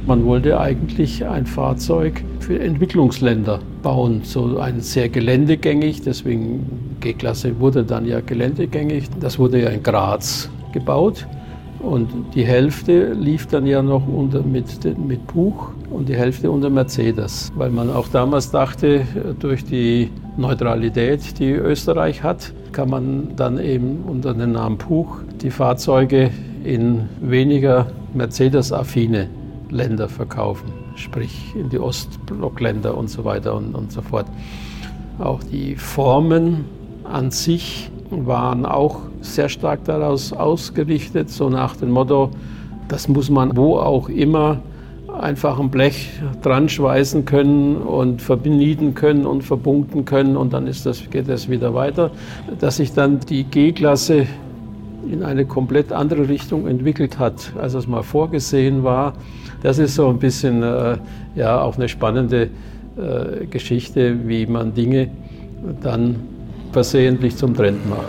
Man wollte eigentlich ein Fahrzeug für Entwicklungsländer bauen, so ein sehr geländegängig, deswegen G-Klasse wurde dann ja geländegängig. Das wurde ja in Graz gebaut und die Hälfte lief dann ja noch mit Puch und die Hälfte unter Mercedes, weil man auch damals dachte, durch die Neutralität, die Österreich hat, kann man dann eben unter dem Namen Puch die Fahrzeuge in weniger Mercedes-affine Länder verkaufen, sprich in die Ostblockländer und so weiter und so fort. Auch die Formen an sich waren auch sehr stark daraus ausgerichtet, so nach dem Motto, das muss man wo auch immer einfach ein Blech dran schweißen können und vernieten können und verpunkten können und dann geht das wieder weiter. Dass sich dann die G-Klasse in eine komplett andere Richtung entwickelt hat, als es mal vorgesehen war. Das ist so ein bisschen auch eine spannende Geschichte, wie man Dinge dann versehentlich zum Trend macht.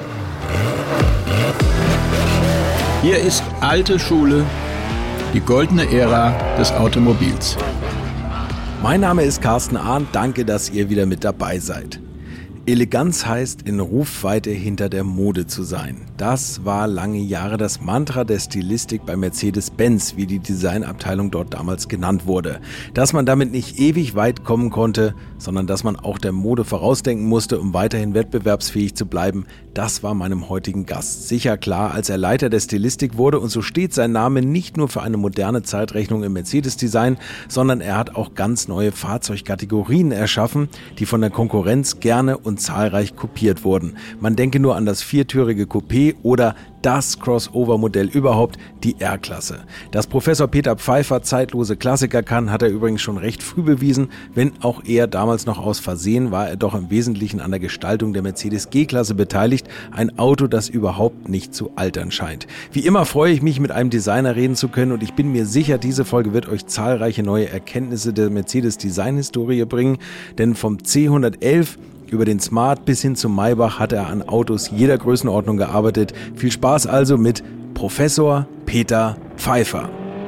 Hier ist alte Schule, die goldene Ära des Automobils. Mein Name ist Carsten Arndt, danke, dass ihr wieder mit dabei seid. Eleganz heißt, in Rufweite hinter der Mode zu sein. Das war lange Jahre das Mantra der Stilistik bei Mercedes-Benz, wie die Designabteilung dort damals genannt wurde. Dass man damit nicht ewig weit kommen konnte, sondern dass man auch der Mode vorausdenken musste, um weiterhin wettbewerbsfähig zu bleiben, das war meinem heutigen Gast sicher klar, als er Leiter der Stilistik wurde. Und so steht sein Name nicht nur für eine moderne Zeitrechnung im Mercedes-Design, sondern er hat auch ganz neue Fahrzeugkategorien erschaffen, die von der Konkurrenz gerne und zahlreich kopiert wurden. Man denke nur an das viertürige Coupé oder das Crossover-Modell überhaupt, die R-Klasse. Dass Professor Peter Pfeiffer zeitlose Klassiker kann, hat er übrigens schon recht früh bewiesen. Wenn auch er damals noch aus Versehen, war er doch im Wesentlichen an der Gestaltung der Mercedes G-Klasse beteiligt. Ein Auto, das überhaupt nicht zu altern scheint. Wie immer freue ich mich, mit einem Designer reden zu können und ich bin mir sicher, diese Folge wird euch zahlreiche neue Erkenntnisse der Mercedes-Design-Historie bringen, denn vom C111 über den Smart bis hin zum Maybach hat er an Autos jeder Größenordnung gearbeitet. Viel Spaß also mit Professor Peter Pfeiffer.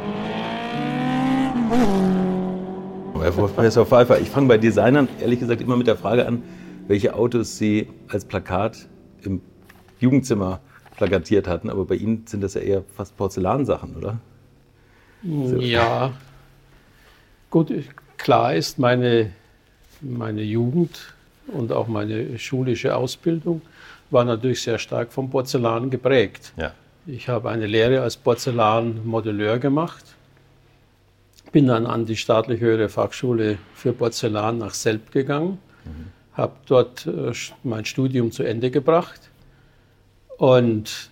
Herr Professor Pfeiffer, ich fange bei Designern ehrlich gesagt immer mit der Frage an, welche Autos Sie als Plakat im Jugendzimmer plakatiert hatten. Aber bei Ihnen sind das ja eher fast Porzellansachen, oder? So. Ja, gut, klar ist, meine Jugend und auch meine schulische Ausbildung war natürlich sehr stark vom Porzellan geprägt. Ja. Ich habe eine Lehre als Porzellanmodelleur gemacht, bin dann an die staatliche höhere Fachschule für Porzellan nach Selb gegangen, habe dort mein Studium zu Ende gebracht und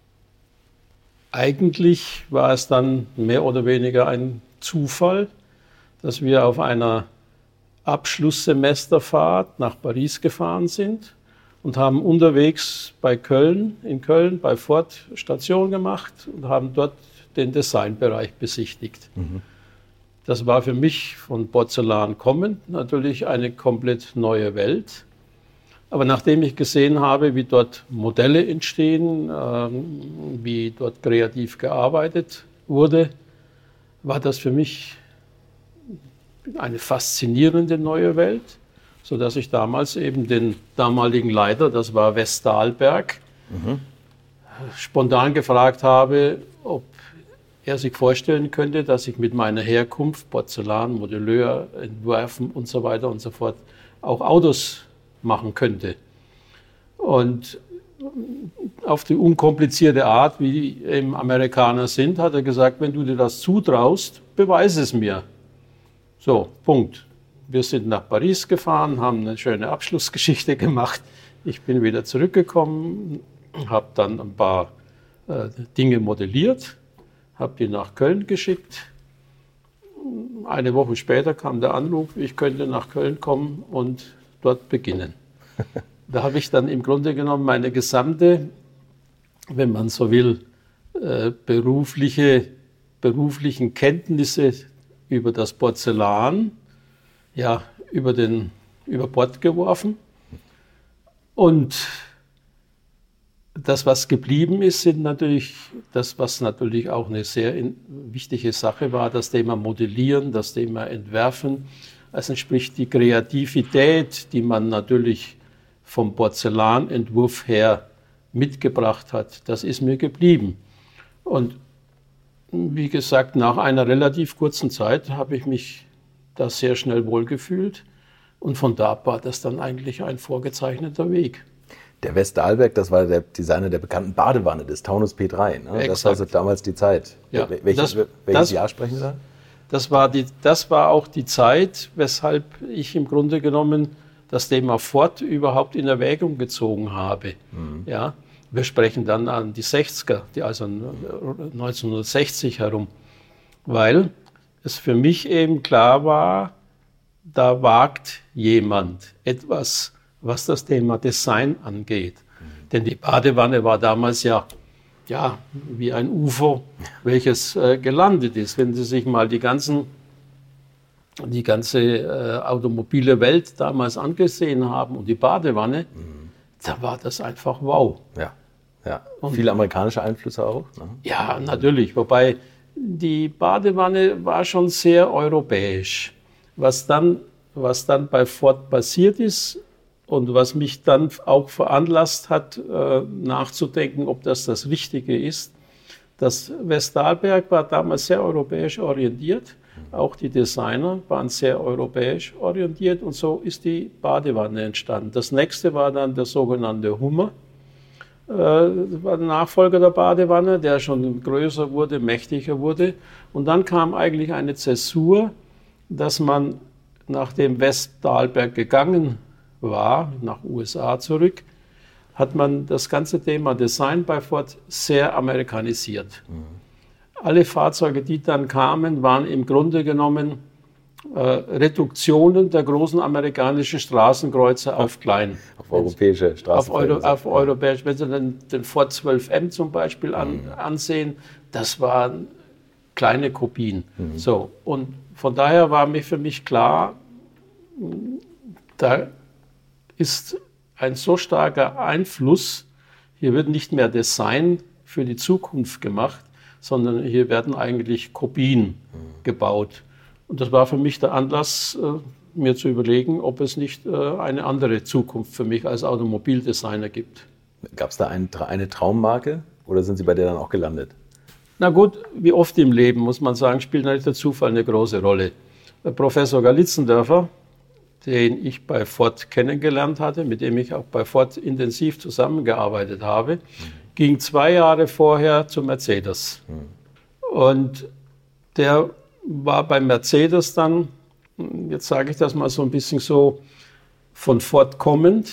eigentlich war es dann mehr oder weniger ein Zufall, dass wir auf einer Abschlusssemesterfahrt nach Paris gefahren sind und haben unterwegs in Köln bei Ford Station gemacht und haben dort den Designbereich besichtigt. Das war für mich von Porzellan kommend natürlich eine komplett neue Welt. Aber nachdem ich gesehen habe, wie dort Modelle entstehen, wie dort kreativ gearbeitet wurde, war das für mich eine faszinierende neue Welt, sodass ich damals eben den damaligen Leiter, das war Wes Dahlberg, spontan gefragt habe, ob er sich vorstellen könnte, dass ich mit meiner Herkunft, Porzellan, Modelleur, Entwerfen und so weiter und so fort, auch Autos machen könnte. Und auf die unkomplizierte Art, wie eben Amerikaner sind, hat er gesagt, wenn du dir das zutraust, beweise es mir. So, Punkt. Wir sind nach Paris gefahren, haben eine schöne Abschlussgeschichte gemacht. Ich bin wieder zurückgekommen, habe dann ein paar Dinge modelliert, habe die nach Köln geschickt. Eine Woche später kam der Anruf, ich könnte nach Köln kommen und dort beginnen. Da habe ich dann im Grunde genommen meine gesamte, wenn man so will, beruflichen Kenntnisse über das Porzellan, ja, über Bord geworfen. Und das, was geblieben ist, sind natürlich das, was natürlich auch eine sehr wichtige Sache war, das Thema Modellieren, das Thema Entwerfen. Also sprich die Kreativität, die man natürlich vom Porzellanentwurf her mitgebracht hat, das ist mir geblieben. Und wie gesagt, nach einer relativ kurzen Zeit habe ich mich da sehr schnell wohlgefühlt. Und von da ab war das dann eigentlich ein vorgezeichneter Weg. Der West-Dahlberg, das war der Designer der bekannten Badewanne, des Taunus P3. Ne? Das war so damals die Zeit. Ja, welches Jahr sprechen Sie da? Das war auch die Zeit, weshalb ich im Grunde genommen das Thema Ford überhaupt in Erwägung gezogen habe. Ja, wir sprechen dann an die 60er, also 1960 herum, weil es für mich eben klar war, da wagt jemand etwas, was das Thema Design angeht. Denn die Badewanne war damals ja wie ein UFO, welches gelandet ist. Wenn Sie sich mal die ganze automobile Welt damals angesehen haben und die Badewanne, da war das einfach wow. Ja. Und viele amerikanische Einflüsse auch? Ne? Ja, natürlich. Wobei die Badewanne war schon sehr europäisch. Was dann bei Ford passiert ist und was mich dann auch veranlasst hat, nachzudenken, ob das Richtige ist. Das West-Dahlberg war damals sehr europäisch orientiert. Auch die Designer waren sehr europäisch orientiert und so ist die Badewanne entstanden. Das nächste war dann der sogenannte Hummer. Das war der Nachfolger der Badewanne, der schon größer wurde, mächtiger wurde. Und dann kam eigentlich eine Zäsur, dass man, nachdem West-Dahlberg gegangen war, nach USA zurück, hat man das ganze Thema Design bei Ford sehr amerikanisiert. Alle Fahrzeuge, die dann kamen, waren im Grunde genommen Reduktionen der großen amerikanischen Straßenkreuzer auf klein. Auf europäische Straßenkreuzer. Auf europäisch. Wenn Sie den Ford 12M zum Beispiel ansehen, das waren kleine Kopien. So, und von daher war für mich klar, da ist ein so starker Einfluss, hier wird nicht mehr Design für die Zukunft gemacht, sondern hier werden eigentlich Kopien gebaut. Und das war für mich der Anlass, mir zu überlegen, ob es nicht eine andere Zukunft für mich als Automobildesigner gibt. Gab es da eine Traummarke oder sind Sie bei der dann auch gelandet? Na gut, wie oft im Leben, muss man sagen, spielt natürlich der Zufall eine große Rolle. Professor Galitzendörfer, den ich bei Ford kennengelernt hatte, mit dem ich auch bei Ford intensiv zusammengearbeitet habe, ging 2 Jahre vorher zu Mercedes. Und der war bei Mercedes dann, jetzt sage ich das mal so ein bisschen so, von Ford kommend,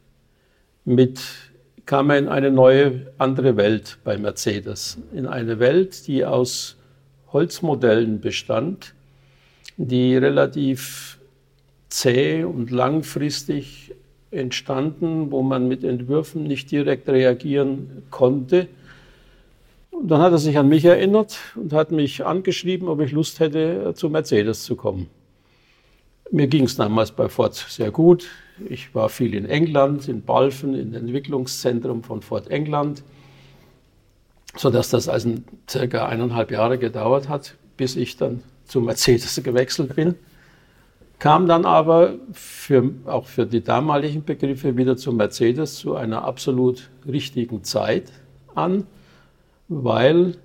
kam er in eine neue, andere Welt bei Mercedes. In eine Welt, die aus Holzmodellen bestand, die relativ zäh und langfristig entstanden, wo man mit Entwürfen nicht direkt reagieren konnte. Und dann hat er sich an mich erinnert und hat mich angeschrieben, ob ich Lust hätte, zu Mercedes zu kommen. Mir ging es damals bei Ford sehr gut. Ich war viel in England, in Balfen, im Entwicklungszentrum von Ford England, sodass das also circa 1,5 Jahre gedauert hat, bis ich dann zu Mercedes gewechselt bin. Kam dann aber auch für die damaligen Begriffe wieder zu Mercedes zu einer absolut richtigen Zeit an, weil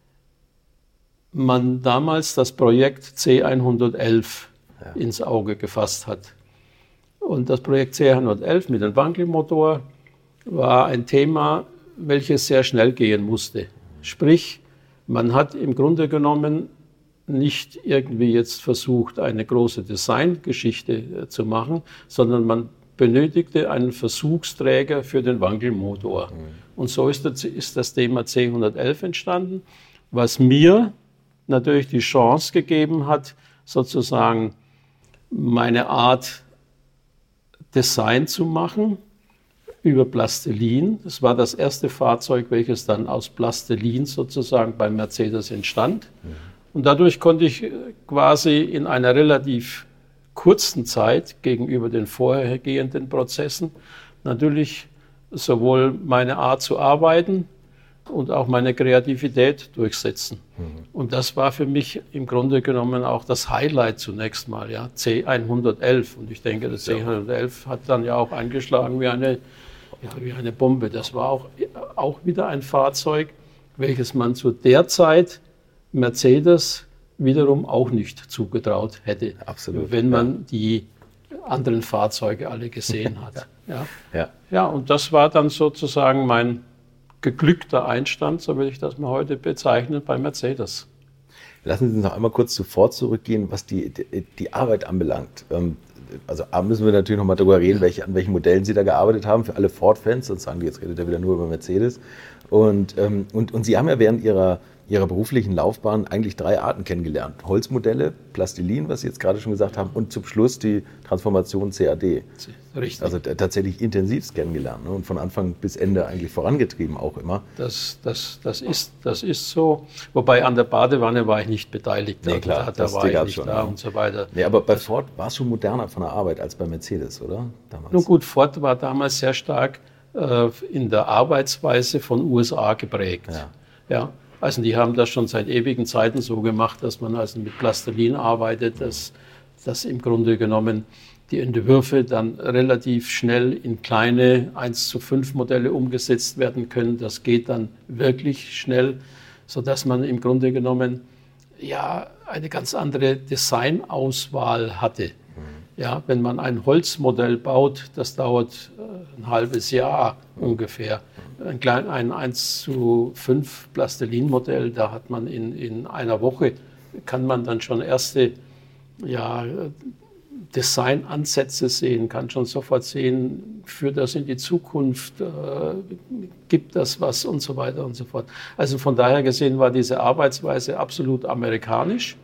man damals das Projekt C111 ins Auge gefasst hat. Und das Projekt C111 mit dem Wankelmotor war ein Thema, welches sehr schnell gehen musste. Sprich, man hat im Grunde genommen nicht irgendwie jetzt versucht, eine große Designgeschichte zu machen, sondern man benötigte einen Versuchsträger für den Wankelmotor. Und so ist das Thema C111 entstanden, was mir natürlich die Chance gegeben hat, sozusagen meine Art Design zu machen über Plastilin. Das war das erste Fahrzeug, welches dann aus Plastilin sozusagen bei Mercedes entstand. Und dadurch konnte ich quasi in einer relativ kurzen Zeit gegenüber den vorhergehenden Prozessen natürlich sowohl meine Art zu arbeiten und auch meine Kreativität durchsetzen. Und das war für mich im Grunde genommen auch das Highlight zunächst mal, ja, C111. Und ich denke, das C111 hat dann ja auch eingeschlagen wie eine Bombe. Das war auch wieder ein Fahrzeug, welches man zu der Zeit Mercedes wiederum auch nicht zugetraut hätte. Absolut, wenn man die anderen Fahrzeuge alle gesehen hat. Ja. Ja, und das war dann sozusagen mein geglückter Einstand, so will ich das mal heute bezeichnen, bei Mercedes. Lassen Sie uns noch einmal kurz zu Ford zurückgehen, was die Arbeit anbelangt. Also müssen wir natürlich noch mal darüber reden, an welchen Modellen Sie da gearbeitet haben, für alle Ford-Fans, sonst sagen die, jetzt redet er wieder nur über Mercedes. Und Sie haben ja während Ihrer beruflichen Laufbahn eigentlich 3 Arten kennengelernt. Holzmodelle, Plastilin, was Sie jetzt gerade schon gesagt haben, und zum Schluss die Transformation CAD. Richtig. Also tatsächlich intensivst kennengelernt, ne? Und von Anfang bis Ende eigentlich vorangetrieben auch immer. Das ist so. Wobei an der Badewanne war ich nicht beteiligt. Nee, klar, da war ich nicht schon da und so weiter. Nee, aber bei Ford war es schon moderner von der Arbeit als bei Mercedes, oder? Damals. Nun gut, Ford war damals sehr stark in der Arbeitsweise von USA geprägt. Ja. Also die haben das schon seit ewigen Zeiten so gemacht, dass man also mit Plastilin arbeitet, dass im Grunde genommen die Entwürfe dann relativ schnell in kleine 1:5 Modelle umgesetzt werden können. Das geht dann wirklich schnell, sodass man im Grunde genommen ja eine ganz andere Designauswahl hatte. Ja, wenn man ein Holzmodell baut, das dauert ein halbes Jahr ungefähr. Ein 1:5 Plastilin-Modell, da hat man in einer Woche, kann man dann schon erste Designansätze sehen, kann schon sofort sehen, führt das in die Zukunft, gibt das was und so weiter und so fort. Also von daher gesehen war diese Arbeitsweise absolut amerikanisch.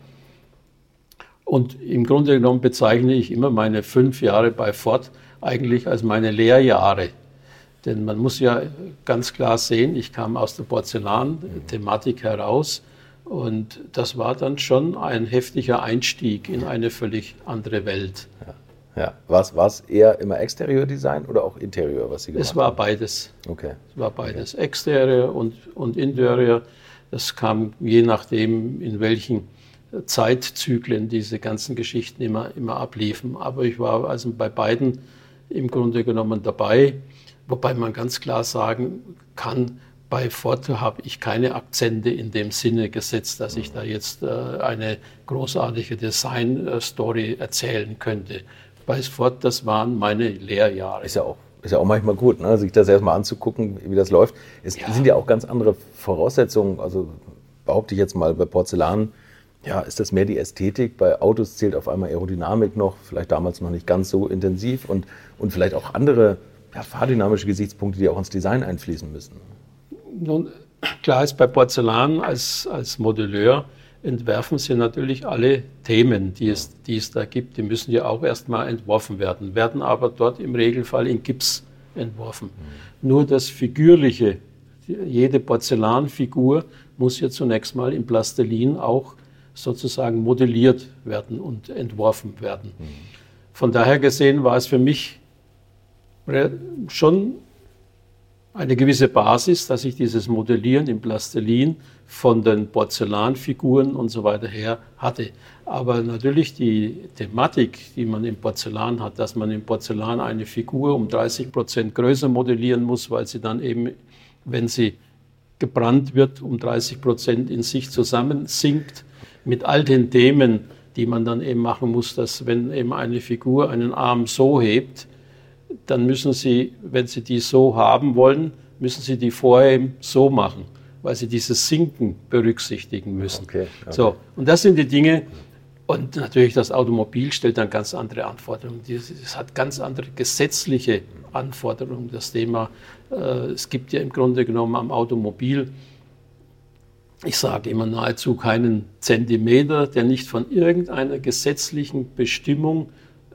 Und im Grunde genommen bezeichne ich immer meine 5 Jahre bei Ford eigentlich als meine Lehrjahre. Denn man muss ja ganz klar sehen, ich kam aus der Porzellan-Thematik heraus und das war dann schon ein heftiger Einstieg in eine völlig andere Welt. Ja. War es eher immer Exteriordesign oder auch Interieur, was Sie gemacht haben? Es war beides. Okay. Es war beides, Exterior und Interior. Das kam je nachdem, in welchen Zeitzyklen diese ganzen Geschichten immer abliefen. Aber ich war also bei beiden im Grunde genommen dabei. Wobei man ganz klar sagen kann, bei Ford habe ich keine Akzente in dem Sinne gesetzt, dass ich da jetzt eine großartige Design-Story erzählen könnte. Bei Ford, das waren meine Lehrjahre. Ist ja auch manchmal gut, ne? Sich das erstmal anzugucken, wie das läuft. Es sind ja auch ganz andere Voraussetzungen. Also behaupte ich jetzt mal, bei Porzellan, ja, ist das mehr die Ästhetik. Bei Autos zählt auf einmal Aerodynamik noch, vielleicht damals noch nicht ganz so intensiv und vielleicht auch andere fahrdynamische Gesichtspunkte, die auch ins Design einfließen müssen. Nun, klar ist, bei Porzellan als Modelleur entwerfen Sie natürlich alle Themen, die es da gibt. Die müssen ja auch erstmal entworfen werden aber dort im Regelfall in Gips entworfen. Nur das Figürliche, jede Porzellanfigur muss ja zunächst mal in Plastilin auch sozusagen modelliert werden und entworfen werden. Von daher gesehen war es für mich schon eine gewisse Basis, dass ich dieses Modellieren im Plastilin von den Porzellanfiguren und so weiter her hatte. Aber natürlich die Thematik, die man im Porzellan hat, dass man im Porzellan eine Figur um 30% größer modellieren muss, weil sie dann eben, wenn sie gebrannt wird, um 30% in sich zusammensinkt, mit all den Themen, die man dann eben machen muss, dass wenn eben eine Figur einen Arm so hebt, dann müssen Sie, wenn Sie die so haben wollen, müssen Sie die vorher eben so machen, weil Sie dieses Sinken berücksichtigen müssen. Okay. So, und das sind die Dinge. Und natürlich das Automobil stellt dann ganz andere Anforderungen. Es hat ganz andere gesetzliche Anforderungen, das Thema. Es gibt ja im Grunde genommen am Automobil, ich sage immer nahezu keinen Zentimeter, der nicht von irgendeiner gesetzlichen Bestimmung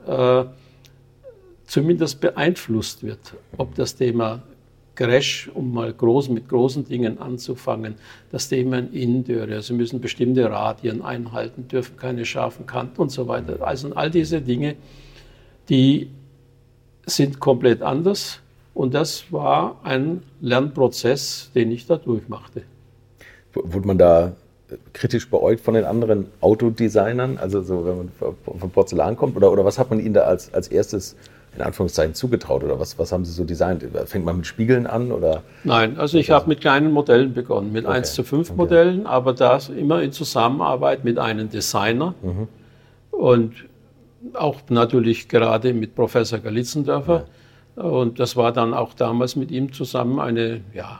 zumindest beeinflusst wird. Ob das Thema Crash, um mal mit großen Dingen anzufangen, das Thema Interieur, Sie müssen bestimmte Radien einhalten, dürfen keine scharfen Kanten und so weiter. Also all diese Dinge, die sind komplett anders Und das war ein Lernprozess, den ich da durchmachte. Wurde man da kritisch beäugt von den anderen Autodesignern? Also so, wenn man von Porzellan kommt? Oder was hat man Ihnen da als erstes in Anführungszeichen zugetraut? Oder was haben Sie so designt? Fängt man mit Spiegeln an? Oder? Nein, also ich habe mit kleinen Modellen begonnen, mit 1:5 Modellen, aber das immer in Zusammenarbeit mit einem Designer und auch natürlich gerade mit Professor Galitzendörfer. Ja. Und das war dann auch damals mit ihm zusammen eine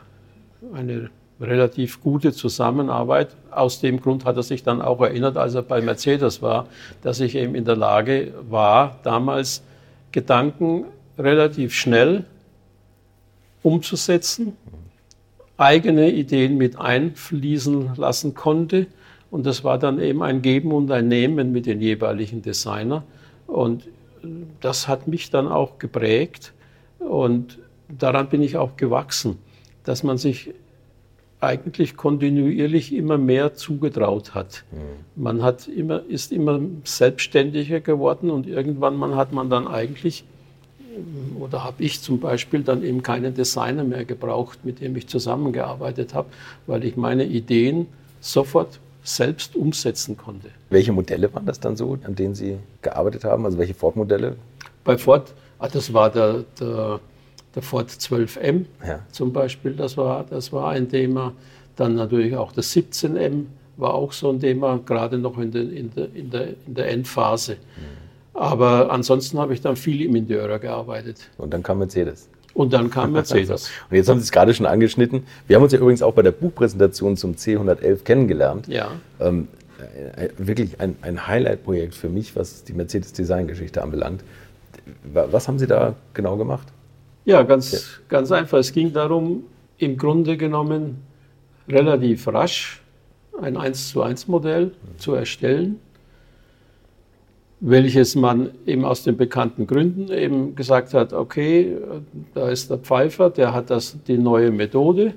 relativ gute Zusammenarbeit. Aus dem Grund hat er sich dann auch erinnert, als er bei Mercedes war, dass ich eben in der Lage war, damals Gedanken relativ schnell umzusetzen, eigene Ideen mit einfließen lassen konnte. Und das war dann eben ein Geben und ein Nehmen mit den jeweiligen Designer. Und das hat mich dann auch geprägt. Und daran bin ich auch gewachsen, dass man sich eigentlich kontinuierlich immer mehr zugetraut hat. Man ist immer selbstständiger geworden und irgendwann hat man dann eigentlich, oder habe ich zum Beispiel dann eben keinen Designer mehr gebraucht, mit dem ich zusammengearbeitet habe, weil ich meine Ideen sofort selbst umsetzen konnte. Welche Modelle waren das dann so, an denen Sie gearbeitet haben? Also welche Ford-Modelle? Bei Ford, das war der Ford 12M zum Beispiel, das war ein Thema. Dann natürlich auch das 17M war auch so ein Thema, gerade noch in der Endphase. Aber ansonsten habe ich dann viel im Interieur gearbeitet. Und dann kam Mercedes. Und dann kam Mercedes. Und jetzt haben Sie es gerade schon angeschnitten. Wir haben uns ja übrigens auch bei der Buchpräsentation zum C111 kennengelernt. Ja. Wirklich ein Highlight-Projekt für mich, was die Mercedes-Design-Geschichte anbelangt. Was haben Sie da genau gemacht? Ja, ganz einfach. Es ging darum, im Grunde genommen relativ rasch ein 1:1 Modell zu erstellen, welches man eben aus den bekannten Gründen eben gesagt hat, okay, da ist der Pfeiffer, der hat die neue Methode,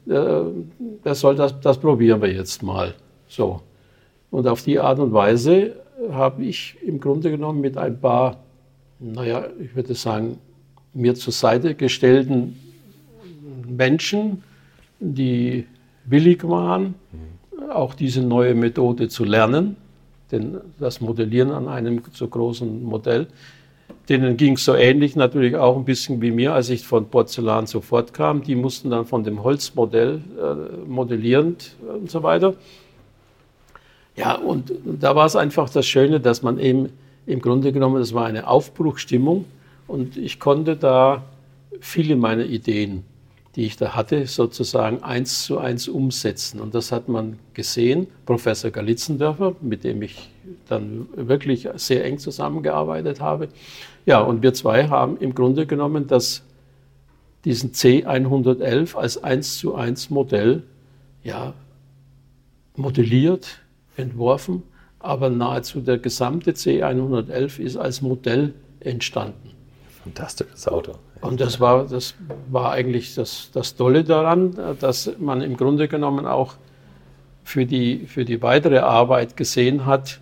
das probieren wir jetzt mal. So. Und auf die Art und Weise habe ich im Grunde genommen mit ein paar, ich würde sagen, mir zur Seite gestellten Menschen, die willig waren, auch diese neue Methode zu lernen, denn das Modellieren an einem so großen Modell, denen ging es so ähnlich natürlich auch ein bisschen wie mir, als ich von Porzellan sofort kam. Die mussten dann von dem Holzmodell modellierend und so weiter. Ja, und da war es einfach das Schöne, dass man eben im Grunde genommen, das war eine Aufbruchstimmung, und ich konnte da viele meiner Ideen, die ich da hatte, sozusagen 1:1 umsetzen. Und das hat man gesehen. Professor Galitzendörfer, mit dem ich dann wirklich sehr eng zusammengearbeitet habe. Ja, und wir zwei haben im Grunde genommen diesen C111 als 1:1 Modell modelliert, entworfen, aber nahezu der gesamte C111 ist als Modell entstanden. Fantastisches Auto. Und das war eigentlich das Tolle daran, dass man im Grunde genommen auch für die weitere Arbeit gesehen hat,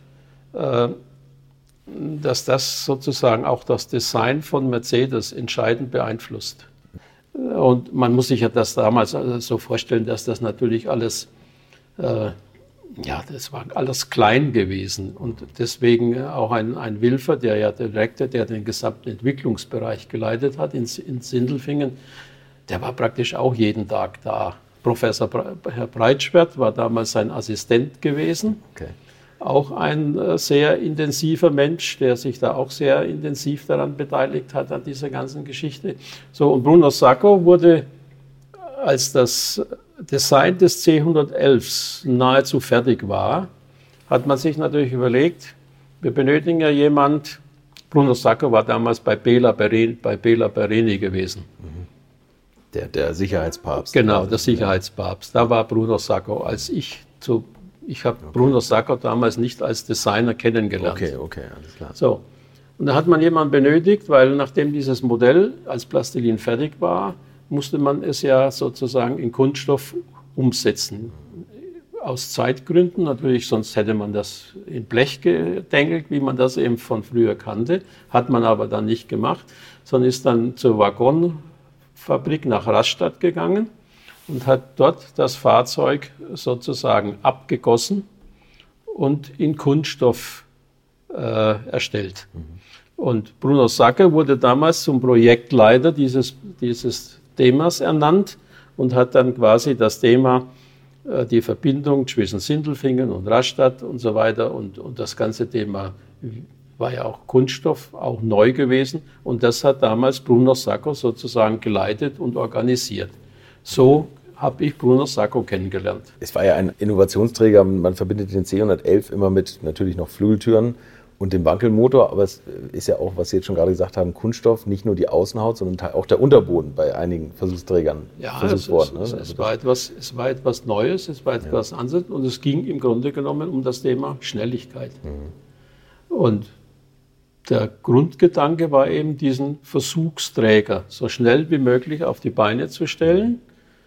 dass das sozusagen auch das Design von Mercedes entscheidend beeinflusst. Und man muss sich ja das damals so vorstellen, dass das natürlich alles, das war alles klein gewesen. Und deswegen auch ein Wilfer, der den gesamten Entwicklungsbereich geleitet hat in Sindelfingen, der war praktisch auch jeden Tag da. Professor Herr Breitschwert war damals sein Assistent gewesen. Okay. Auch ein sehr intensiver Mensch, der sich da auch sehr intensiv daran beteiligt hat, an dieser ganzen Geschichte. So, und Bruno Sacco wurde als das Design des C111 nahezu fertig war, hat man sich natürlich überlegt, wir benötigen ja jemand. Bruno Sacco war damals bei Béla Perini gewesen. Der Sicherheitspapst. Genau, der Sicherheitspapst. Da war Bruno Sacco. Ich habe Bruno Sacco damals nicht als Designer kennengelernt. Okay, alles klar. So. Und da hat man jemanden benötigt, weil nachdem dieses Modell als Plastilin fertig war, musste man es ja sozusagen in Kunststoff umsetzen. Aus Zeitgründen natürlich, sonst hätte man das in Blech gedengelt, wie man das eben von früher kannte. Hat man aber dann nicht gemacht, sondern ist dann zur Fabrik nach Rastatt gegangen und hat dort das Fahrzeug sozusagen abgegossen und in Kunststoff erstellt. Und Bruno Sacker wurde damals zum Projektleiter dieses Themas ernannt und hat dann quasi das Thema, die Verbindung zwischen Sindelfingen und Rastatt und so weiter und das ganze Thema war ja auch Kunststoff, auch neu gewesen. Und das hat damals Bruno Sacco sozusagen geleitet und organisiert. So habe ich Bruno Sacco kennengelernt. Es war ja ein Innovationsträger, man verbindet den C111 immer mit natürlich noch Flügeltüren und dem Wankelmotor, aber es ist ja auch, was Sie jetzt schon gerade gesagt haben, Kunststoff, nicht nur die Außenhaut, sondern auch der Unterboden bei einigen Versuchsträgern versucht worden. Es war etwas Neues, es war etwas anderes und es ging im Grunde genommen um das Thema Schnelligkeit. Und der Grundgedanke war eben, diesen Versuchsträger so schnell wie möglich auf die Beine zu stellen.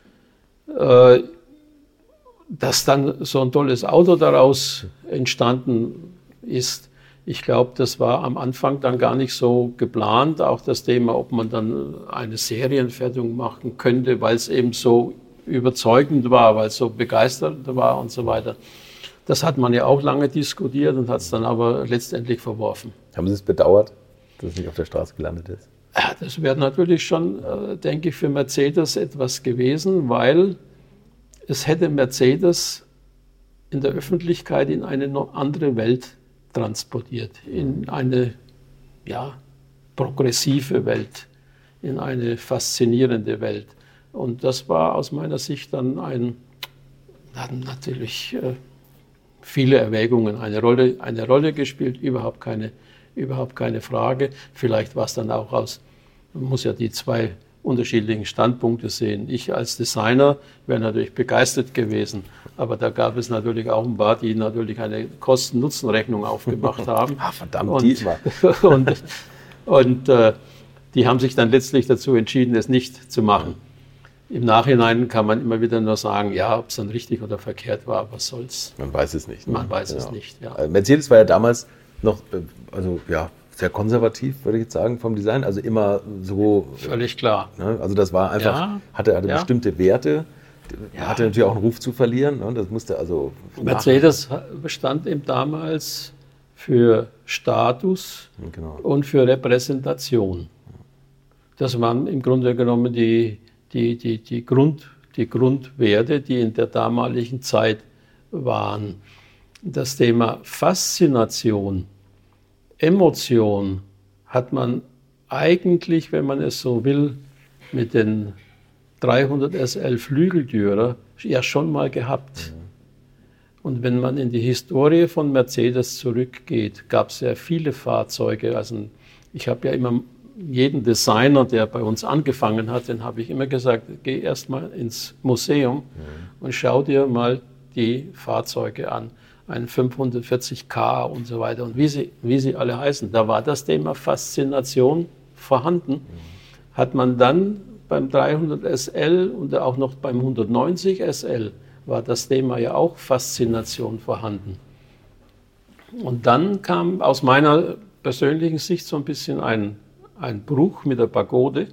Dass dann so ein tolles Auto daraus entstanden ist, ich glaube, das war am Anfang dann gar nicht so geplant. Auch das Thema, ob man dann eine Serienfertigung machen könnte, weil es eben so überzeugend war, weil es so begeisternd war und so weiter. Das hat man ja auch lange diskutiert und hat es dann aber letztendlich verworfen. Haben Sie es bedauert, dass es nicht auf der Straße gelandet ist? Ja, das wäre natürlich schon, denke ich, für Mercedes etwas gewesen, weil es hätte Mercedes in der Öffentlichkeit in eine noch andere Welt transportiert, in eine progressive Welt, in eine faszinierende Welt. Und das war aus meiner Sicht dann hat natürlich viele Erwägungen eine Rolle gespielt, überhaupt keine Frage. Vielleicht war es dann auch man muss ja die zwei unterschiedlichen Standpunkte sehen. Ich als Designer wäre natürlich begeistert gewesen, aber da gab es natürlich auch ein paar, die natürlich eine Kosten-Nutzen-Rechnung aufgemacht haben. Verdammt, und die haben sich dann letztlich dazu entschieden, es nicht zu machen. Im Nachhinein kann man immer wieder nur sagen, ja, ob es dann richtig oder verkehrt war, was soll's. Man weiß es nicht. Man weiß es nicht, ja. Mercedes war ja damals noch, sehr konservativ, würde ich jetzt sagen, vom Design. Also immer so. Völlig klar. Ne? Also das war einfach, hatte bestimmte Werte, hatte natürlich auch einen Ruf zu verlieren. Ne? Das musste also. Mercedes bestand eben damals für Status und für Repräsentation. Das waren im Grunde genommen die Grundwerte, die in der damaligen Zeit waren. Das Thema Faszination, Emotion hat man eigentlich, wenn man es so will, mit den 300 SL Flügeltürer ja schon mal gehabt. Und wenn man in die Historie von Mercedes zurückgeht, gab es ja viele Fahrzeuge. Also ich habe ja immer jeden Designer, der bei uns angefangen hat, den habe ich immer gesagt, geh erst mal ins Museum und schau dir mal die Fahrzeuge an. Ein 540K und so weiter und wie sie alle heißen. Da war das Thema Faszination vorhanden. Hat man dann beim 300 SL und auch noch beim 190 SL war das Thema ja auch Faszination vorhanden. Und dann kam aus meiner persönlichen Sicht so ein bisschen ein Bruch mit der Pagode,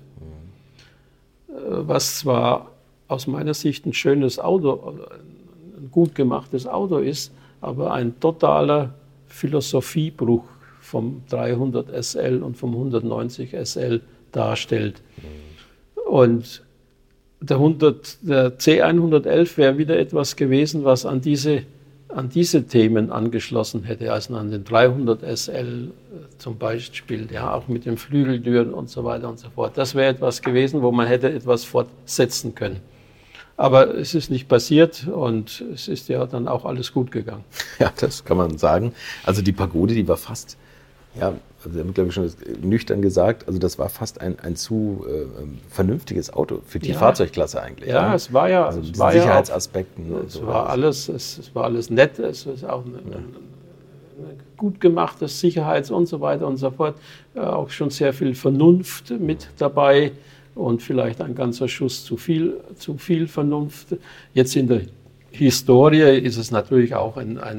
was zwar aus meiner Sicht ein schönes Auto, ein gut gemachtes Auto ist, aber ein totaler Philosophiebruch vom 300 SL und vom 190 SL darstellt. Und der C111 wäre wieder etwas gewesen, was an diese Themen angeschlossen hätte, also an den 300 SL zum Beispiel, ja, auch mit den Flügeltüren und so weiter und so fort. Das wäre etwas gewesen, wo man hätte etwas fortsetzen können. Aber es ist nicht passiert und es ist ja dann auch alles gut gegangen. Ja, das kann man sagen. Also die Pagode, die war fast, ja, also wir haben, glaube ich, schon nüchtern gesagt, also das war fast ein zu vernünftiges Auto für die Fahrzeugklasse eigentlich. Ja, es war ja. Also Sicherheitsaspekten. Es war alles nett, es ist auch ein gut gemachtes Sicherheits- und so weiter und so fort. Auch schon sehr viel Vernunft mit dabei. Und vielleicht ein ganzer Schuss zu viel Vernunft. Jetzt in der Historie ist es natürlich auch ein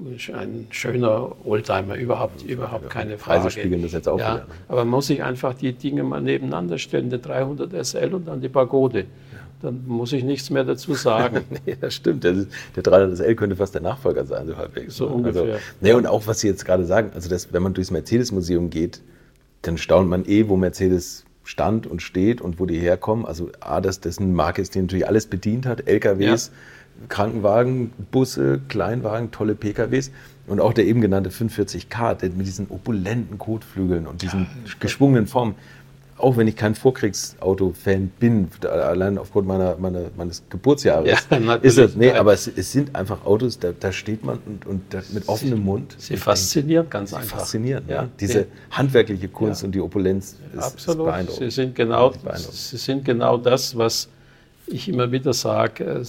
ein schöner Oldtimer, überhaupt keine Frage. Preise spiegeln das jetzt auch wieder. Aber man muss sich einfach die Dinge mal nebeneinander stellen, den 300 SL und dann die Pagode. Ja. Dann muss ich nichts mehr dazu sagen. Nee, das stimmt. Der 300 SL könnte fast der Nachfolger sein, so halbwegs. So ungefähr. Und auch, was Sie jetzt gerade sagen, also wenn man durchs Mercedes-Museum geht, dann staunt man wo Mercedes stand und steht und wo die herkommen. Also das eine Marke ist, die natürlich alles bedient hat, LKWs, Krankenwagen, Busse, Kleinwagen, tolle PKWs und auch der eben genannte 45K, der mit diesen opulenten Kotflügeln und diesen geschwungenen Formen. Auch wenn ich kein Vorkriegsauto-Fan bin, allein aufgrund meines Geburtsjahres, ist das, aber es sind einfach Autos, da steht man und mit offenem Mund. Sie faszinieren ganz einfach. Faszinieren, diese handwerkliche Kunst und die Opulenz ist beeindruckend. Sie sind genau das, was ich immer wieder sage.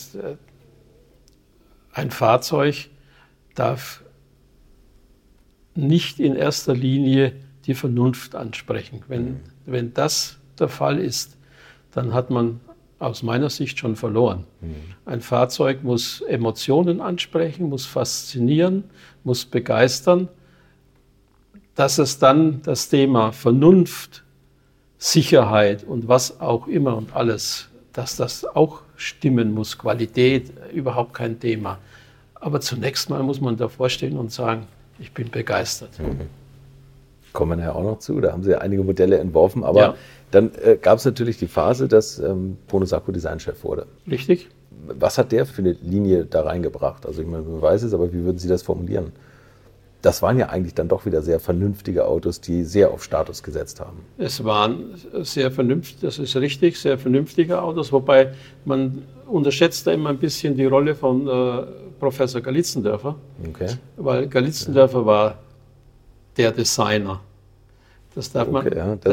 Ein Fahrzeug darf nicht in erster Linie die Vernunft ansprechen. Wenn das der Fall ist, dann hat man aus meiner Sicht schon verloren. Ein Fahrzeug muss Emotionen ansprechen, muss faszinieren, muss begeistern. Dass es dann das Thema Vernunft, Sicherheit und was auch immer und alles, dass das auch stimmen muss, Qualität, überhaupt kein Thema. Aber zunächst mal muss man davor stehen und sagen, ich bin begeistert. Kommen wir ja auch noch zu, da haben Sie ja einige Modelle entworfen, aber dann gab es natürlich die Phase, dass Bruno Sacco Designchef wurde. Richtig. Was hat der für eine Linie da reingebracht? Also ich meine, man weiß es, aber wie würden Sie das formulieren? Das waren ja eigentlich dann doch wieder sehr vernünftige Autos, die sehr auf Status gesetzt haben. Es waren sehr vernünftig, das ist richtig, sehr vernünftige Autos, wobei man unterschätzt da immer ein bisschen die Rolle von Professor Galitzendörfer, weil Galitzendörfer war der Designer. Das darf man,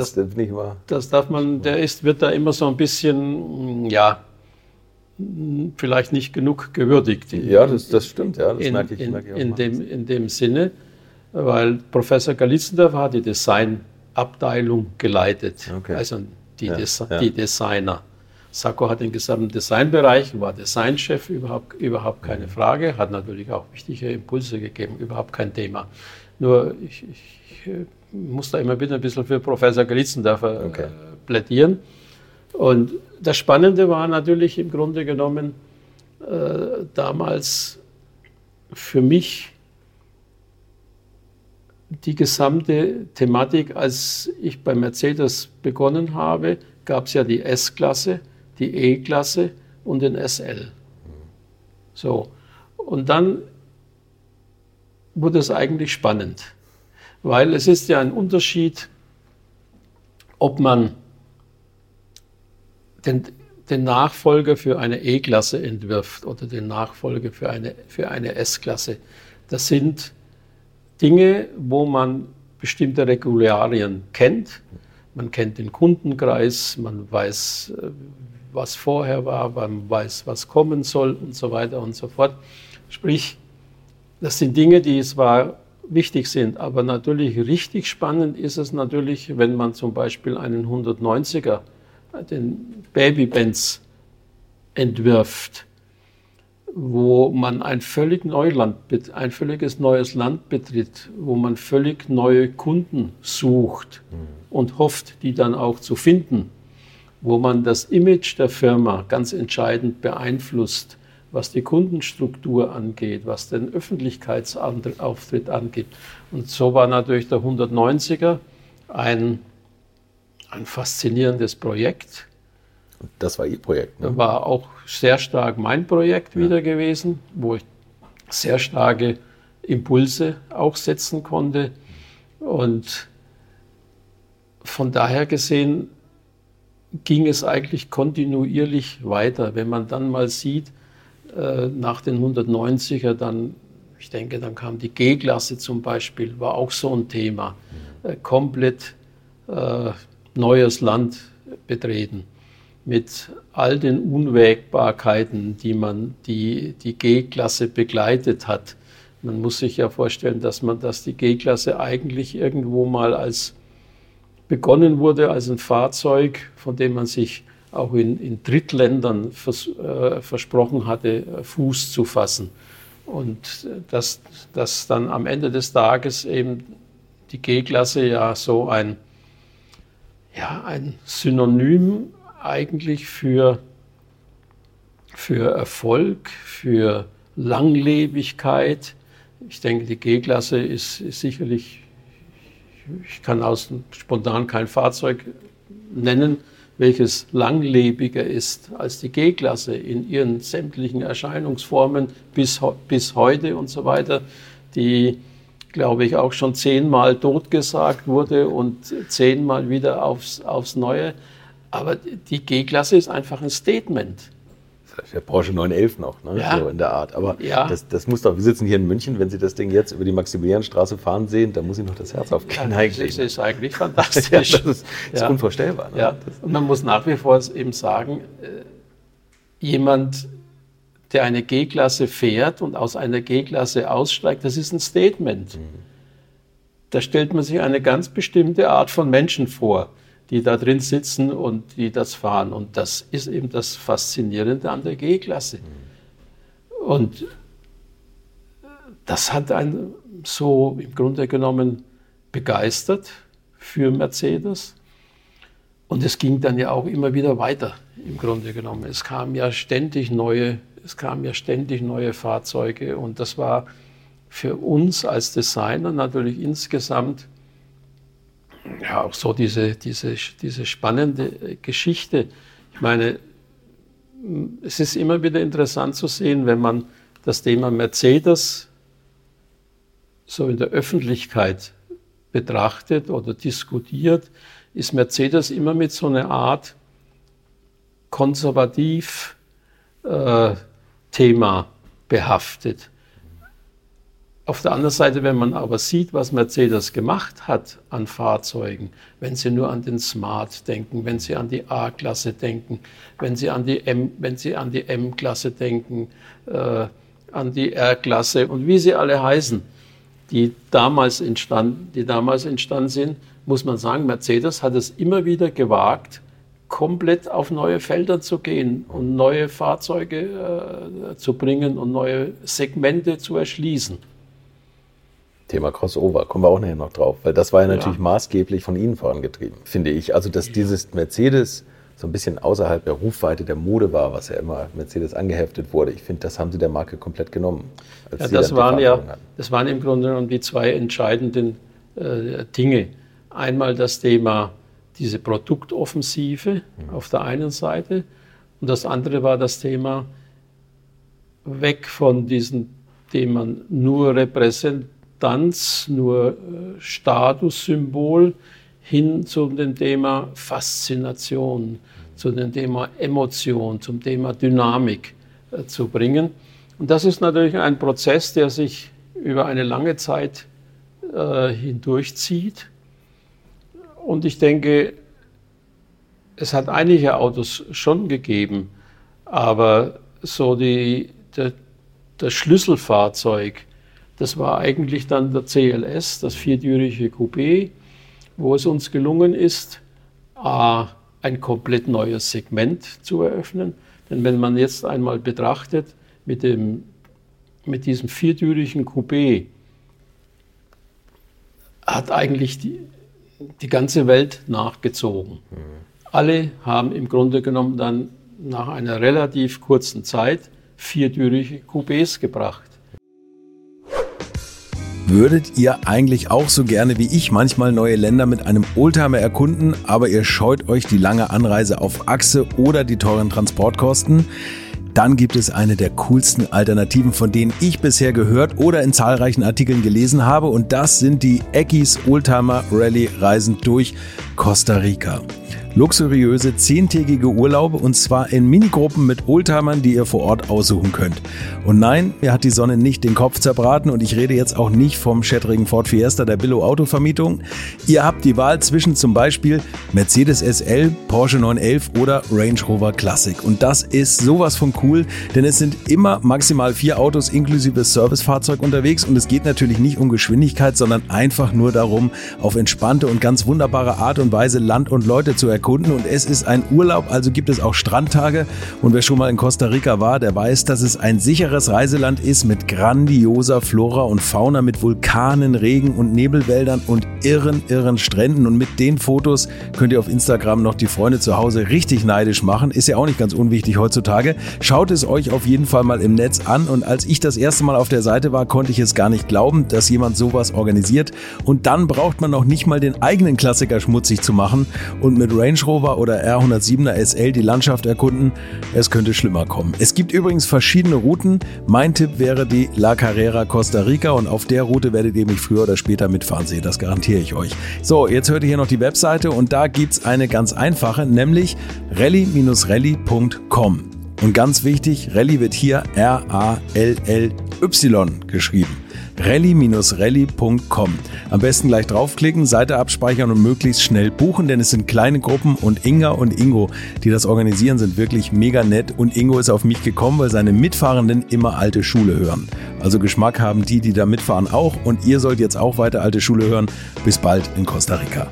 wird da immer so ein bisschen, vielleicht nicht genug gewürdigt. Das stimmt, das merke ich auch. In dem Sinne, weil Professor Galitzendörfer hat die Designabteilung geleitet, also die Designer. Sacco hat den gesamten Designbereich, war Designchef, überhaupt keine Frage, hat natürlich auch wichtige Impulse gegeben, überhaupt kein Thema. Nur ich muss da immer wieder ein bisschen für Professor Galitzendörfer plädieren. Und das Spannende war natürlich im Grunde genommen damals für mich die gesamte Thematik, als ich bei Mercedes begonnen habe, gab es ja die S-Klasse, die E-Klasse und den SL. So. Und dann wurde es eigentlich spannend, weil es ist ja ein Unterschied, ob man den Nachfolger für eine E-Klasse entwirft oder den Nachfolger für eine S-Klasse. Das sind Dinge, wo man bestimmte Regularien kennt. Man kennt den Kundenkreis, man weiß, was vorher war, man weiß, was kommen soll und so weiter und so fort. Sprich, das sind Dinge, die zwar wichtig sind, aber natürlich richtig spannend ist es natürlich, wenn man zum Beispiel einen 190er, den Baby-Benz entwirft, wo man ein völliges neues Land betritt, wo man völlig neue Kunden sucht und hofft, die dann auch zu finden, wo man das Image der Firma ganz entscheidend beeinflusst, was die Kundenstruktur angeht, was den Öffentlichkeitsauftritt angeht. Und so war natürlich der 190er ein faszinierendes Projekt. Das war Ihr Projekt, ne? War auch sehr stark mein Projekt wieder gewesen, wo ich sehr starke Impulse auch setzen konnte. Und von daher gesehen ging es eigentlich kontinuierlich weiter. Wenn man dann mal sieht, nach den 190er, dann kam die G-Klasse zum Beispiel, war auch so ein Thema. Komplett neues Land betreten. Mit all den Unwägbarkeiten, die G-Klasse begleitet hat. Man muss sich ja vorstellen, dass die G-Klasse eigentlich irgendwo mal begonnen wurde als ein Fahrzeug, von dem man sich auch in Drittländern versprochen hatte, Fuß zu fassen. Und dass dann am Ende des Tages eben die G-Klasse ja so ein Synonym eigentlich für Erfolg, für Langlebigkeit. Ich denke, die G-Klasse ist sicherlich, ich kann spontan kein Fahrzeug nennen, welches langlebiger ist als die G-Klasse in ihren sämtlichen Erscheinungsformen bis heute und so weiter, die, glaube ich, auch schon 10-mal totgesagt wurde und 10-mal wieder aufs Neue. Aber die G-Klasse ist einfach ein Statement. Der Porsche 911 noch, ne? Ja. So in der Art. Aber ja. das muss doch, wir sitzen hier in München, wenn Sie das Ding jetzt über die Maximilianstraße fahren sehen, da muss Ihnen noch das Herz aufgehen. Ja, das ist eigentlich fantastisch. Ja, das ist unvorstellbar. Ne? Ja. Und man muss nach wie vor eben sagen, jemand, der eine G-Klasse fährt und aus einer G-Klasse aussteigt, das ist ein Statement. Da stellt man sich eine ganz bestimmte Art von Menschen vor, die da drin sitzen und die das fahren. Und das ist eben das Faszinierende an der G-Klasse. Und das hat einen so im Grunde genommen begeistert für Mercedes. Und es ging dann ja auch immer wieder weiter, im Grunde genommen. Es kamen ja ständig neue Fahrzeuge. Und das war für uns als Designer natürlich insgesamt ja auch so diese spannende Geschichte. Ich meine, es ist immer wieder interessant zu sehen, wenn man das Thema Mercedes so in der Öffentlichkeit betrachtet oder diskutiert, ist Mercedes immer mit so einer Art konservativ Thema behaftet. Auf der anderen Seite, wenn man aber sieht, was Mercedes gemacht hat an Fahrzeugen, wenn Sie nur an den Smart denken, wenn Sie an die A-Klasse denken, wenn Sie an die M-Klasse denken, an die R-Klasse und wie sie alle heißen, die damals entstanden sind, muss man sagen, Mercedes hat es immer wieder gewagt, komplett auf neue Felder zu gehen und neue Fahrzeuge zu bringen und neue Segmente zu erschließen. Thema Crossover, kommen wir auch nachher noch drauf, weil das war ja natürlich maßgeblich von Ihnen vorangetrieben, finde ich. Also, dass dieses Mercedes so ein bisschen außerhalb der Rufweite der Mode war, was ja immer Mercedes angeheftet wurde. Ich finde, das haben Sie der Marke komplett genommen. Das waren im Grunde genommen die zwei entscheidenden Dinge. Einmal das Thema, diese Produktoffensive auf der einen Seite und das andere war das Thema, weg von diesem Thema nur Repräsentanz, nur Statussymbol hin zu dem Thema Faszination, zu dem Thema Emotion, zum Thema Dynamik zu bringen. Und das ist natürlich ein Prozess, der sich über eine lange Zeit hindurchzieht. Und ich denke, es hat einige Autos schon gegeben, aber so das Schlüsselfahrzeug, das war eigentlich dann der CLS, das viertürige Coupé, wo es uns gelungen ist, ein komplett neues Segment zu eröffnen. Denn wenn man jetzt einmal betrachtet, mit diesem viertürigen Coupé hat eigentlich die ganze Welt nachgezogen. Alle haben im Grunde genommen dann nach einer relativ kurzen Zeit viertürige Coupés gebracht. Würdet ihr eigentlich auch so gerne wie ich manchmal neue Länder mit einem Oldtimer erkunden, aber ihr scheut euch die lange Anreise auf Achse oder die teuren Transportkosten? Dann gibt es eine der coolsten Alternativen, von denen ich bisher gehört oder in zahlreichen Artikeln gelesen habe, und das sind die Eckis Oldtimer Rallye Reisen durch Costa Rica. Luxuriöse 10-tägige Urlaube, und zwar in Minigruppen mit Oldtimern, die ihr vor Ort aussuchen könnt. Und nein, mir hat die Sonne nicht den Kopf zerbraten und ich rede jetzt auch nicht vom schättrigen Ford Fiesta der Billo-Autovermietung. Ihr habt die Wahl zwischen zum Beispiel Mercedes SL, Porsche 911 oder Range Rover Classic. Und das ist sowas von cool, denn es sind immer maximal 4 Autos inklusive Servicefahrzeug unterwegs, und es geht natürlich nicht um Geschwindigkeit, sondern einfach nur darum, auf entspannte und ganz wunderbare Art und Weise Land und Leute zu erkunden erkunden und es ist ein Urlaub, also gibt es auch Strandtage. Und wer schon mal in Costa Rica war, der weiß, dass es ein sicheres Reiseland ist mit grandioser Flora und Fauna, mit Vulkanen, Regen- und Nebelwäldern und irren Stränden. Und mit den Fotos könnt ihr auf Instagram noch die Freunde zu Hause richtig neidisch machen. Ist ja auch nicht ganz unwichtig heutzutage. Schaut es euch auf jeden Fall mal im Netz an. Und als ich das erste Mal auf der Seite war, konnte ich es gar nicht glauben, dass jemand sowas organisiert. Und dann braucht man noch nicht mal den eigenen Klassiker schmutzig zu machen und mit Range Rover oder R107er SL die Landschaft erkunden. Es könnte schlimmer kommen. Es gibt übrigens verschiedene Routen. Mein Tipp wäre die La Carrera Costa Rica und auf der Route werdet ihr mich früher oder später mitfahren sehen. Das garantiere ich euch. So, jetzt hört ihr hier noch die Webseite und da gibt's eine ganz einfache, nämlich rally-rally.com. Und ganz wichtig, Rally wird hier R-A-L-L-Y geschrieben. rally-rally.com. Am besten gleich draufklicken, Seite abspeichern und möglichst schnell buchen, denn es sind kleine Gruppen und Inga und Ingo, die das organisieren, sind wirklich mega nett und Ingo ist auf mich gekommen, weil seine Mitfahrenden immer alte Schule hören. Also Geschmack haben die da mitfahren auch und ihr sollt jetzt auch weiter alte Schule hören. Bis bald in Costa Rica.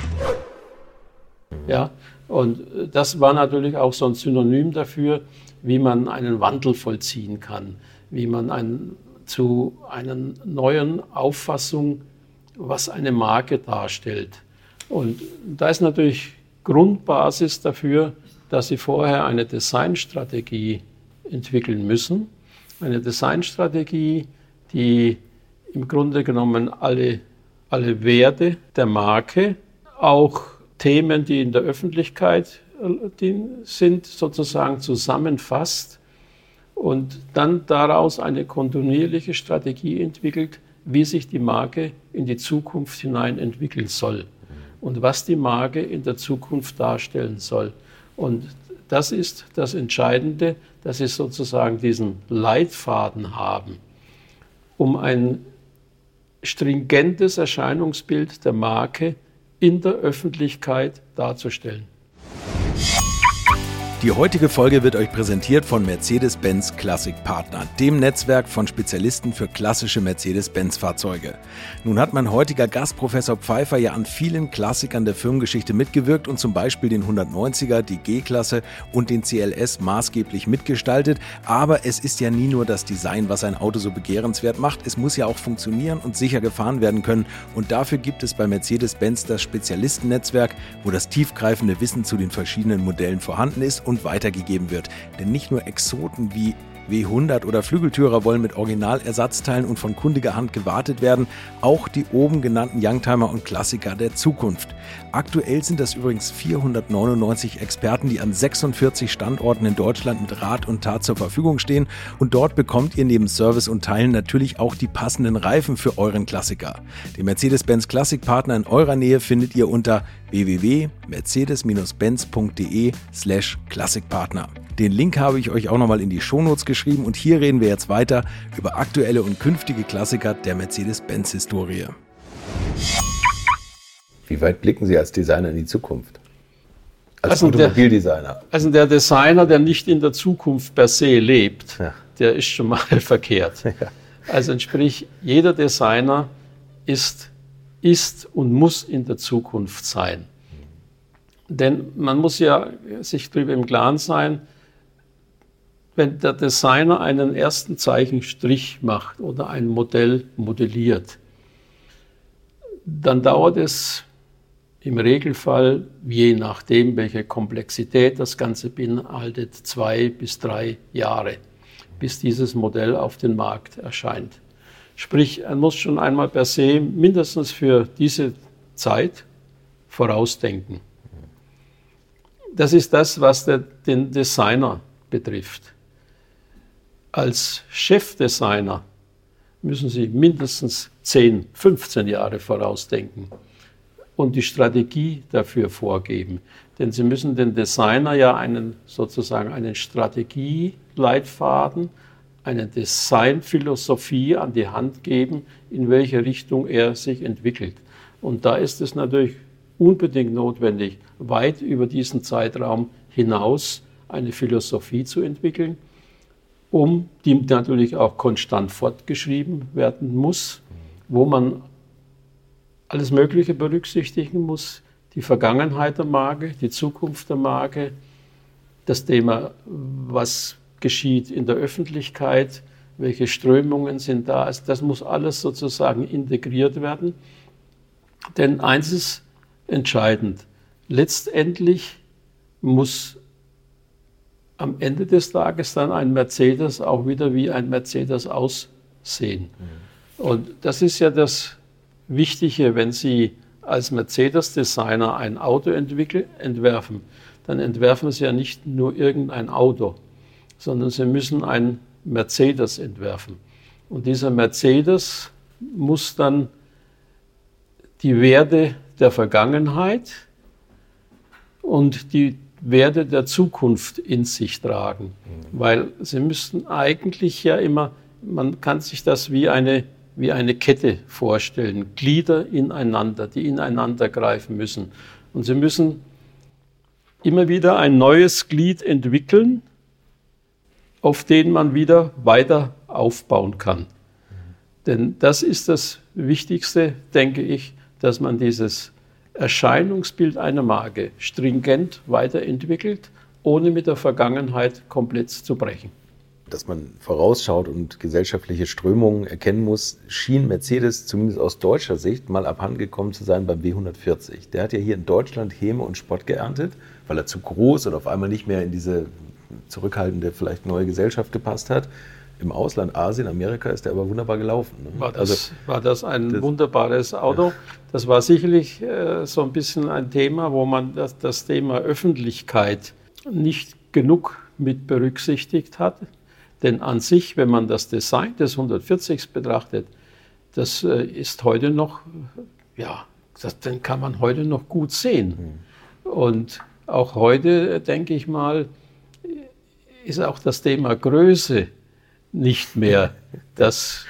Ja, und das war natürlich auch so ein Synonym dafür, wie man einen Wandel vollziehen kann, wie man zu einer neuen Auffassung, was eine Marke darstellt. Und da ist natürlich Grundbasis dafür, dass Sie vorher eine Designstrategie entwickeln müssen. Eine Designstrategie, die im Grunde genommen alle Werte der Marke, auch Themen, die in der Öffentlichkeit sind, sozusagen zusammenfasst und dann daraus eine kontinuierliche Strategie entwickelt, wie sich die Marke in die Zukunft hinein entwickeln soll und was die Marke in der Zukunft darstellen soll. Und das ist das Entscheidende, dass Sie sozusagen diesen Leitfaden haben, um ein stringentes Erscheinungsbild der Marke in der Öffentlichkeit darzustellen. Die heutige Folge wird euch präsentiert von Mercedes-Benz Classic Partner, dem Netzwerk von Spezialisten für klassische Mercedes-Benz-Fahrzeuge. Nun hat mein heutiger Gast Professor Pfeiffer ja an vielen Klassikern der Firmengeschichte mitgewirkt und zum Beispiel den 190er, die G-Klasse und den CLS maßgeblich mitgestaltet. Aber es ist ja nie nur das Design, was ein Auto so begehrenswert macht. Es muss ja auch funktionieren und sicher gefahren werden können. Und dafür gibt es bei Mercedes-Benz das Spezialistennetzwerk, wo das tiefgreifende Wissen zu den verschiedenen Modellen vorhanden ist und weitergegeben wird. Denn nicht nur Exoten wie W100 oder Flügeltürer wollen mit Originalersatzteilen und von kundiger Hand gewartet werden, auch die oben genannten Youngtimer und Klassiker der Zukunft. Aktuell sind das übrigens 499 Experten, die an 46 Standorten in Deutschland mit Rat und Tat zur Verfügung stehen und dort bekommt ihr neben Service und Teilen natürlich auch die passenden Reifen für euren Klassiker. Den Mercedes-Benz Classic Partner in eurer Nähe findet ihr unter www.mercedes-benz.de/Classicpartner. Den Link habe ich euch auch nochmal in die Shownotes geschrieben und hier reden wir jetzt weiter über aktuelle und künftige Klassiker der Mercedes-Benz-Historie. Wie weit blicken Sie als Designer in die Zukunft? Als Automobildesigner? Also der Designer, der nicht in der Zukunft per se lebt, der ist schon mal verkehrt. Ja. Also sprich, jeder Designer ist und muss in der Zukunft sein. Denn man muss ja sich darüber im Klaren sein, wenn der Designer einen ersten Zeichenstrich macht oder ein Modell modelliert, dann dauert es im Regelfall, je nachdem, welche Komplexität das Ganze beinhaltet, 2 bis 3 Jahre, bis dieses Modell auf den Markt erscheint. Sprich, er muss schon einmal per se mindestens für diese Zeit vorausdenken. Das ist das, was den Designer betrifft. Als Chefdesigner müssen Sie mindestens 10, 15 Jahre vorausdenken und die Strategie dafür vorgeben. Denn Sie müssen den Designer ja einen Strategieleitfaden, eine Designphilosophie an die Hand geben, in welche Richtung er sich entwickelt. Und da ist es natürlich unbedingt notwendig, weit über diesen Zeitraum hinaus eine Philosophie zu entwickeln, die natürlich auch konstant fortgeschrieben werden muss, wo man alles Mögliche berücksichtigen muss, die Vergangenheit der Marke, die Zukunft der Marke, das Thema, was geschieht in der Öffentlichkeit, welche Strömungen sind da. Also das muss alles sozusagen integriert werden. Denn eins ist entscheidend. Letztendlich muss am Ende des Tages dann ein Mercedes auch wieder wie ein Mercedes aussehen. Und das ist ja das Wichtige, wenn Sie als Mercedes-Designer ein Auto entwerfen, dann entwerfen Sie ja nicht nur irgendein Auto, sondern Sie müssen ein Mercedes entwerfen. Und dieser Mercedes muss dann die Werte der Vergangenheit und die Werte der Zukunft in sich tragen. Weil Sie müssten eigentlich ja immer, man kann sich das wie eine Kette vorstellen, Glieder ineinander, die ineinander greifen müssen. Und Sie müssen immer wieder ein neues Glied entwickeln, auf den man wieder weiter aufbauen kann. Denn das ist das Wichtigste, denke ich, dass man dieses Erscheinungsbild einer Marke stringent weiterentwickelt, ohne mit der Vergangenheit komplett zu brechen. Dass man vorausschaut und gesellschaftliche Strömungen erkennen muss, schien Mercedes zumindest aus deutscher Sicht mal abhandengekommen zu sein beim W140. Der hat ja hier in Deutschland Häme und Spott geerntet, weil er zu groß und auf einmal nicht mehr in diese zurückhaltende, vielleicht neue Gesellschaft gepasst hat. Im Ausland, Asien, Amerika ist er aber wunderbar gelaufen. Ne? War das ein wunderbares Auto? Ja. Das war sicherlich so ein bisschen ein Thema, wo man das Thema Öffentlichkeit nicht genug mit berücksichtigt hat. Denn an sich, wenn man das Design des 140s betrachtet, das ist heute noch, den kann man heute noch gut sehen. Und auch heute, denke ich mal, ist auch das Thema Größe nicht mehr der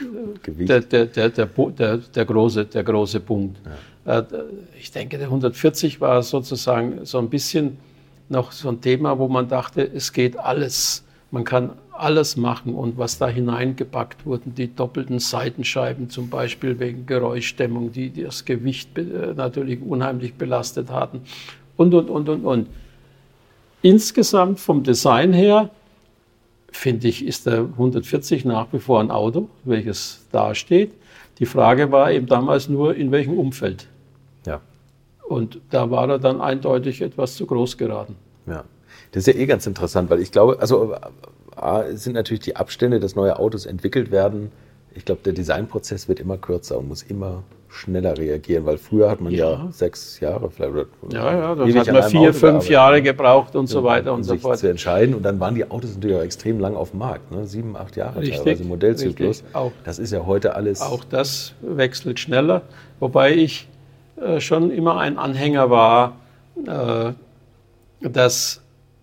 große Punkt. Ja. Ich denke, der 140 war sozusagen so ein bisschen noch so ein Thema, wo man dachte, es geht alles. Man kann alles machen. Und was da hineingepackt wurden, die doppelten Seitenscheiben zum Beispiel wegen Geräuschdämmung, die das Gewicht natürlich unheimlich belastet hatten und. Insgesamt vom Design her, finde ich, ist der 140 nach wie vor ein Auto, welches dasteht. Die Frage war eben damals nur, in welchem Umfeld. Ja. Und da war er dann eindeutig etwas zu groß geraten. Ja, das ist ja ganz interessant, weil ich glaube, also sind natürlich die Abstände, dass neue Autos entwickelt werden. Ich glaube, der Designprozess wird immer kürzer und muss immer schneller reagieren, weil früher hat man ja 6 Jahre vielleicht. Ja, das hat man 4, 5 Jahre gebraucht und so weiter und so fort. Sich zu entscheiden. Und dann waren die Autos natürlich auch extrem lang auf dem Markt, ne? 7, 8 Jahre teilweise Modellzyklus. Das ist ja heute alles. Auch das wechselt schneller, wobei ich schon immer ein Anhänger war, dass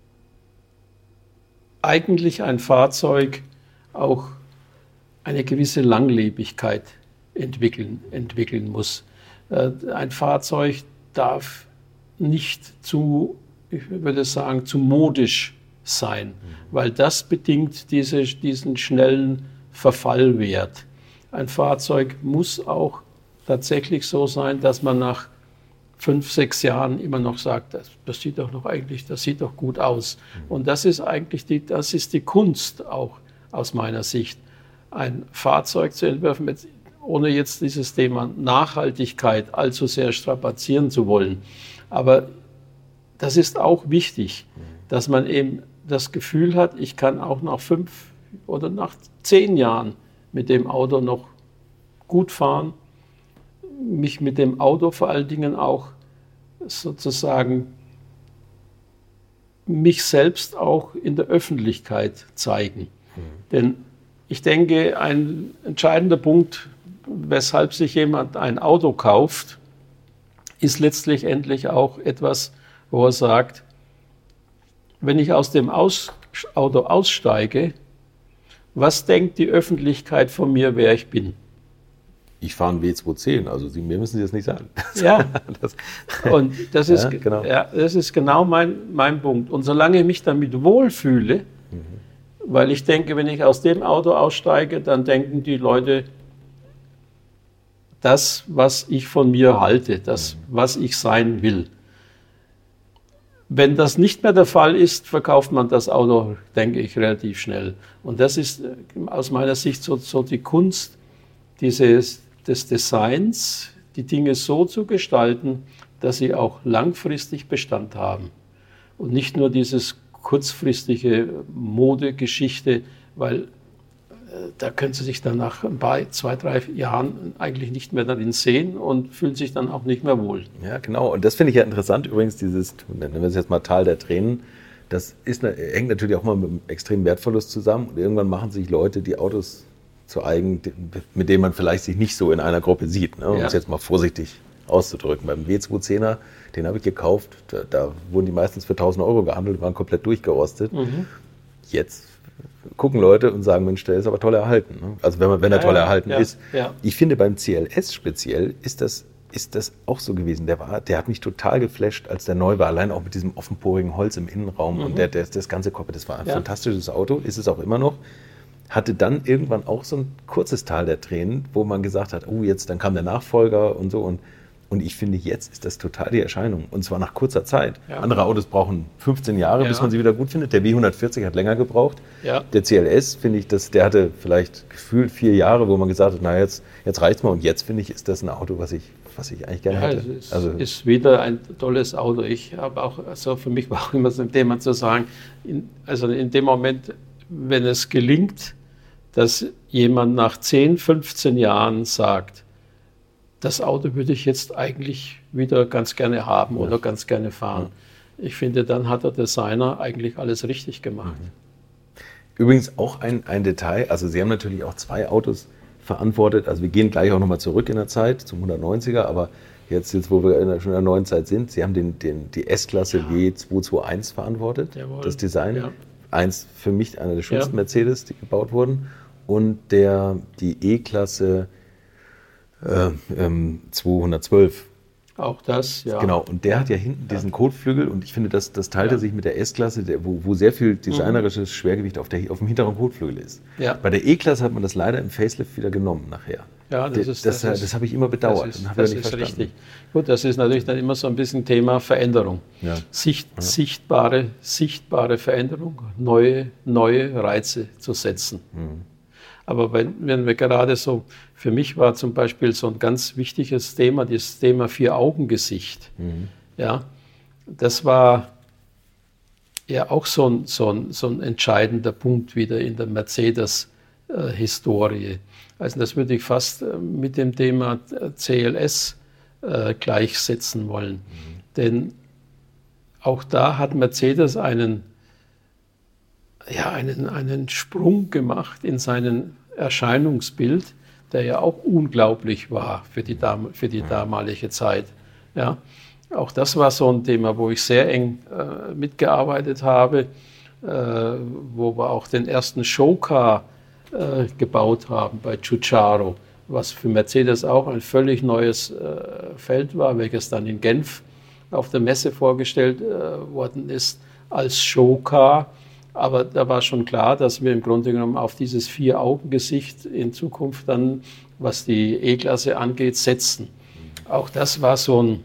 eigentlich ein Fahrzeug auch eine gewisse Langlebigkeit entwickeln muss. Ein Fahrzeug darf nicht zu modisch sein, weil das bedingt diesen schnellen Verfallwert. Ein Fahrzeug muss auch tatsächlich so sein, dass man nach 5, 6 Jahren immer noch sagt, das sieht doch gut aus. Und das ist eigentlich die Kunst auch aus meiner Sicht. Ein Fahrzeug zu entwerfen, ohne jetzt dieses Thema Nachhaltigkeit allzu sehr strapazieren zu wollen. Aber das ist auch wichtig, dass man eben das Gefühl hat, ich kann auch nach 5 oder nach 10 Jahren mit dem Auto noch gut fahren, mich mit dem Auto vor allen Dingen auch sozusagen mich selbst auch in der Öffentlichkeit zeigen. Denn ich denke, ein entscheidender Punkt, weshalb sich jemand ein Auto kauft, ist letztlich endlich auch etwas, wo er sagt, wenn ich aus dem Auto aussteige, was denkt die Öffentlichkeit von mir, wer ich bin? Ich fahre einen W210, also mir müssen Sie das nicht sagen. Ja, und das ist genau mein Punkt. Und solange ich mich damit wohlfühle, weil ich denke, wenn ich aus dem Auto aussteige, dann denken die Leute, das, was ich von mir halte, das, was ich sein will. Wenn das nicht mehr der Fall ist, verkauft man das Auto, denke ich, relativ schnell. Und das ist aus meiner Sicht so die Kunst des Designs, die Dinge so zu gestalten, dass sie auch langfristig Bestand haben. Und nicht nur dieses kurzfristige Modegeschichte, weil da können Sie sich dann nach 2, 3 Jahren eigentlich nicht mehr darin sehen und fühlen sich dann auch nicht mehr wohl. Ja, genau. Und das finde ich ja interessant. Übrigens, dieses, nennen wir es jetzt mal Tal der Tränen, das hängt natürlich auch mal mit einem extremen Wertverlust zusammen. Und irgendwann machen sich Leute die Autos zu eigen, mit denen man vielleicht sich nicht so in einer Gruppe sieht. Ne? Um es jetzt mal vorsichtig auszudrücken. Beim W210er, den habe ich gekauft, da wurden die meistens für 1.000 Euro gehandelt, waren komplett durchgerostet. Jetzt gucken Leute und sagen, Mensch, der ist aber toll erhalten. Ne? Also wenn er toll erhalten ist. Ja. Ich finde, beim CLS speziell ist das auch so gewesen. Der hat mich total geflasht, als der neu war. Allein auch mit diesem offenporigen Holz im Innenraum und das ganze Cockpit. Das war ein fantastisches Auto, ist es auch immer noch. Hatte dann irgendwann auch so ein kurzes Tal der Tränen, wo man gesagt hat, dann kam der Nachfolger und so. Und ich finde, jetzt ist das total die Erscheinung. Und zwar nach kurzer Zeit. Ja. Andere Autos brauchen 15 Jahre, bis man sie wieder gut findet. Der W140 hat länger gebraucht. Ja. Der CLS, finde ich, der hatte vielleicht gefühlt 4 Jahre, wo man gesagt hat, jetzt reicht's mal. Und jetzt, finde ich, ist das ein Auto, was ich eigentlich gerne hätte. Es ist wieder ein tolles Auto. Ich habe auch, für mich war auch immer so ein Thema zu sagen, in dem Moment, wenn es gelingt, dass jemand nach 10, 15 Jahren sagt, das Auto würde ich jetzt eigentlich wieder ganz gerne haben oder ganz gerne fahren. Ich finde, dann hat der Designer eigentlich alles richtig gemacht. Übrigens auch ein Detail, also Sie haben natürlich auch 2 Autos verantwortet, also wir gehen gleich auch nochmal zurück in der Zeit zum 190er, aber jetzt wo wir schon in der neuen Zeit sind, Sie haben die S-Klasse W221 verantwortet, das Design. Ja. Eins für mich einer der schönsten Mercedes, die gebaut wurden, und die E-Klasse 212. Auch das, ja. Genau, und der hat ja hinten diesen Kotflügel und ich finde, das teilte sich mit der S-Klasse, wo sehr viel designerisches Schwergewicht auf dem hinteren Kotflügel ist. Ja. Bei der E-Klasse hat man das leider im Facelift wieder genommen nachher. Ja, das habe ich immer bedauert. Das ist richtig. Gut, das ist natürlich dann immer so ein bisschen Thema Veränderung. Ja. Sichtbare Veränderung, neue Reize zu setzen. Aber wenn wir gerade so, für mich war zum Beispiel so ein ganz wichtiges Thema, das Thema 4-Augen-Gesicht. Ja, das war ja auch so ein entscheidender Punkt wieder in der Mercedes-Historie. Also das würde ich fast mit dem Thema CLS gleichsetzen wollen. Denn auch da hat Mercedes einen Sprung gemacht in seinem Erscheinungsbild, der ja auch unglaublich war für die damalige Zeit. Ja, auch das war so ein Thema, wo ich sehr eng mitgearbeitet habe, wo wir auch den ersten Showcar gebaut haben bei Giugiaro, was für Mercedes auch ein völlig neues Feld war, welches dann in Genf auf der Messe vorgestellt worden ist als Showcar. Aber da war schon klar, dass wir im Grunde genommen auf dieses 4-Augen-Gesicht in Zukunft dann, was die E-Klasse angeht, setzen. Auch das war so ein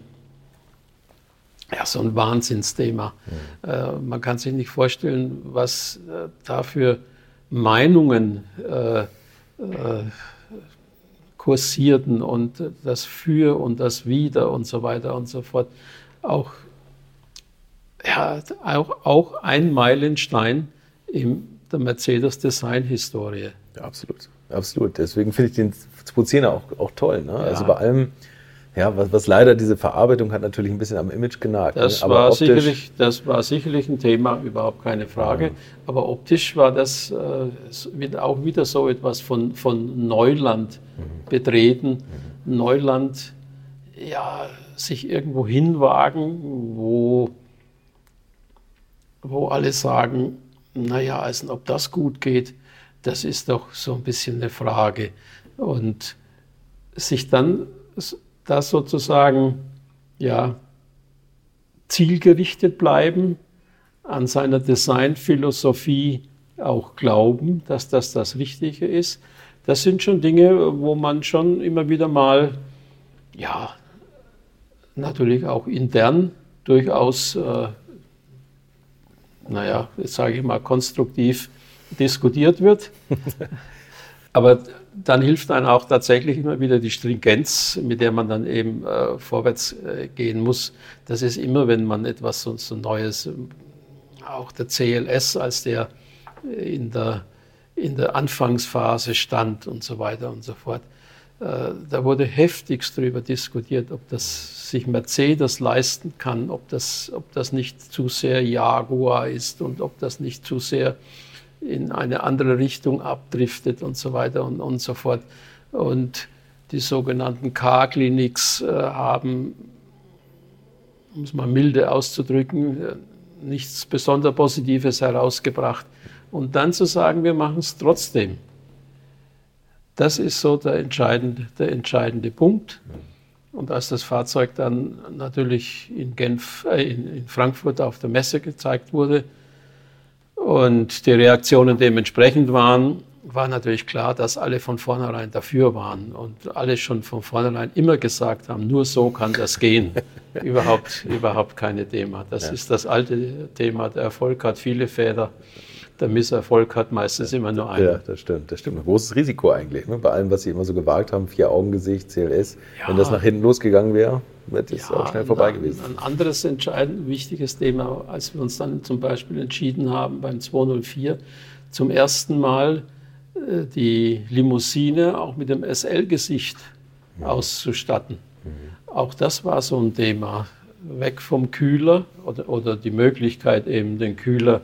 Wahnsinnsthema. Man kann sich nicht vorstellen, was da für Meinungen kursierten und das Für und das Wider und so weiter und so fort. Auch ein Meilenstein in der Mercedes-Design-Historie. Ja, absolut. Deswegen finde ich den 210er auch toll. Ne? Ja. Also bei allem, was leider diese Verarbeitung hat natürlich ein bisschen am Image genagt. Das war sicherlich ein Thema, überhaupt keine Frage. Ja. Aber optisch war das auch wieder so etwas von Neuland betreten. Neuland, sich irgendwo hinwagen, wo alle sagen, also ob das gut geht, das ist doch so ein bisschen eine Frage. Und sich dann das sozusagen, zielgerichtet bleiben, an seiner Designphilosophie auch glauben, dass das Richtige ist. Das sind schon Dinge, wo man schon immer wieder mal, natürlich auch intern durchaus jetzt sage ich mal, konstruktiv diskutiert wird. Aber dann hilft einem auch tatsächlich immer wieder die Stringenz, mit der man dann eben vorwärts gehen muss. Das ist immer, wenn man etwas so Neues, auch der CLS, als der in der Anfangsphase stand und so weiter und so fort. Da wurde heftigst darüber diskutiert, ob das sich Mercedes leisten kann, ob das nicht zu sehr Jaguar ist und ob das nicht zu sehr in eine andere Richtung abdriftet und so weiter und so fort. Und die sogenannten Car-Clinics haben, um es mal milde auszudrücken, nichts besonders Positives herausgebracht. Und dann zu sagen, wir machen es trotzdem. Das ist so der entscheidende Punkt. Und als das Fahrzeug dann natürlich in Frankfurt auf der Messe gezeigt wurde und die Reaktionen dementsprechend waren, war natürlich klar, dass alle von vornherein dafür waren und alle schon von vornherein immer gesagt haben, nur so kann das gehen. Überhaupt keine Thema. Das ist das alte Thema, der Erfolg hat viele Väter. Der Misserfolg hat meistens immer nur einen. Ja, das stimmt. Ein großes Risiko eigentlich, ne? Bei allem, was Sie immer so gewagt haben, 4-Augen-Gesicht, CLS. Ja. Wenn das nach hinten losgegangen wäre, wäre das auch schnell vorbei gewesen. Ein anderes entscheidend wichtiges Thema, als wir uns dann zum Beispiel entschieden haben, beim 204 zum ersten Mal die Limousine auch mit dem SL-Gesicht auszustatten. Auch das war so ein Thema. Weg vom Kühler oder die Möglichkeit eben den Kühler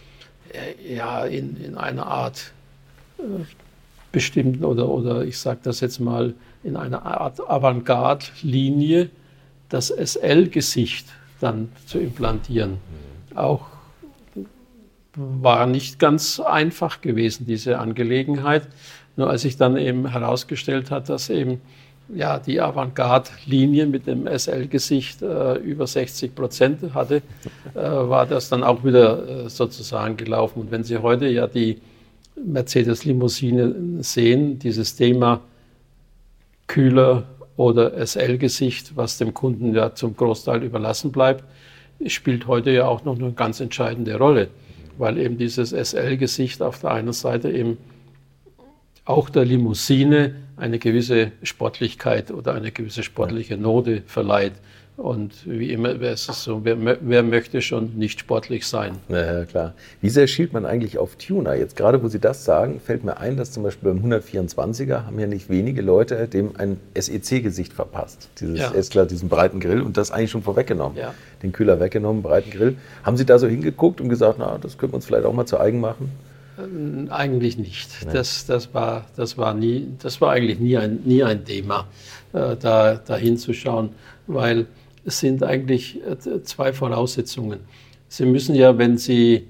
in einer Art bestimmten oder ich sage das jetzt mal in einer Art Avantgarde-Linie das SL-Gesicht dann zu implantieren. Auch war nicht ganz einfach gewesen, diese Angelegenheit. Nur als sich dann eben herausgestellt hat, dass eben die Avantgarde-Linie mit dem SL-Gesicht über 60% hatte, war das dann auch wieder sozusagen gelaufen. Und wenn Sie heute ja die Mercedes-Limousine sehen, dieses Thema Kühler oder SL-Gesicht, was dem Kunden ja zum Großteil überlassen bleibt, spielt heute ja auch noch eine ganz entscheidende Rolle, weil eben dieses SL-Gesicht auf der einen Seite eben auch der Limousine eine gewisse Sportlichkeit oder eine gewisse sportliche Note verleiht. Und wie immer ist es so, wer möchte schon nicht sportlich sein? Ja, klar. Wie sehr schielt man eigentlich auf Tuner? Jetzt gerade, wo Sie das sagen, fällt mir ein, dass zum Beispiel beim 124er haben ja nicht wenige Leute dem ein SEC-Gesicht verpasst. Dieses S-Klar, diesen breiten Grill und das eigentlich schon vorweggenommen. Ja. Den Kühler weggenommen, breiten Grill. Haben Sie da so hingeguckt und gesagt, das können wir uns vielleicht auch mal zu eigen machen? Eigentlich nicht. Nee. Das war eigentlich nie ein Thema, da hinzuschauen, weil es sind eigentlich zwei Voraussetzungen. Sie müssen ja, wenn Sie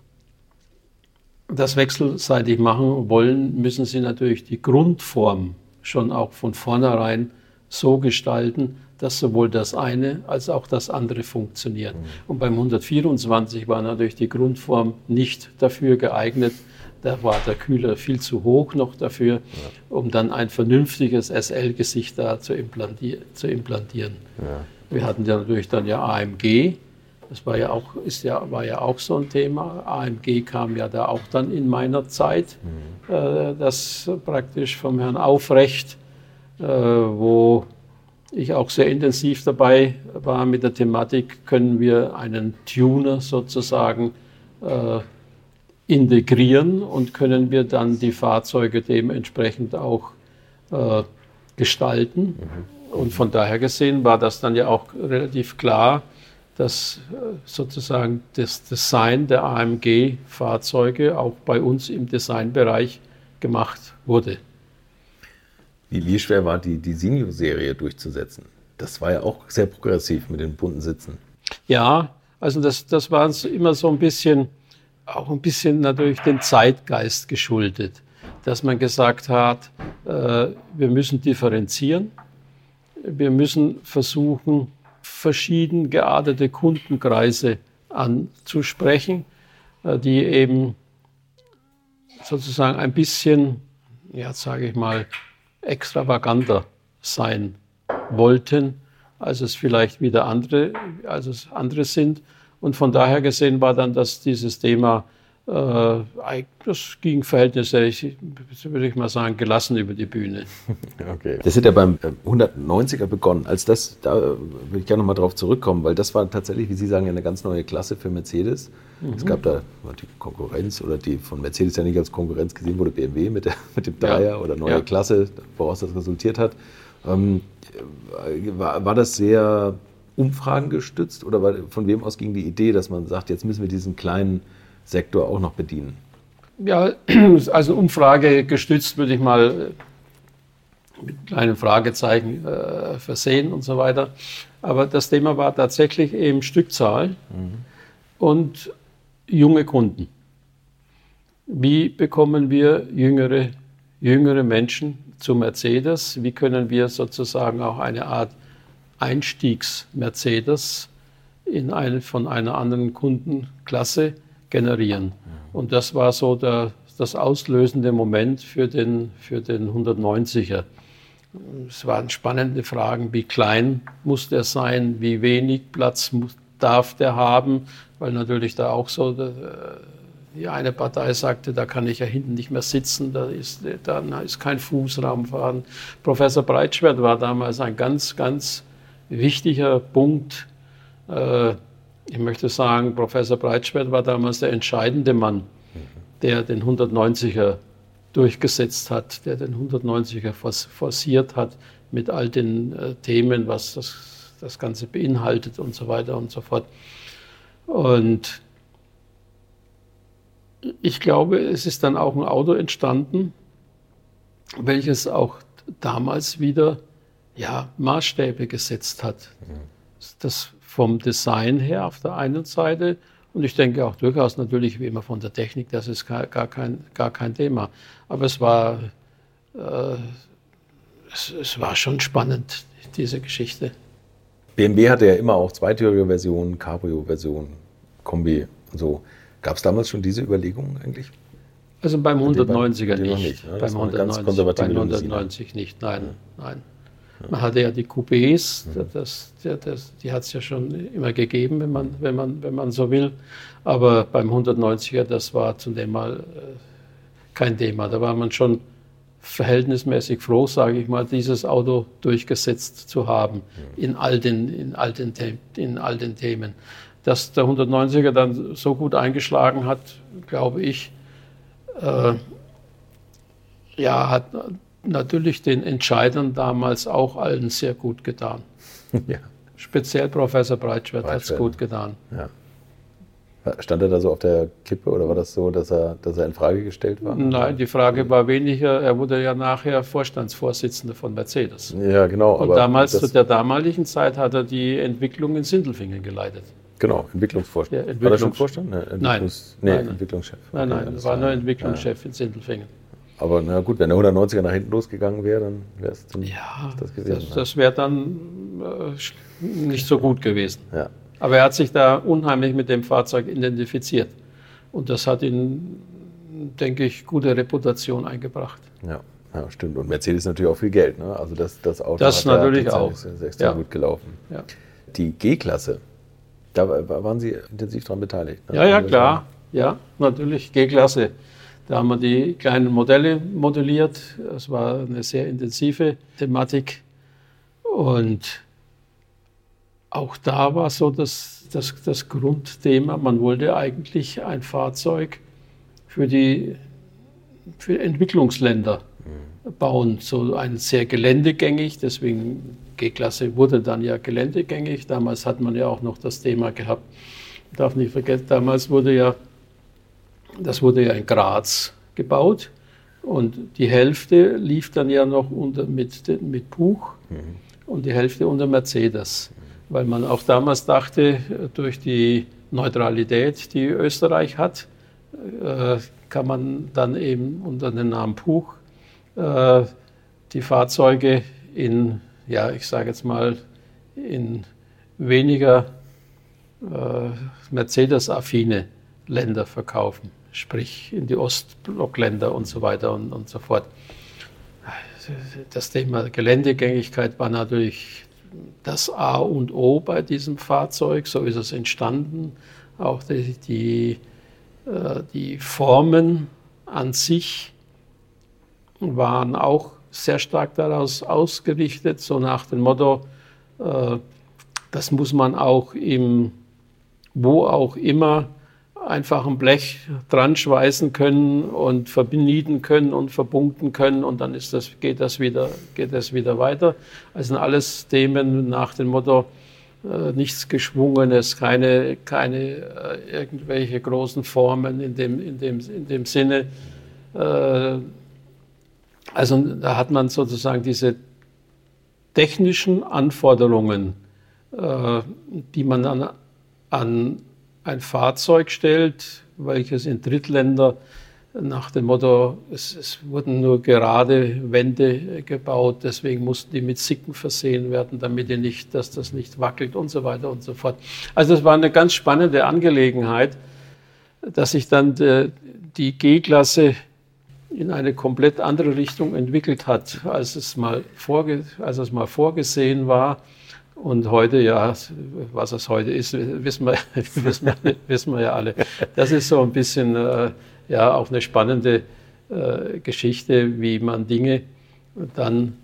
das wechselseitig machen wollen, müssen Sie natürlich die Grundform schon auch von vornherein so gestalten, dass sowohl das eine als auch das andere funktioniert. Und beim 124 war natürlich die Grundform nicht dafür geeignet. Da war der Kühler viel zu hoch noch dafür, um dann ein vernünftiges SL-Gesicht da zu implantieren. Ja. Wir hatten ja natürlich dann AMG. Das war ja auch so ein Thema. AMG kam ja da auch dann in meiner Zeit, das praktisch vom Herrn Aufrecht, wo ich auch sehr intensiv dabei war mit der Thematik, können wir einen Tuner sozusagen integrieren und können wir dann die Fahrzeuge dementsprechend auch gestalten. Und von daher gesehen war das dann ja auch relativ klar, dass sozusagen das Design der AMG-Fahrzeuge auch bei uns im Designbereich gemacht wurde. Wie schwer war die Signo-Serie durchzusetzen? Das war ja auch sehr progressiv mit den bunten Sitzen. Ja, also das war immer so ein bisschen natürlich dem Zeitgeist geschuldet, dass man gesagt hat, wir müssen differenzieren, wir müssen versuchen, verschieden geartete Kundenkreise anzusprechen, die eben sozusagen ein bisschen, sage ich mal, extravaganter sein wollten, als es vielleicht wieder andere sind. Und von daher gesehen war dann dieses Thema, das ging verhältnismäßig, würde ich mal sagen, gelassen über die Bühne. Okay. Das hat ja beim 190er begonnen. Da würde ich gerne nochmal drauf zurückkommen, weil das war tatsächlich, wie Sie sagen, eine ganz neue Klasse für Mercedes. Es gab da die Konkurrenz, oder die von Mercedes ja nicht als Konkurrenz gesehen wurde, BMW mit dem Dreier oder neue Klasse, woraus das resultiert hat. War das sehr umfragengestützt oder von wem aus ging die Idee, dass man sagt, jetzt müssen wir diesen kleinen Sektor auch noch bedienen? Ja, also Umfrage gestützt würde ich mal mit kleinen Fragezeichen versehen und so weiter. Aber das Thema war tatsächlich eben Stückzahl und junge Kunden. Wie bekommen wir jüngere Menschen zu Mercedes? Wie können wir sozusagen auch eine Art Einstiegs-Mercedes von einer anderen Kundenklasse generieren? Und das war so das auslösende Moment für den 190er. Es waren spannende Fragen, wie klein muss der sein, wie wenig Platz darf der haben, weil natürlich da auch so die eine Partei sagte, da kann ich ja hinten nicht mehr sitzen, da ist kein Fußraum vorhanden. Professor Breitschwert war damals ein ganz, ganz wichtiger Punkt. Ich möchte sagen, Professor Breitschwert war damals der entscheidende Mann, der den 190er durchgesetzt hat, der den 190er forciert hat mit all den Themen, was das Ganze beinhaltet und so weiter und so fort. Und ich glaube, es ist dann auch ein Auto entstanden, welches auch damals wieder Maßstäbe gesetzt hat. Das vom Design her auf der einen Seite und ich denke auch durchaus natürlich wie immer von der Technik, das ist gar kein Thema. Aber es war schon spannend, diese Geschichte. BMW hatte ja immer auch zweitürige Versionen, Cabrio-Versionen, Kombi und so. Gab es damals schon diese Überlegungen eigentlich? Also beim 190er nicht. Ne? Beim 190 nicht, nein. Man hatte ja die Coupés, die hat es ja schon immer gegeben, wenn man so will. Aber beim 190er, das war zunächst mal kein Thema. Da war man schon verhältnismäßig froh, sage ich mal, dieses Auto durchgesetzt zu haben in all den Themen. Dass der 190er dann so gut eingeschlagen hat, glaube ich, hat natürlich den Entscheidern damals auch allen sehr gut getan. Ja. Speziell Professor Breitschwert hat es gut getan. Ja. Stand er da so auf der Kippe oder war das so, dass er in Frage gestellt war? Nein, die Frage war weniger, er wurde ja nachher Vorstandsvorsitzender von Mercedes. Ja, genau. Und damals, zu der damaligen Zeit, hat er die Entwicklung in Sindelfingen geleitet. Genau, Entwicklungsvorstand. Ja, war er schon Vorstand? Nein. Entwicklungschef. Nein, er war nur Entwicklungschef in Sindelfingen. Aber na gut, wenn der 190er nach hinten losgegangen wäre, dann wäre es das gewesen. Das wäre dann nicht so gut gewesen. Ja. Aber er hat sich da unheimlich mit dem Fahrzeug identifiziert. Und das hat ihm, denke ich, gute Reputation eingebracht. Ja, stimmt. Und Mercedes natürlich auch viel Geld. Ne? Also das Auto das natürlich auch. Ist extrem gut gelaufen. Ja. Die G-Klasse, da waren Sie intensiv daran beteiligt. Ne? Ja, klar. Ja, natürlich. G-Klasse. Da haben wir die kleinen Modelle modelliert. Es war eine sehr intensive Thematik. Und auch da war so das Grundthema, man wollte eigentlich ein Fahrzeug für Entwicklungsländer bauen. So ein sehr geländegängig, deswegen G-Klasse wurde dann ja geländegängig. Damals hat man ja auch noch das Thema gehabt. Ich darf nicht vergessen, damals wurde ja in Graz gebaut und die Hälfte lief dann ja noch mit Puch und die Hälfte unter Mercedes. Weil man auch damals dachte, durch die Neutralität, die Österreich hat, kann man dann eben unter dem Namen Puch die Fahrzeuge in weniger Mercedes-affine Länder verkaufen, sprich in die Ostblockländer und so weiter und so fort. Das Thema Geländegängigkeit war natürlich das A und O bei diesem Fahrzeug. So ist es entstanden. Auch die Formen an sich waren auch sehr stark daraus ausgerichtet, so nach dem Motto, das muss man auch wo auch immer einfach ein Blech dran schweißen können und verbinden können und verpunkten können und dann geht das wieder weiter. Also sind alles Themen nach dem Motto, nichts Geschwungenes, keine irgendwelche großen Formen in dem Sinne. Also da hat man sozusagen diese technischen Anforderungen, die man dann an ein Fahrzeug stellt, welches in Drittländer nach dem Motto, es wurden nur gerade Wände gebaut, deswegen mussten die mit Sicken versehen werden, dass das nicht wackelt und so weiter und so fort. Also das war eine ganz spannende Angelegenheit, dass sich dann die G-Klasse in eine komplett andere Richtung entwickelt hat, als es mal vorgesehen war. Und heute, ja, was es heute ist, wissen wir ja alle. Das ist so ein bisschen auch eine spannende Geschichte, wie man Dinge dann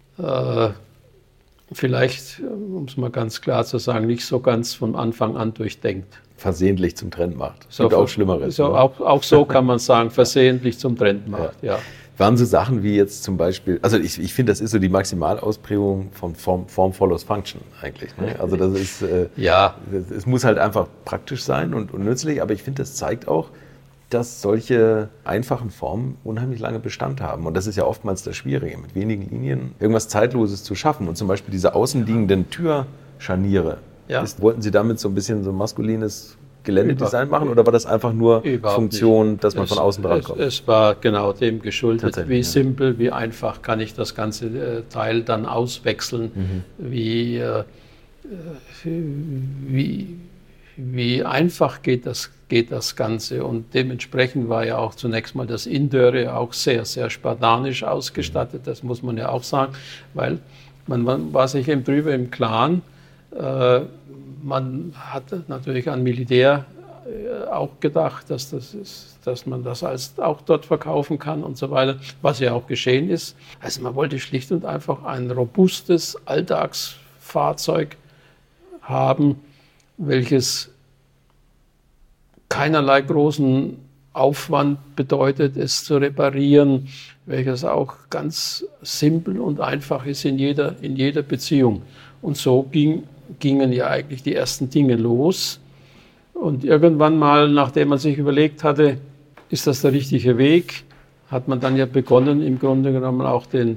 vielleicht, um es mal ganz klar zu sagen, nicht so ganz von Anfang an durchdenkt. Versehentlich zum Trend macht. Es gibt auch Schlimmeres. So, auch so kann man sagen, versehentlich zum Trend macht, ja. Waren so Sachen wie jetzt zum Beispiel, also ich finde, das ist so die Maximalausprägung von Form follows Function eigentlich. Ne? Also das ist, es muss halt einfach praktisch sein und nützlich, aber ich finde, das zeigt auch, dass solche einfachen Formen unheimlich lange Bestand haben. Und das ist ja oftmals das Schwierige, mit wenigen Linien irgendwas Zeitloses zu schaffen. Und zum Beispiel diese außenliegenden Türscharniere, wollten Sie damit so ein bisschen so ein maskulines Geländedesign machen oder war das einfach nur Funktion, dass man von außen dran kommt? Es war genau dem geschuldet, wie simpel, wie einfach kann ich das ganze Teil dann auswechseln, wie einfach geht das Ganze und dementsprechend war ja auch zunächst mal das Interieur auch sehr, sehr spartanisch ausgestattet, das muss man ja auch sagen, weil man war sich eben drüber im Klaren, man hat natürlich an Militär auch gedacht, dass man das auch dort verkaufen kann und so weiter, was ja auch geschehen ist. Also man wollte schlicht und einfach ein robustes Alltagsfahrzeug haben, welches keinerlei großen Aufwand bedeutet, es zu reparieren, welches auch ganz simpel und einfach ist in jeder Beziehung. Und so gingen ja eigentlich die ersten Dinge los. Und irgendwann mal, nachdem man sich überlegt hatte, ist das der richtige Weg, hat man dann ja begonnen, im Grunde genommen auch den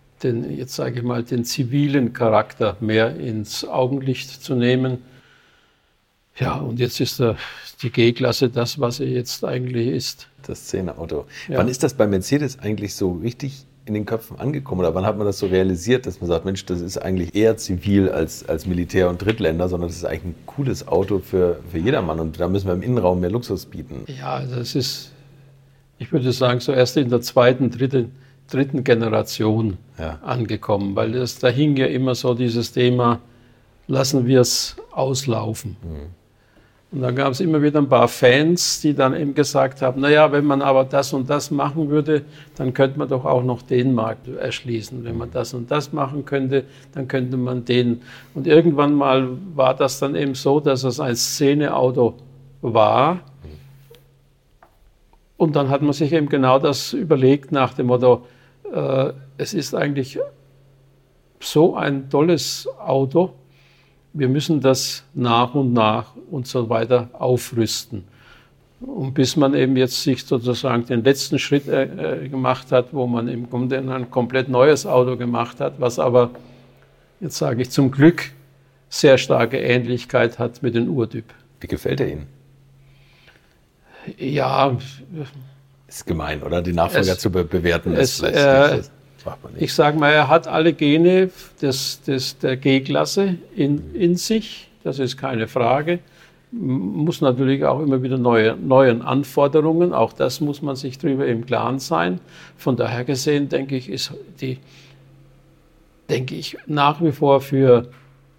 zivilen Charakter mehr ins Augenlicht zu nehmen. Ja, und jetzt ist die G-Klasse das, was sie jetzt eigentlich ist. Das Szeneauto. Ja. Wann ist das bei Mercedes eigentlich so richtig in den Köpfen angekommen? Oder wann hat man das so realisiert, dass man sagt, Mensch, das ist eigentlich eher zivil als Militär- und Drittländer, sondern das ist eigentlich ein cooles Auto für jedermann und da müssen wir im Innenraum mehr Luxus bieten? Ja, also es ist, ich würde sagen, so erst in der zweiten, dritten Generation angekommen, weil da hing ja immer so dieses Thema, lassen wir es auslaufen. Und dann gab es immer wieder ein paar Fans, die dann eben gesagt haben, naja, wenn man aber das und das machen würde, dann könnte man doch auch noch den Markt erschließen. Wenn man das und das machen könnte, dann könnte man den. Und irgendwann mal war das dann eben so, dass es ein Szeneauto war. Und dann hat man sich eben genau das überlegt nach dem Motto, es ist eigentlich so ein tolles Auto, wir müssen das nach und nach und so weiter aufrüsten. Und bis man eben jetzt sich sozusagen den letzten Schritt gemacht hat, wo man im Grunde ein komplett neues Auto gemacht hat, was aber, jetzt sage ich zum Glück, sehr starke Ähnlichkeit hat mit dem Urtyp. Wie gefällt er Ihnen? Ja. Ist gemein, oder? Die Nachfolger zu bewerten. Das macht man nicht. Ich sage mal, er hat alle Gene der G-Klasse in sich, das ist keine Frage. Muss natürlich auch immer wieder neuen Anforderungen, auch das muss man sich darüber im Klaren sein. Von daher gesehen, denke ich, ist denke ich, nach wie vor für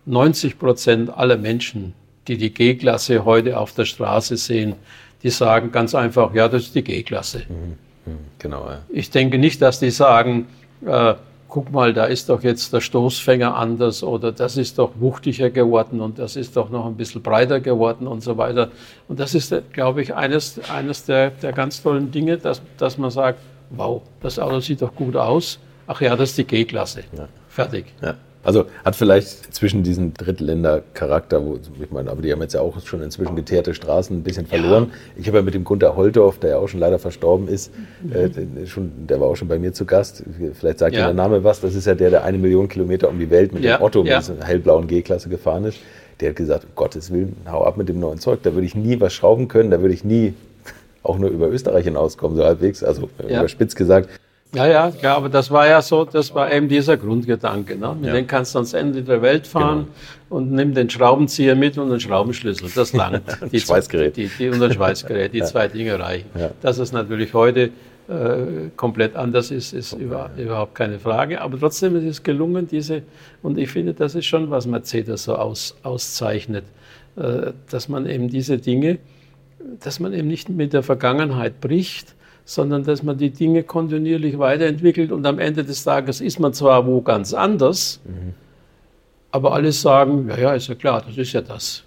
90% aller Menschen, die die G-Klasse heute auf der Straße sehen, die sagen ganz einfach, ja, das ist die G-Klasse. Genau, ja. Ich denke nicht, dass die sagen, guck mal, da ist doch jetzt der Stoßfänger anders oder das ist doch wuchtiger geworden und das ist doch noch ein bisschen breiter geworden und so weiter. Und das ist, glaube ich, eines der ganz tollen Dinge, dass man sagt, wow, das Auto sieht doch gut aus. Ach ja, das ist die G-Klasse. Ja. Fertig. Ja. Also hat vielleicht zwischen diesen Drittländer-Charakter, ich meine, aber die haben jetzt ja auch schon inzwischen geteerte Straßen ein bisschen verloren. Ja. Ich habe ja mit dem Gunter Holtorf, der ja auch schon leider verstorben ist, der war auch schon bei mir zu Gast. Vielleicht sagt der Name was. Das ist ja der 1 Million Kilometer um die Welt mit dem Otto, mit dieser hellblauen G-Klasse gefahren ist. Der hat gesagt, um Gottes Willen, hau ab mit dem neuen Zeug. Da würde ich nie was schrauben können. Da würde ich nie auch nur über Österreich hinauskommen, so halbwegs. Also überspitzt gesagt. Ja, aber das war ja so, das war eben dieser Grundgedanke. Ne? Mit dem kannst du ans Ende der Welt fahren und nimm den Schraubenzieher mit und den Schraubenschlüssel. Das langt. Die Schweißgerät. Und das Schweißgerät, die zwei Dinge reichen. Ja. Dass es natürlich heute komplett anders ist überhaupt keine Frage. Aber trotzdem ist es gelungen, und ich finde, das ist schon, was Mercedes so auszeichnet, dass man eben diese Dinge, dass man eben nicht mit der Vergangenheit bricht, sondern dass man die Dinge kontinuierlich weiterentwickelt und am Ende des Tages ist man zwar wo ganz anders, aber alle sagen, ja, ist ja klar, das ist ja das.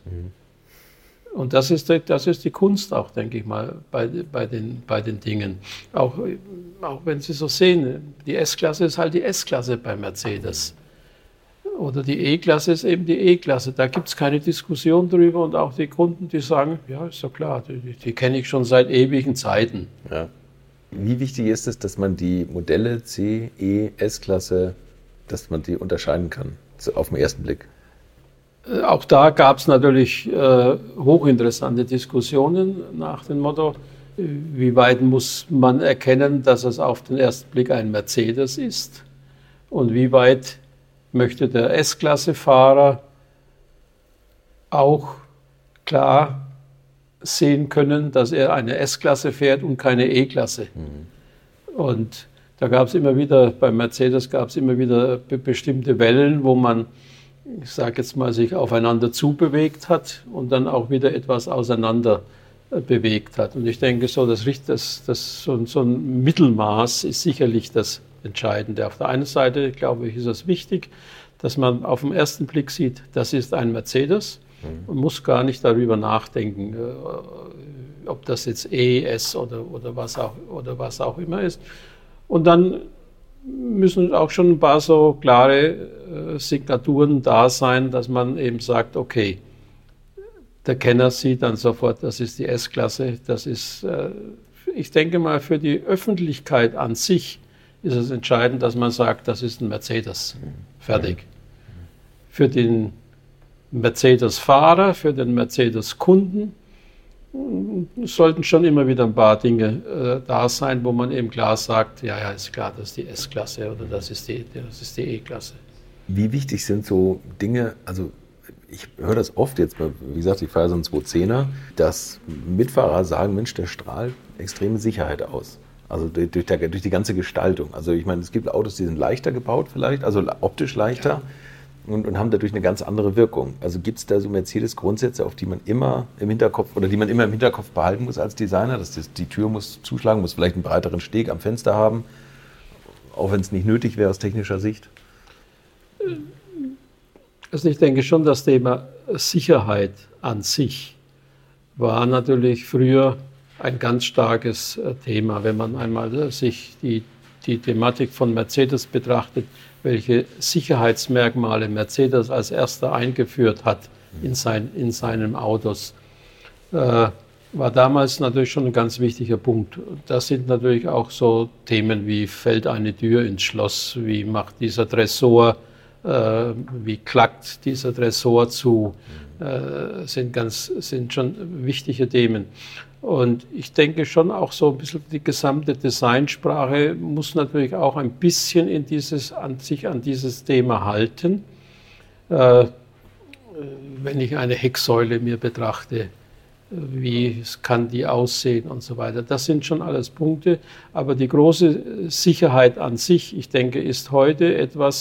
Und das ist die Kunst auch, denke ich mal, bei den Dingen. Auch wenn Sie so sehen, die S-Klasse ist halt die S-Klasse bei Mercedes. Oder die E-Klasse ist eben die E-Klasse. Da gibt es keine Diskussion drüber und auch die Kunden, die sagen, ja, ist ja klar, die kenne ich schon seit ewigen Zeiten. Ja. Wie wichtig ist es, dass man die Modelle C, E, S-Klasse, dass man die unterscheiden kann, auf den ersten Blick? Auch da gab es natürlich hochinteressante Diskussionen nach dem Motto, wie weit muss man erkennen, dass es auf den ersten Blick ein Mercedes ist und wie weit möchte der S-Klasse-Fahrer auch klar sehen können, dass er eine S-Klasse fährt und keine E-Klasse. Und da gab es immer wieder, bei Mercedes gab es immer wieder bestimmte Wellen, wo man, ich sage jetzt mal, sich aufeinander zubewegt hat und dann auch wieder etwas auseinander bewegt hat. Und ich denke, so ein Mittelmaß ist sicherlich das Entscheidende. Auf der einen Seite, glaube ich, ist es wichtig, dass man auf den ersten Blick sieht, das ist ein Mercedes. Man muss gar nicht darüber nachdenken, ob das jetzt E, S oder was auch immer ist. Und dann müssen auch schon ein paar so klare Signaturen da sein, dass man eben sagt, okay, der Kenner sieht dann sofort, das ist die S-Klasse. Das ist, ich denke mal, für die Öffentlichkeit an sich ist es entscheidend, dass man sagt, das ist ein Mercedes. Fertig. Für den Mercedes-Fahrer, für den Mercedes-Kunden sollten schon immer wieder ein paar Dinge da sein, wo man eben klar sagt, ja, ist klar, das ist die S-Klasse oder das ist die E-Klasse. Wie wichtig sind so Dinge, also ich höre das oft jetzt, wie gesagt, ich fahre so einen 210er, dass Mitfahrer sagen, Mensch, der strahlt extreme Sicherheit aus. Also durch die ganze Gestaltung. Also ich meine, es gibt Autos, die sind leichter gebaut vielleicht, also optisch leichter. Ja. Und haben dadurch eine ganz andere Wirkung. Also gibt es da so Mercedes-Grundsätze, auf die man immer im Hinterkopf behalten muss als Designer, dass die Tür muss zuschlagen, muss vielleicht einen breiteren Steg am Fenster haben, auch wenn es nicht nötig wäre aus technischer Sicht? Also ich denke schon, das Thema Sicherheit an sich war natürlich früher ein ganz starkes Thema, wenn man einmal sich die Thematik von Mercedes betrachtet, welche Sicherheitsmerkmale Mercedes als erster eingeführt hat in seinen Autos, war damals natürlich schon ein ganz wichtiger Punkt. Das sind natürlich auch so Themen wie, fällt eine Tür ins Schloss, wie macht dieser Tresor, wie klackt dieser Tresor zu, sind schon wichtige Themen. Und ich denke schon auch so ein bisschen die gesamte Designsprache muss natürlich auch ein bisschen sich an dieses Thema halten. Wenn ich eine Hecksäule mir betrachte, wie kann die aussehen und so weiter. Das sind schon alles Punkte. Aber die große Sicherheit an sich, ich denke, ist heute etwas,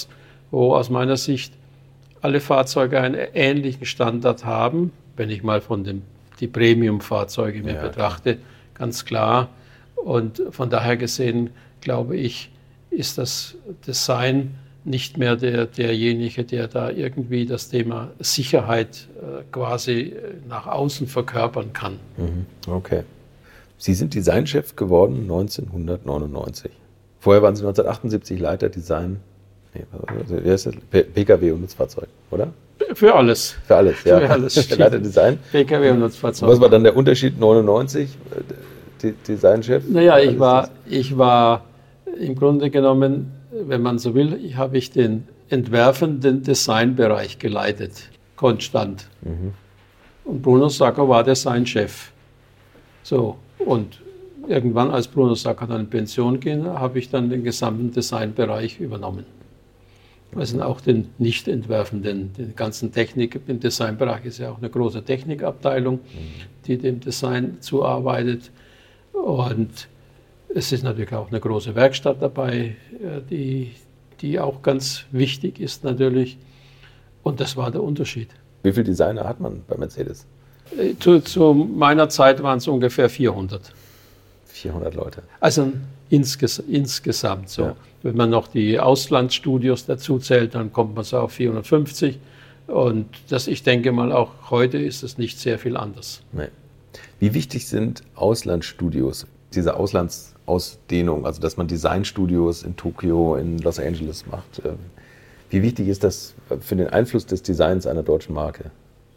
wo aus meiner Sicht alle Fahrzeuge einen ähnlichen Standard haben, wenn ich mal die Premium-Fahrzeuge mir betrachte, ganz klar. Und von daher gesehen, glaube ich, ist das Design nicht mehr derjenige, der da irgendwie das Thema Sicherheit quasi nach außen verkörpern kann. Okay. Sie sind Designchef geworden 1999. Vorher waren Sie 1978 Leiter Design, wie heißt das? PKW und Nutzfahrzeug, oder? Für alles. Für alles, ja. Für alles. Leiter Design. PKW und Nutzfahrzeug. Was war dann der Unterschied 99, Designchef? Naja, ich war im Grunde genommen, wenn man so will, habe ich den entwerfenden Designbereich geleitet, konstant. Und Bruno Sacker war Designchef. So, und irgendwann, als Bruno Sacker dann in Pension ging, habe ich dann den gesamten Designbereich übernommen. Also auch den nicht entwerfenden, den ganzen Technik, im Designbereich ist ja auch eine große Technikabteilung, die dem Design zuarbeitet. Und es ist natürlich auch eine große Werkstatt dabei, die auch ganz wichtig ist natürlich. Und das war der Unterschied. Wie viele Designer hat man bei Mercedes? Zu meiner Zeit waren es ungefähr 400. 400 Leute. Also insgesamt so. Ja. Wenn man noch die Auslandsstudios dazu zählt, dann kommt man so auf 450. Und ich denke mal, auch heute ist es nicht sehr viel anders. Nee. Wie wichtig sind Auslandsstudios, diese Auslandsausdehnung, also dass man Designstudios in Tokio, in Los Angeles macht? Wie wichtig ist das für den Einfluss des Designs einer deutschen Marke?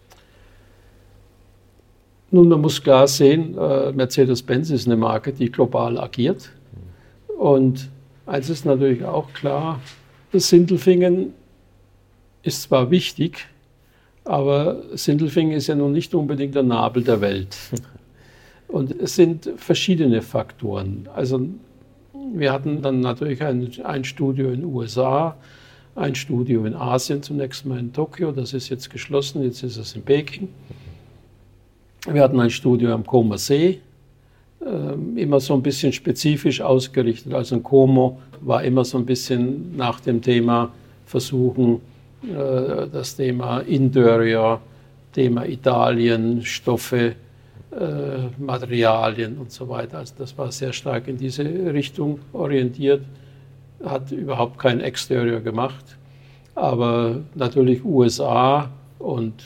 Nun, man muss klar sehen, Mercedes-Benz ist eine Marke, die global agiert. Und eins ist natürlich auch klar, das Sindelfingen ist zwar wichtig, aber Sindelfingen ist ja nun nicht unbedingt der Nabel der Welt. Und es sind verschiedene Faktoren. Also wir hatten dann natürlich ein Studio in den USA, ein Studio in Asien, zunächst mal in Tokio, das ist jetzt geschlossen, jetzt ist es in Peking. Wir hatten ein Studio am Comer See, immer so ein bisschen spezifisch ausgerichtet. Also in Como war immer so ein bisschen nach dem Thema versuchen, das Thema Interior, Thema Italien, Stoffe, Materialien und so weiter. Also das war sehr stark in diese Richtung orientiert, hat überhaupt kein Exterior gemacht. Aber natürlich USA und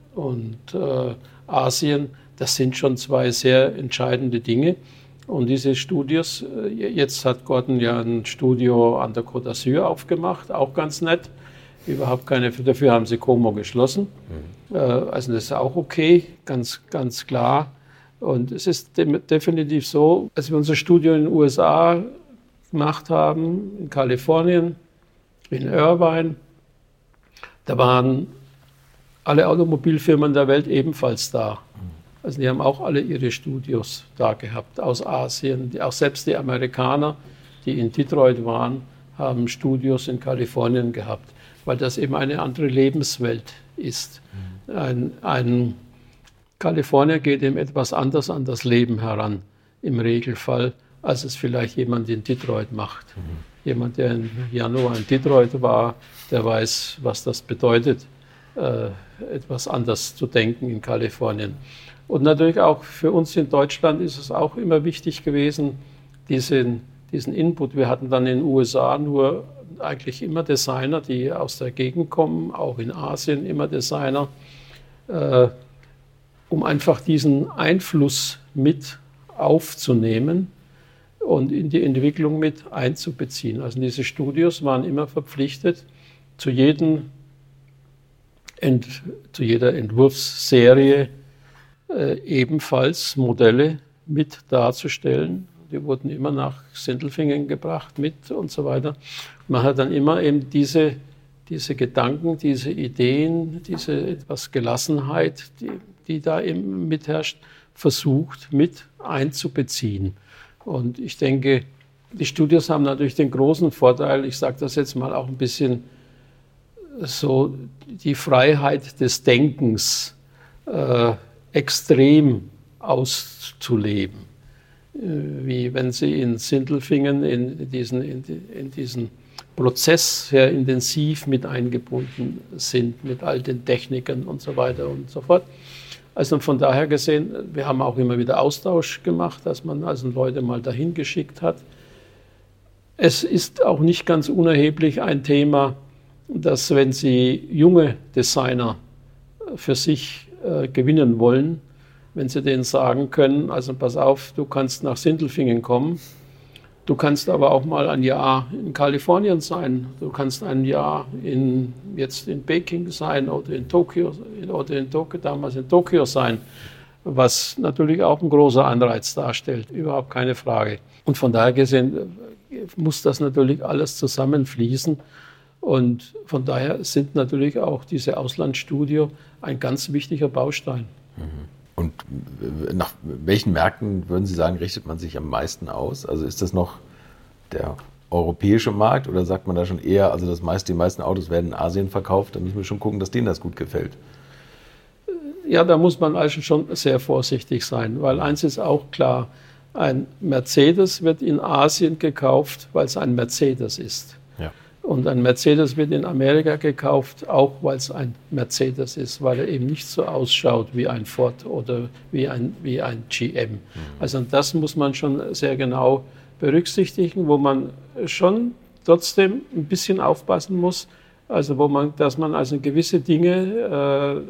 Asien, das sind schon zwei sehr entscheidende Dinge. Und diese Studios, jetzt hat Gordon ja ein Studio an der Côte d'Azur aufgemacht, auch ganz nett. Überhaupt keine, dafür haben sie Como geschlossen. Also das ist auch okay, ganz klar. Und es ist definitiv so, als wir unser Studio in den USA gemacht haben, in Kalifornien, in Irvine, da waren alle Automobilfirmen der Welt ebenfalls da. Also die haben auch alle ihre Studios da gehabt, aus Asien. Auch selbst die Amerikaner, die in Detroit waren, haben Studios in Kalifornien gehabt, weil das eben eine andere Lebenswelt ist. Ein Kalifornier geht eben etwas anders an das Leben heran, im Regelfall, als es vielleicht jemand in Detroit macht. Jemand, der im Januar in Detroit war, der weiß, was das bedeutet, etwas anders zu denken in Kalifornien. Und natürlich auch für uns in Deutschland ist es auch immer wichtig gewesen, diesen Input. Wir hatten dann in den USA nur eigentlich immer Designer, die aus der Gegend kommen, auch in Asien immer Designer, um einfach diesen Einfluss mit aufzunehmen und in die Entwicklung mit einzubeziehen. Also diese Studios waren immer verpflichtet, zu jeder Entwurfsserie ebenfalls Modelle mit darzustellen. Die wurden immer nach Sindelfingen gebracht mit und so weiter. Man hat dann immer eben diese Gedanken, diese Ideen, diese etwas Gelassenheit, die da eben mitherrscht, versucht mit einzubeziehen. Und ich denke, die Studios haben natürlich den großen Vorteil, ich sage das jetzt mal auch ein bisschen so, die Freiheit des Denkens extrem auszuleben. Wie wenn Sie in Sindelfingen in diesen Prozess sehr intensiv mit eingebunden sind, mit all den Techniken und so weiter und so fort. Also von daher gesehen, wir haben auch immer wieder Austausch gemacht, dass man also Leute mal dahin geschickt hat. Es ist auch nicht ganz unerheblich ein Thema, dass wenn Sie junge Designer für sich gewinnen wollen, wenn Sie denen sagen können, also pass auf, du kannst nach Sindelfingen kommen, du kannst aber auch mal ein Jahr in Kalifornien sein, du kannst ein Jahr jetzt in Peking sein oder in Tokio damals in Tokio sein, was natürlich auch ein großer Anreiz darstellt, überhaupt keine Frage. Und von daher gesehen muss das natürlich alles zusammenfließen. Und von daher sind natürlich auch diese Auslandsstudio ein ganz wichtiger Baustein. Und nach welchen Märkten, würden Sie sagen, richtet man sich am meisten aus? Also ist das noch der europäische Markt oder sagt man da schon eher, also die meisten Autos werden in Asien verkauft, da müssen wir schon gucken, dass denen das gut gefällt? Ja, da muss man also schon sehr vorsichtig sein, weil eins ist auch klar, ein Mercedes wird in Asien gekauft, weil es ein Mercedes ist. Ja. Und ein Mercedes wird in Amerika gekauft, auch weil es ein Mercedes ist, weil er eben nicht so ausschaut wie ein Ford oder wie ein GM. Also das muss man schon sehr genau berücksichtigen, wo man schon trotzdem ein bisschen aufpassen muss, also dass man also gewisse Dinge,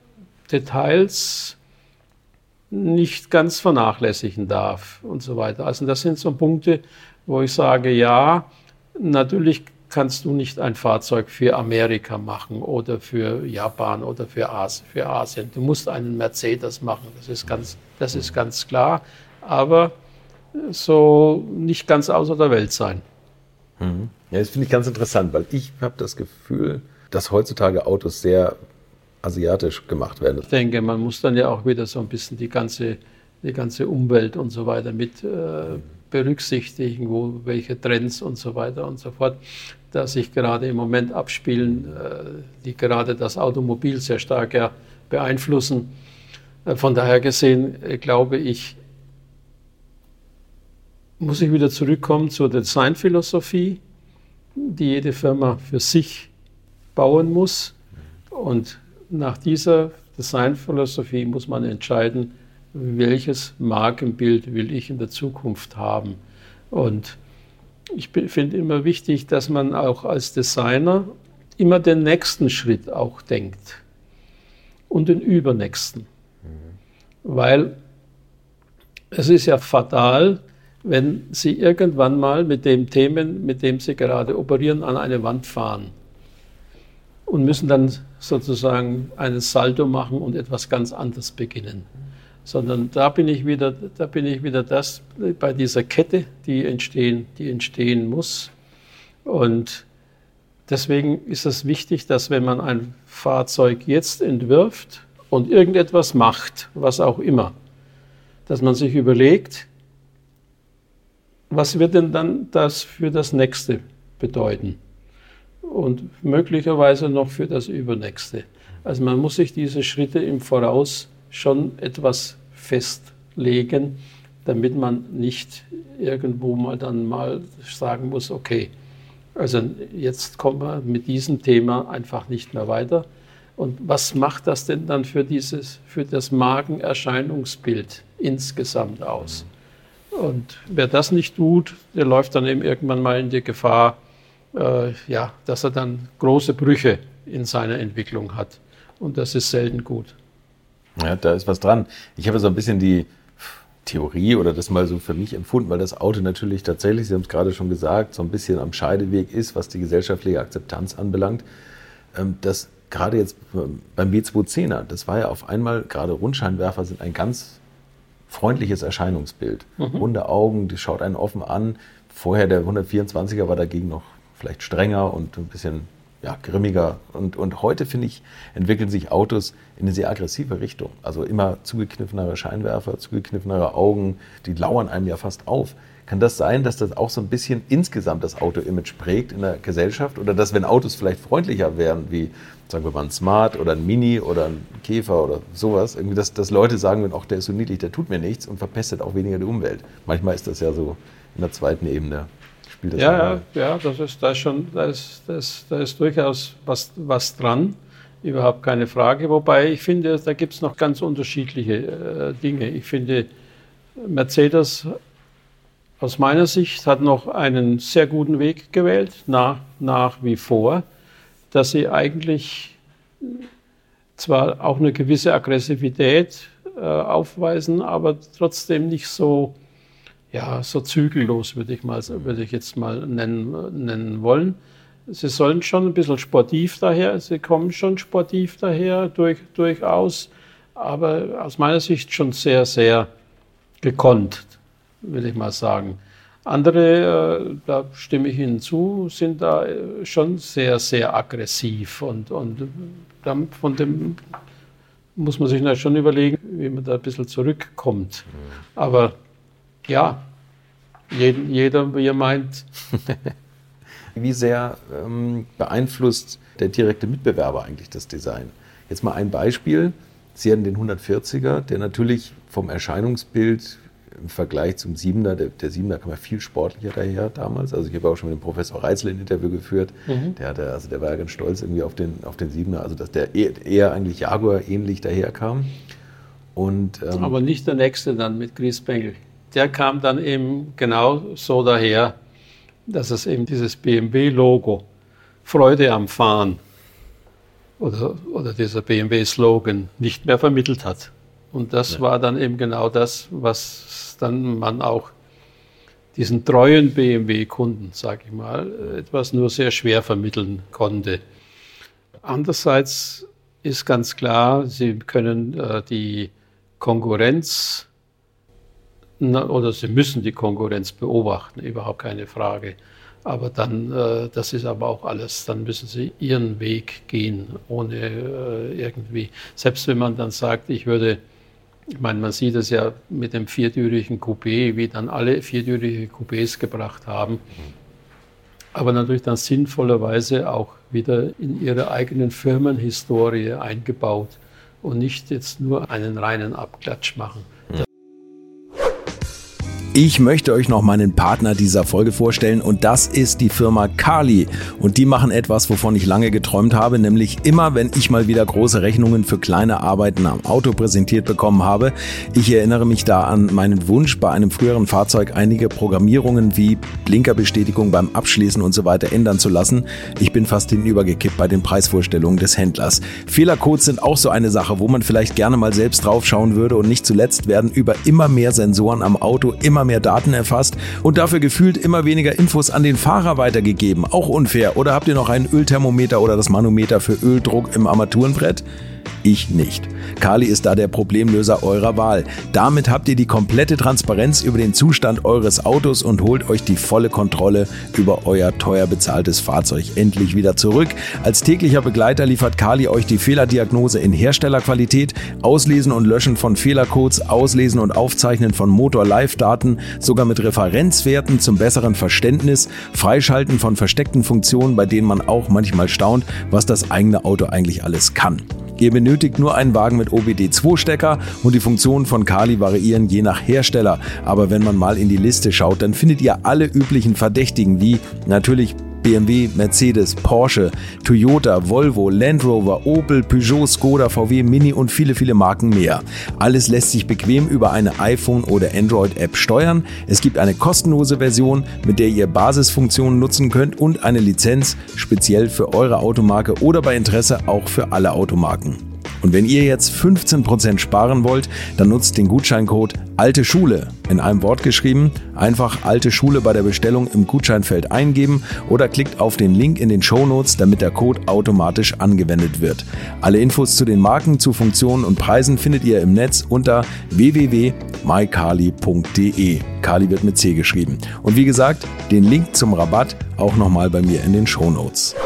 Details nicht ganz vernachlässigen darf und so weiter. Also das sind so Punkte, wo ich sage, ja, natürlich kannst du nicht ein Fahrzeug für Amerika machen oder für Japan oder für Asien. Du musst einen Mercedes machen, das ist ganz klar, aber so nicht ganz außer der Welt sein. Ja, das finde ich ganz interessant, weil ich habe das Gefühl, dass heutzutage Autos sehr asiatisch gemacht werden. Ich denke, man muss dann ja auch wieder so ein bisschen die ganze Umwelt und so weiter mit berücksichtigen, welche Trends und so weiter und so fort, dass sich gerade im Moment abspielen, die gerade das Automobil sehr stark beeinflussen. Von daher gesehen, glaube ich, muss ich wieder zurückkommen zur Designphilosophie, die jede Firma für sich bauen muss. Und nach dieser Designphilosophie muss man entscheiden, welches Markenbild will ich in der Zukunft haben. Und ich finde immer wichtig, dass man auch als Designer immer den nächsten Schritt auch denkt und den übernächsten. Weil es ist ja fatal, wenn Sie irgendwann mal mit dem Themen, mit dem Sie gerade operieren, an eine Wand fahren und müssen dann sozusagen einen Salto machen und etwas ganz anderes beginnen. Sondern da bin ich wieder bei dieser Kette, die entstehen muss. Und deswegen ist es wichtig, dass wenn man ein Fahrzeug jetzt entwirft und irgendetwas macht, was auch immer, dass man sich überlegt, was wird denn dann das für das Nächste bedeuten? Und möglicherweise noch für das Übernächste. Also man muss sich diese Schritte im Voraus schon etwas festlegen, damit man nicht irgendwo dann mal sagen muss, okay, also jetzt kommen wir mit diesem Thema einfach nicht mehr weiter. Und was macht das denn dann für das Markenerscheinungsbild insgesamt aus? Und wer das nicht tut, der läuft dann eben irgendwann mal in die Gefahr, dass er dann große Brüche in seiner Entwicklung hat. Und das ist selten gut. Ja, da ist was dran. Ich habe so ein bisschen die Theorie oder das mal so für mich empfunden, weil das Auto natürlich tatsächlich, Sie haben es gerade schon gesagt, so ein bisschen am Scheideweg ist, was die gesellschaftliche Akzeptanz anbelangt. Das gerade jetzt beim B210er, das war ja auf einmal, gerade Rundscheinwerfer sind ein ganz freundliches Erscheinungsbild. Runde Augen, die schaut einen offen an. Vorher der 124er war dagegen noch vielleicht strenger und ein bisschen grimmiger. Und heute, finde ich, entwickeln sich Autos in eine sehr aggressive Richtung. Also immer zugekniffenere Scheinwerfer, zugekniffenere Augen, die lauern einem ja fast auf. Kann das sein, dass das auch so ein bisschen insgesamt das Auto-Image prägt in der Gesellschaft? Oder dass, wenn Autos vielleicht freundlicher wären, wie, sagen wir mal, ein Smart oder ein Mini oder ein Käfer oder sowas, irgendwie, dass Leute sagen würden, ach, der ist so niedlich, der tut mir nichts und verpestet auch weniger die Umwelt. Manchmal ist das ja so in der zweiten Ebene. spielt das eine Rolle? Ja, da ist durchaus was dran. Überhaupt keine Frage. Wobei ich finde, da gibt es noch ganz unterschiedliche Dinge. Ich finde, Mercedes aus meiner Sicht hat noch einen sehr guten Weg gewählt, nach wie vor, dass sie eigentlich zwar auch eine gewisse Aggressivität aufweisen, aber trotzdem nicht so zügellos, würde ich jetzt mal nennen wollen. Sie sollen schon ein bisschen sportiv daher, sie kommen schon sportiv daher, durchaus, aber aus meiner Sicht schon sehr, sehr gekonnt, will ich mal sagen. Andere, da stimme ich Ihnen zu, sind da schon sehr, sehr aggressiv und dann von dem muss man sich da schon überlegen, wie man da ein bisschen zurückkommt. Aber ja, jeder, wie er meint. Wie sehr beeinflusst der direkte Mitbewerber eigentlich das Design? Jetzt mal ein Beispiel. Sie hatten den 140er, der natürlich vom Erscheinungsbild im Vergleich zum 7er, der 7er kam ja viel sportlicher daher damals. Also ich habe auch schon mit dem Professor Reitzle ein Interview geführt. Der war ja ganz stolz irgendwie auf den 7er, also dass der eher eigentlich Jaguar ähnlich daherkam. Aber nicht der nächste dann mit Chris Bengel. Der kam dann eben genau so daher, dass es eben dieses BMW-Logo, Freude am Fahren oder dieser BMW-Slogan nicht mehr vermittelt hat. Und das war dann eben genau das, was dann man auch diesen treuen BMW-Kunden, sage ich mal, etwas nur sehr schwer vermitteln konnte. Andererseits ist ganz klar, Sie können die Konkurrenz oder Sie müssen die Konkurrenz beobachten, überhaupt keine Frage. Aber dann, das ist aber auch alles, dann müssen Sie Ihren Weg gehen, ohne irgendwie, selbst wenn man dann sagt, ich meine, man sieht es ja mit dem viertürigen Coupé, wie dann alle viertürige Coupés gebracht haben, aber natürlich dann sinnvollerweise auch wieder in ihre eigenen Firmenhistorie eingebaut und nicht jetzt nur einen reinen Abklatsch machen. Ich möchte euch noch meinen Partner dieser Folge vorstellen und das ist die Firma Carli. Und die machen etwas, wovon ich lange geträumt habe, nämlich immer, wenn ich mal wieder große Rechnungen für kleine Arbeiten am Auto präsentiert bekommen habe. Ich erinnere mich da an meinen Wunsch, bei einem früheren Fahrzeug einige Programmierungen wie Blinkerbestätigung beim Abschließen und so weiter ändern zu lassen. Ich bin fast hinübergekippt bei den Preisvorstellungen des Händlers. Fehlercodes sind auch so eine Sache, wo man vielleicht gerne mal selbst draufschauen würde und nicht zuletzt werden über immer mehr Sensoren am Auto immer mehr Daten erfasst und dafür gefühlt immer weniger Infos an den Fahrer weitergegeben. Auch unfair. Oder habt ihr noch einen Ölthermometer oder das Manometer für Öldruck im Armaturenbrett? Ich nicht. Carli ist da der Problemlöser eurer Wahl. Damit habt ihr die komplette Transparenz über den Zustand eures Autos und holt euch die volle Kontrolle über euer teuer bezahltes Fahrzeug endlich wieder zurück. Als täglicher Begleiter liefert Carli euch die Fehlerdiagnose in Herstellerqualität, Auslesen und Löschen von Fehlercodes, Auslesen und Aufzeichnen von Motor-Live-Daten, sogar mit Referenzwerten zum besseren Verständnis, Freischalten von versteckten Funktionen, bei denen man auch manchmal staunt, was das eigene Auto eigentlich alles kann. Ihr benötigt nur einen Wagen mit OBD2-Stecker und die Funktionen von Carli variieren je nach Hersteller. Aber wenn man mal in die Liste schaut, dann findet ihr alle üblichen Verdächtigen wie natürlich BMW, Mercedes, Porsche, Toyota, Volvo, Land Rover, Opel, Peugeot, Skoda, VW, Mini und viele, viele Marken mehr. Alles lässt sich bequem über eine iPhone- oder Android-App steuern. Es gibt eine kostenlose Version, mit der ihr Basisfunktionen nutzen könnt und eine Lizenz speziell für eure Automarke oder bei Interesse auch für alle Automarken. Und wenn ihr jetzt 15% sparen wollt, dann nutzt den Gutscheincode Alte Schule, in einem Wort geschrieben, einfach Alte Schule bei der Bestellung im Gutscheinfeld eingeben oder klickt auf den Link in den Shownotes, damit der Code automatisch angewendet wird. Alle Infos zu den Marken, zu Funktionen und Preisen findet ihr im Netz unter www.mycarli.de. Carli wird mit C geschrieben. Und wie gesagt, den Link zum Rabatt auch nochmal bei mir in den Shownotes.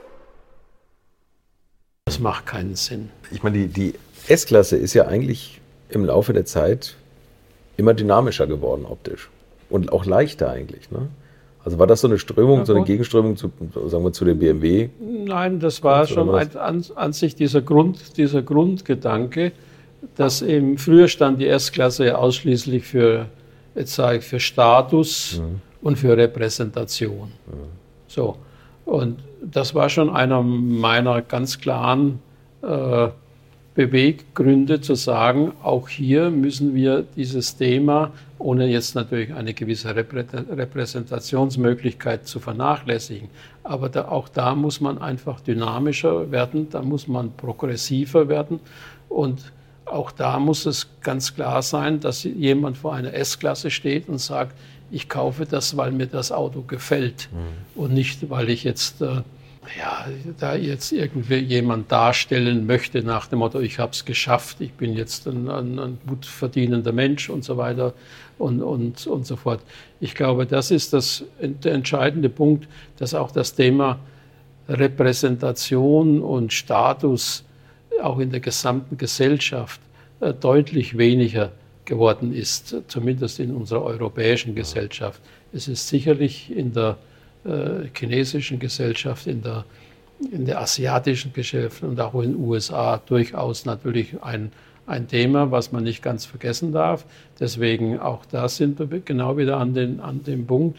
Das macht keinen Sinn. Ich meine, die S-Klasse ist ja eigentlich im Laufe der Zeit immer dynamischer geworden optisch und auch leichter eigentlich, ne? Also war das so eine Strömung, so eine Gegenströmung zu, sagen wir, zu dem BMW? Nein, das war schon an sich dieser Grundgedanke, dass eben früher stand die S-Klasse ja ausschließlich für Status und für Repräsentation. So. Und das war schon einer meiner ganz klaren Beweggründe zu sagen, auch hier müssen wir dieses Thema, ohne jetzt natürlich eine gewisse Repräsentationsmöglichkeit zu vernachlässigen, aber auch da muss man einfach dynamischer werden, da muss man progressiver werden und auch da muss es ganz klar sein, dass jemand vor einer S-Klasse steht und sagt, ich kaufe das, weil mir das Auto gefällt und nicht, weil ich jetzt da jetzt irgendwie jemand darstellen möchte nach dem Motto, ich habe es geschafft, ich bin jetzt ein gut verdienender Mensch und so weiter und so fort. Ich glaube, das ist der entscheidende Punkt, dass auch das Thema Repräsentation und Status auch in der gesamten Gesellschaft deutlich weniger geworden ist, zumindest in unserer europäischen Gesellschaft. Es ist sicherlich in der chinesischen Gesellschaft, in der asiatischen Gesellschaft und auch in den USA durchaus natürlich ein Thema, was man nicht ganz vergessen darf. Deswegen auch da sind wir genau wieder an dem Punkt.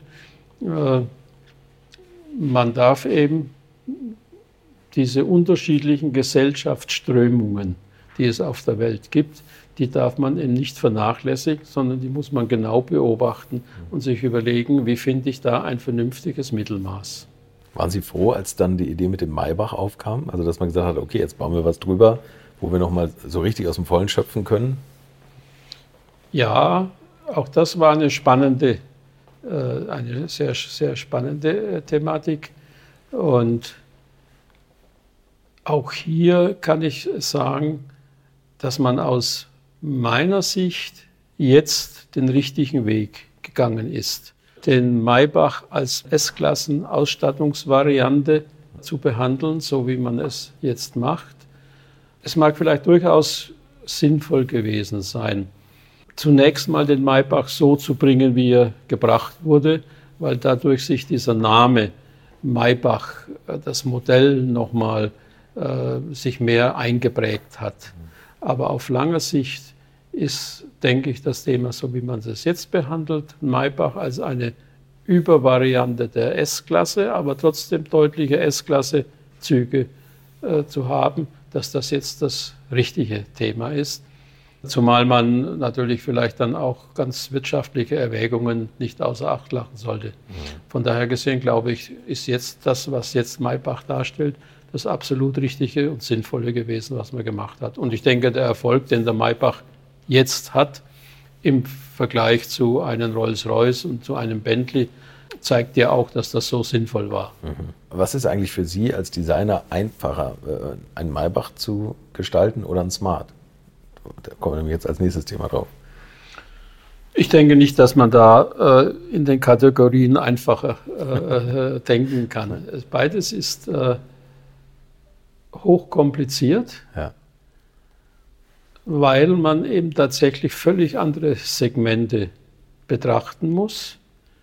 Man darf eben diese unterschiedlichen Gesellschaftsströmungen, die es auf der Welt gibt, die darf man eben nicht vernachlässigen, sondern die muss man genau beobachten und sich überlegen, wie finde ich da ein vernünftiges Mittelmaß. Waren Sie froh, als dann die Idee mit dem Maybach aufkam? Also dass man gesagt hat, okay, jetzt bauen wir was drüber, wo wir nochmal so richtig aus dem Vollen schöpfen können? Ja, auch das war eine sehr, sehr spannende Thematik. Und auch hier kann ich sagen, dass man aus meiner Sicht jetzt den richtigen Weg gegangen ist. Den Maybach als S-Klassen-Ausstattungsvariante zu behandeln, so wie man es jetzt macht. Es mag vielleicht durchaus sinnvoll gewesen sein, zunächst mal den Maybach so zu bringen, wie er gebracht wurde, weil dadurch sich dieser Name Maybach, das Modell nochmal sich mehr eingeprägt hat. Aber auf lange Sicht ist, denke ich, das Thema, so wie man es jetzt behandelt, Maybach als eine Übervariante der S-Klasse, aber trotzdem deutliche S-Klasse-Züge zu haben, dass das jetzt das richtige Thema ist. Zumal man natürlich vielleicht dann auch ganz wirtschaftliche Erwägungen nicht außer Acht lassen sollte. Von daher gesehen, glaube ich, ist jetzt das, was jetzt Maybach darstellt, das absolut Richtige und Sinnvolle gewesen, was man gemacht hat. Und ich denke, der Erfolg, den der Maybach jetzt hat, im Vergleich zu einem Rolls-Royce und zu einem Bentley, zeigt ja auch, dass das so sinnvoll war. Was ist eigentlich für Sie als Designer einfacher, einen Maybach zu gestalten oder ein Smart? Da kommen wir nämlich jetzt als nächstes Thema drauf. Ich denke nicht, dass man da in den Kategorien einfacher denken kann. Beides ist hochkompliziert, weil man eben tatsächlich völlig andere Segmente betrachten muss,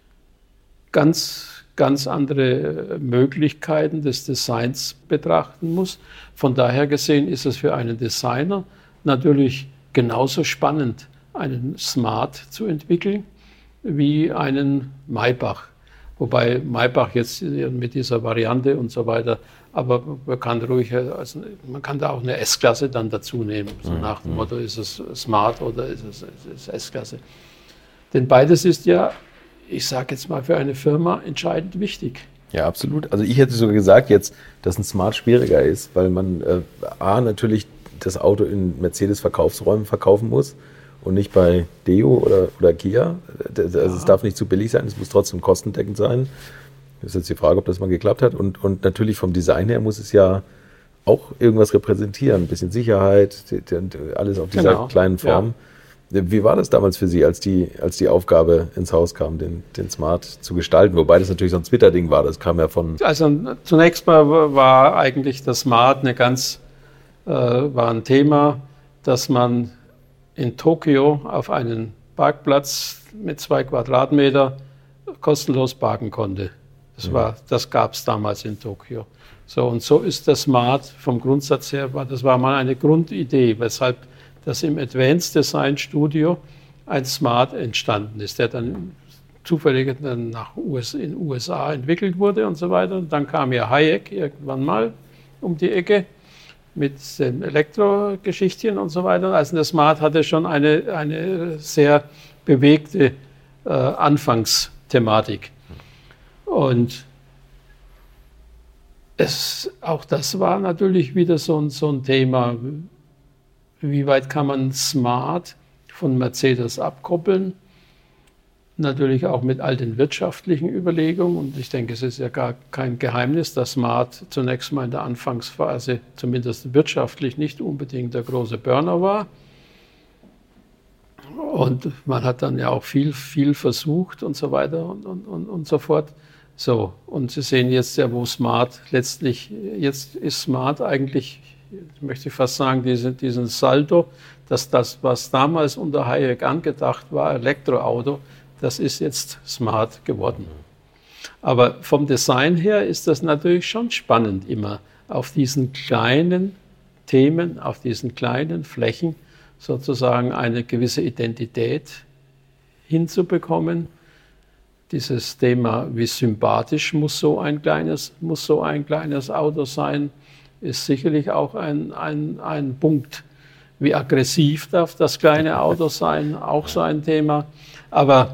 ganz andere Möglichkeiten des Designs betrachten muss. Von daher gesehen ist es für einen Designer natürlich genauso spannend, einen Smart zu entwickeln, wie einen Maybach. Wobei Maybach jetzt mit dieser Variante und so weiter, aber man kann da auch eine S-Klasse dann dazu nehmen. So nach dem Motto, ist es Smart oder ist es S-Klasse. Denn beides ist ja, ich sage jetzt mal, für eine Firma entscheidend wichtig. Ja, absolut. Also ich hätte sogar gesagt jetzt, dass ein Smart schwieriger ist, weil man natürlich das Auto in Mercedes-Verkaufsräumen verkaufen muss und nicht bei Deo oder Kia. Also es darf nicht zu billig sein, es muss trotzdem kostendeckend sein. Das ist jetzt die Frage, ob das mal geklappt hat. Und natürlich vom Design her muss es ja auch irgendwas repräsentieren. Ein bisschen Sicherheit, alles auf dieser kleinen Form. Ja. Wie war das damals für Sie, als die Aufgabe ins Haus kam, den Smart zu gestalten? Wobei das natürlich so ein Twitter-Ding war, das kam ja von... Also zunächst mal war eigentlich das Smart war ein Thema, dass man in Tokio auf einen Parkplatz mit 2 Quadratmeter kostenlos parken konnte. Das gab es damals in Tokio. So, und so ist das Smart vom Grundsatz her, das war mal eine Grundidee, weshalb das im Advanced Design Studio ein Smart entstanden ist, der dann zufällig dann in den USA entwickelt wurde und so weiter. Und dann kam ja Hayek irgendwann mal um die Ecke mit dem Elektrogeschichtchen und so weiter. Also der Smart hatte schon eine sehr bewegte Anfangsthematik. Und auch das war natürlich wieder so ein Thema. Wie weit kann man Smart von Mercedes abkoppeln? Natürlich auch mit all den wirtschaftlichen Überlegungen. Und ich denke, es ist ja gar kein Geheimnis, dass Smart zunächst mal in der Anfangsphase zumindest wirtschaftlich nicht unbedingt der große Burner war. Und man hat dann ja auch viel versucht und so weiter und so fort. So, und Sie sehen jetzt ja, wo Smart letztlich, jetzt ist Smart eigentlich, möchte ich fast sagen, diesen Salto, dass das, was damals unter Hayek angedacht war, Elektroauto, das ist jetzt Smart geworden. Aber vom Design her ist das natürlich schon spannend, immer auf diesen kleinen Themen, auf diesen kleinen Flächen sozusagen eine gewisse Identität hinzubekommen. Dieses Thema, wie sympathisch muss so ein kleines Auto sein, ist sicherlich auch ein Punkt. Wie aggressiv darf das kleine Auto sein, auch so ein Thema. Aber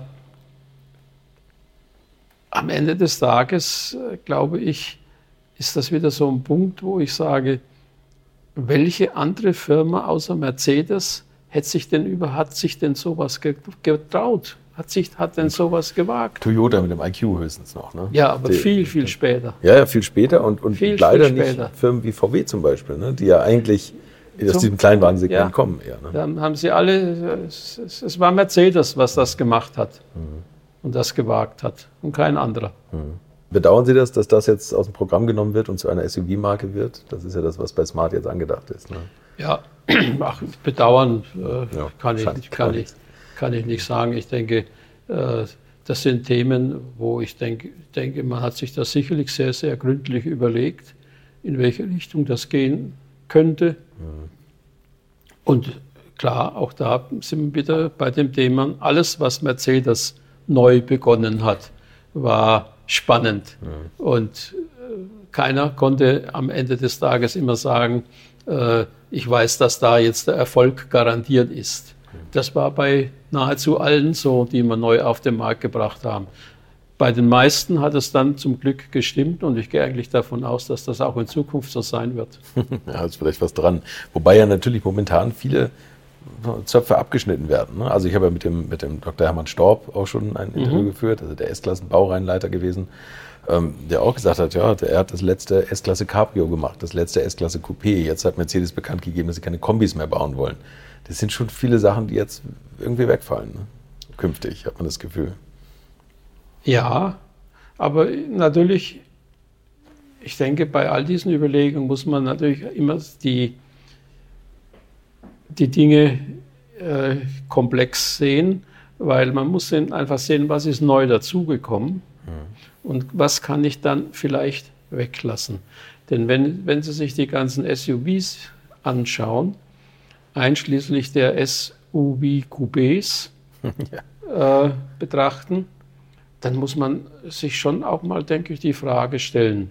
am Ende des Tages, glaube ich, ist das wieder so ein Punkt, wo ich sage, welche andere Firma außer Mercedes hat sich denn sowas getraut? Hat denn sowas gewagt? Toyota mit dem IQ höchstens noch, ne? Ja, aber viel später. Ja, viel später und leider viel später. Nicht Firmen wie VW zum Beispiel, ne? Die ja eigentlich aus diesem Kleinwagensegment kommen. Eher, ne? Dann haben sie alle, es war Mercedes, was das gemacht hat und das gewagt hat und kein anderer. Bedauern Sie das, dass das jetzt aus dem Programm genommen wird und zu einer SUV-Marke wird? Das ist ja das, was bei Smart jetzt angedacht ist. Ne? Ja, bedauern kann ich nicht sagen. Ich denke, das sind Themen, wo ich denke, man hat sich das sicherlich sehr, sehr gründlich überlegt, in welche Richtung das gehen könnte. Und klar, auch da sind wir wieder bei dem Thema, alles, was Mercedes neu begonnen hat, war spannend. Und keiner konnte am Ende des Tages immer sagen, ich weiß, dass da jetzt der Erfolg garantiert ist. Das war bei nahezu allen so, die wir neu auf den Markt gebracht haben. Bei den meisten hat es dann zum Glück gestimmt und ich gehe eigentlich davon aus, dass das auch in Zukunft so sein wird. Ja, ist vielleicht was dran. Wobei ja natürlich momentan viele Zöpfe abgeschnitten werden. Ne? Also ich habe ja mit dem Dr. Hermann Storb auch schon ein Interview geführt, also der S-Klassen-Baureinleiter gewesen, der auch gesagt hat, ja, er hat das letzte S-Klasse Cabrio gemacht, das letzte S-Klasse Coupé. Jetzt hat Mercedes bekannt gegeben, dass sie keine Kombis mehr bauen wollen. Das sind schon viele Sachen, die jetzt irgendwie wegfallen. Ne? Künftig, hat man das Gefühl. Ja, aber natürlich, ich denke, bei all diesen Überlegungen muss man natürlich immer die Dinge komplex sehen, weil man muss einfach sehen, was ist neu dazugekommen und was kann ich dann vielleicht weglassen. Denn wenn Sie sich die ganzen SUVs anschauen, einschließlich der SUV-Coupés betrachten, dann muss man sich schon auch mal, denke ich, die Frage stellen,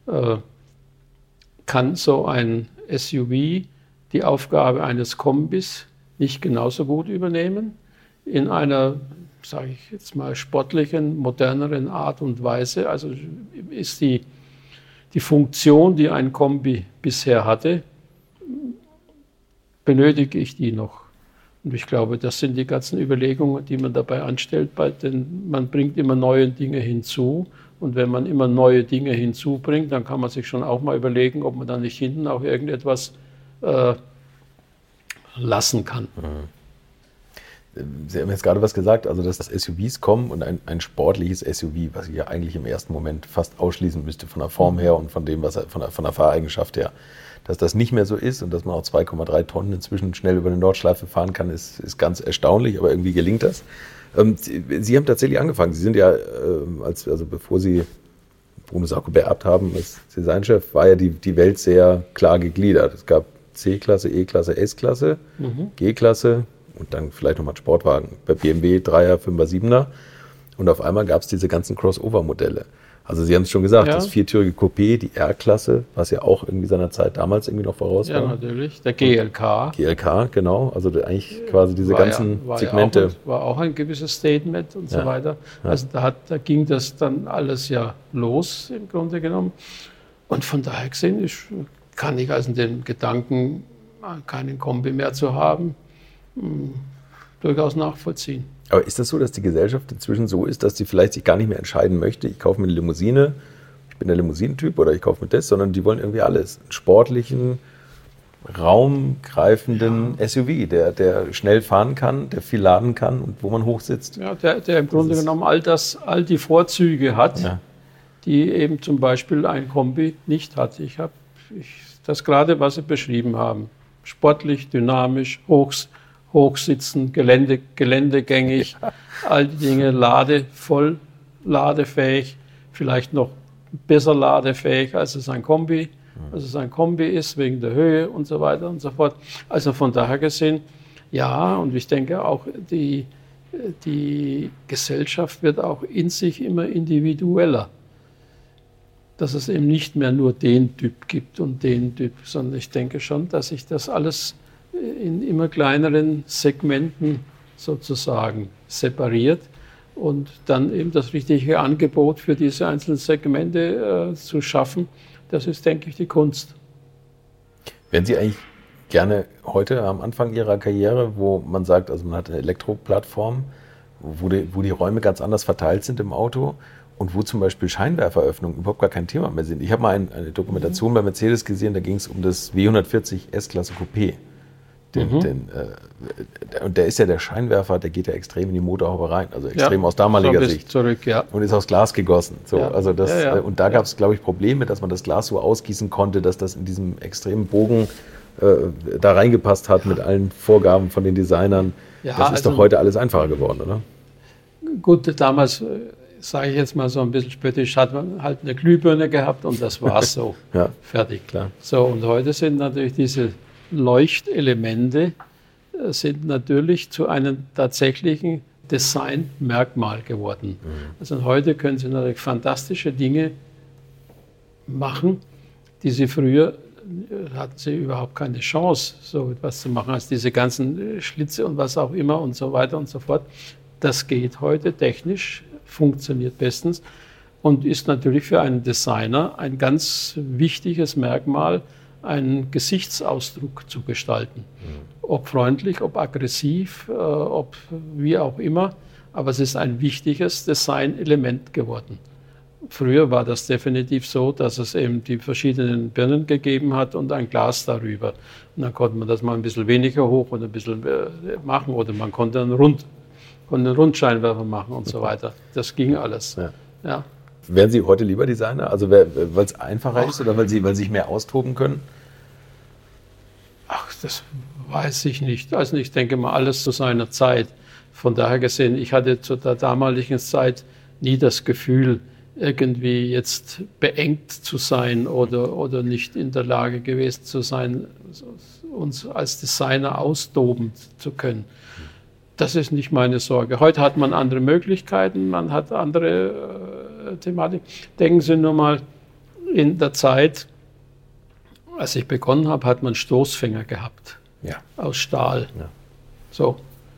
kann so ein SUV die Aufgabe eines Kombis nicht genauso gut übernehmen, in einer, sage ich jetzt mal, sportlichen, moderneren Art und Weise? Also ist die Funktion, die ein Kombi bisher hatte, benötige ich die noch? Und ich glaube, das sind die ganzen Überlegungen, die man dabei anstellt, denn man bringt immer neue Dinge hinzu. Und wenn man immer neue Dinge hinzubringt, dann kann man sich schon auch mal überlegen, ob man dann nicht hinten auch irgendetwas lassen kann. Sie haben jetzt gerade was gesagt, also dass das SUVs kommen und ein sportliches SUV, was ich ja eigentlich im ersten Moment fast ausschließen müsste von der Form her und von dem, was von der Fahreigenschaft her. Dass das nicht mehr so ist und dass man auch 2,3 Tonnen inzwischen schnell über eine Nordschleife fahren kann, ist ganz erstaunlich, aber irgendwie gelingt das. Sie haben tatsächlich angefangen. Sie sind ja, bevor Sie Bruno Sacco beerbt haben als Designchef, war ja die Welt sehr klar gegliedert. Es gab C-Klasse, E-Klasse, S-Klasse, G-Klasse und dann vielleicht nochmal Sportwagen. Bei BMW 3er, 5er, 7er. und auf einmal gab es diese ganzen Crossover-Modelle. Also Sie haben es schon gesagt, das viertürige Coupé, die R-Klasse, was ja auch irgendwie seiner Zeit damals irgendwie noch voraus war. Ja, natürlich, der GLK. GLK, genau, also eigentlich quasi diese ganzen Segmente. War auch ein gewisses Statement und so weiter. Ja. Also da ging das dann alles ja los im Grunde genommen. Und von daher gesehen kann ich also den Gedanken, keinen Kombi mehr zu haben, durchaus nachvollziehen. Aber ist das so, dass die Gesellschaft inzwischen so ist, dass sie vielleicht sich gar nicht mehr entscheiden möchte, ich kaufe mir eine Limousine, ich bin der Limousinentyp oder ich kaufe mir das, sondern die wollen irgendwie alles. Einen sportlichen, raumgreifenden SUV, der schnell fahren kann, der viel laden kann und wo man hochsitzt. Ja, der im Grunde genommen all die Vorzüge hat, die eben zum Beispiel ein Kombi nicht hat. Ich habe das gerade, was Sie beschrieben haben, sportlich, dynamisch, hochsitzen, geländegängig, all die Dinge, voll ladefähig, vielleicht noch besser ladefähig, als es ein Kombi ist, wegen der Höhe und so weiter und so fort. Also von daher gesehen, ja, und ich denke auch, die Gesellschaft wird auch in sich immer individueller. Dass es eben nicht mehr nur den Typ gibt und den Typ, sondern ich denke schon, dass sich das alles in immer kleineren Segmenten sozusagen separiert und dann eben das richtige Angebot für diese einzelnen Segmente zu schaffen, das ist, denke ich, die Kunst. Wären Sie eigentlich gerne heute am Anfang Ihrer Karriere, wo man sagt, also man hat eine Elektroplattform, wo die Räume ganz anders verteilt sind im Auto und wo zum Beispiel Scheinwerferöffnungen überhaupt gar kein Thema mehr sind. Ich habe mal eine Dokumentation bei Mercedes gesehen, da ging es um das W140 S-Klasse Coupé. Und der ist ja der Scheinwerfer, der geht ja extrem in die Motorhaube rein, also extrem aus damaliger Sicht. Zurück, und ist aus Glas gegossen. So, also und da gab es, glaube ich, Probleme, dass man das Glas so ausgießen konnte, dass das in diesem extremen Bogen da reingepasst hat mit allen Vorgaben von den Designern. Ja, das ist doch heute alles einfacher geworden, oder? Gut, damals, sage ich jetzt mal so ein bisschen spöttisch, hat man halt eine Glühbirne gehabt und das war's so. Fertig. Klar. So, und heute sind natürlich diese Leuchtelemente sind natürlich zu einem tatsächlichen Designmerkmal geworden. Also heute können Sie natürlich fantastische Dinge machen, die Sie früher hatten Sie überhaupt keine Chance, so etwas zu machen, als diese ganzen Schlitze und was auch immer und so weiter und so fort. Das geht heute technisch, funktioniert bestens und ist natürlich für einen Designer ein ganz wichtiges Merkmal, einen Gesichtsausdruck zu gestalten. Ob freundlich, ob aggressiv, ob wie auch immer, aber es ist ein wichtiges Designelement geworden. Früher war das definitiv so, dass es eben die verschiedenen Birnen gegeben hat und ein Glas darüber. Und dann konnte man das mal ein bisschen weniger hoch und ein bisschen machen oder man konnte einen Rundscheinwerfer machen und so weiter. Das ging alles. Ja. Wären Sie heute lieber Designer? Also weil es einfacher ist oder weil Sie sich mehr austoben können? Ach, das weiß ich nicht. Also ich denke mal, alles zu seiner Zeit. Von daher gesehen, ich hatte zu der damaligen Zeit nie das Gefühl, irgendwie jetzt beengt zu sein oder nicht in der Lage gewesen zu sein, uns als Designer austoben zu können. Das ist nicht meine Sorge. Heute hat man andere Möglichkeiten, man hat andere Thematik. Denken Sie nur mal, in der Zeit, als ich begonnen habe, hat man Stoßfänger gehabt. Aus Stahl. Ja. So.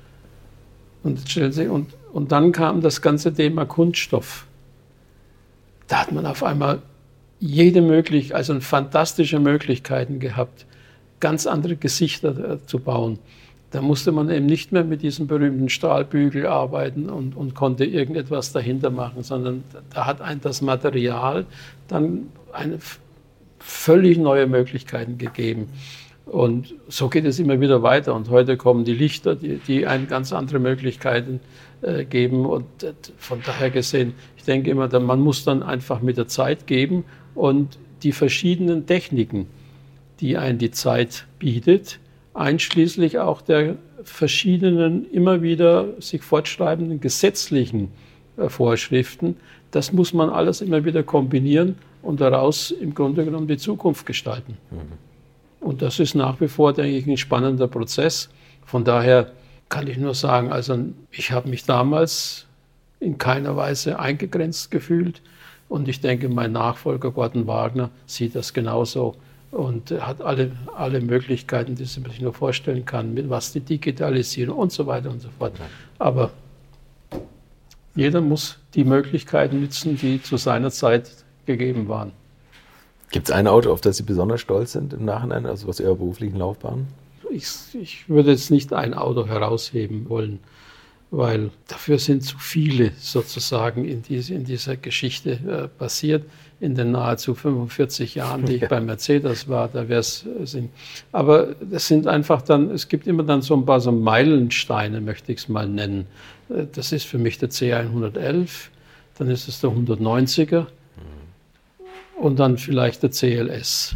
Und dann kam das ganze Thema Kunststoff. Da hat man auf einmal fantastische Möglichkeiten gehabt, ganz andere Gesichter zu bauen. Da musste man eben nicht mehr mit diesem berühmten Stahlbügel arbeiten und konnte irgendetwas dahinter machen, sondern da hat das Material dann völlig neue Möglichkeiten gegeben. Und so geht es immer wieder weiter. Und heute kommen die Lichter, die einen ganz andere Möglichkeiten geben. Und von daher gesehen, ich denke immer, man muss dann einfach mit der Zeit geben und die verschiedenen Techniken, die einen die Zeit bietet, einschließlich auch der verschiedenen, immer wieder sich fortschreibenden gesetzlichen Vorschriften, das muss man alles immer wieder kombinieren und daraus im Grunde genommen die Zukunft gestalten. Und das ist nach wie vor, denke ich, ein spannender Prozess. Von daher kann ich nur sagen, also ich habe mich damals in keiner Weise eingegrenzt gefühlt. Und ich denke, mein Nachfolger Gordon Wagner sieht das genauso und hat alle Möglichkeiten, die man sich nur vorstellen kann, mit was die Digitalisierung und so weiter und so fort. Aber jeder muss die Möglichkeiten nutzen, die zu seiner Zeit gegeben waren. Gibt es ein Auto, auf das Sie besonders stolz sind im Nachhinein, also aus Ihrer beruflichen Laufbahn? Ich würde jetzt nicht ein Auto herausheben wollen, weil dafür sind zu viele sozusagen in dieser Geschichte passiert. In den nahezu 45 Jahren, die ich bei Mercedes war, da wäre es Sinn. Aber das sind einfach dann, es gibt immer dann so ein paar so Meilensteine, möchte ich es mal nennen. Das ist für mich der C111, dann ist es der 190er und dann vielleicht der CLS.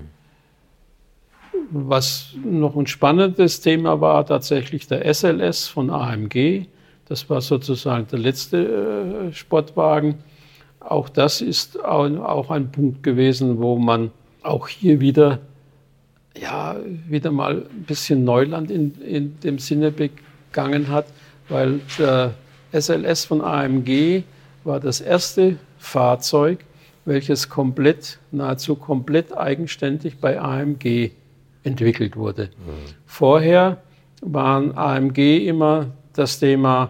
Was noch ein spannendes Thema war, tatsächlich der SLS von AMG. Das war sozusagen der letzte Sportwagen. Auch das ist auch ein Punkt gewesen, wo man auch hier wieder mal ein bisschen Neuland in dem Sinne begangen hat, weil der SLS von AMG war das erste Fahrzeug, welches nahezu komplett eigenständig bei AMG entwickelt wurde. Vorher waren AMG immer das Thema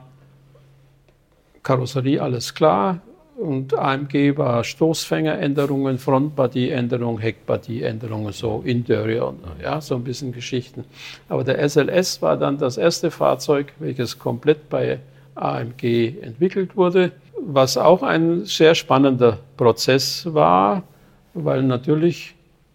Karosserie, alles klar. Und AMG war Stoßfängeränderungen, Frontpartieänderungen, Heckpartieänderungen, so Interior, ja, so ein bisschen Geschichten. Aber der SLS war dann das erste Fahrzeug, welches komplett bei AMG entwickelt wurde, was auch ein sehr spannender Prozess war, weil natürlich,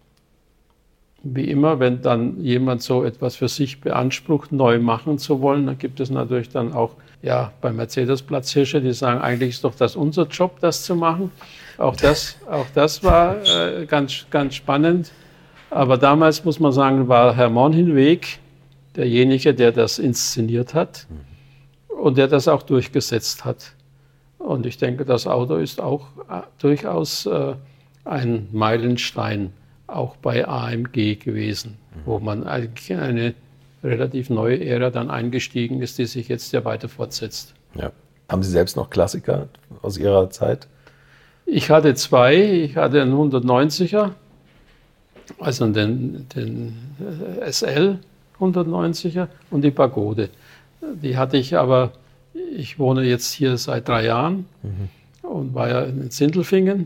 wie immer, wenn dann jemand so etwas für sich beansprucht, neu machen zu wollen, dann gibt es natürlich dann auch bei Mercedes Platzhirsche, die sagen, eigentlich ist doch das unser Job, das zu machen. Auch das war ganz, ganz spannend. Aber damals, muss man sagen, war Hermann Hinweg derjenige, der das inszeniert hat und der das auch durchgesetzt hat. Und ich denke, das Auto ist auch durchaus ein Meilenstein, auch bei AMG gewesen, wo man eigentlich eine relativ neue Ära dann eingestiegen ist, die sich jetzt ja weiter fortsetzt. Ja. Haben Sie selbst noch Klassiker aus Ihrer Zeit? Ich hatte zwei. Ich hatte einen 190er, also den SL 190er und die Pagode. Die hatte ich aber, ich wohne jetzt hier seit 3 Jahren und war ja in Sindelfingen.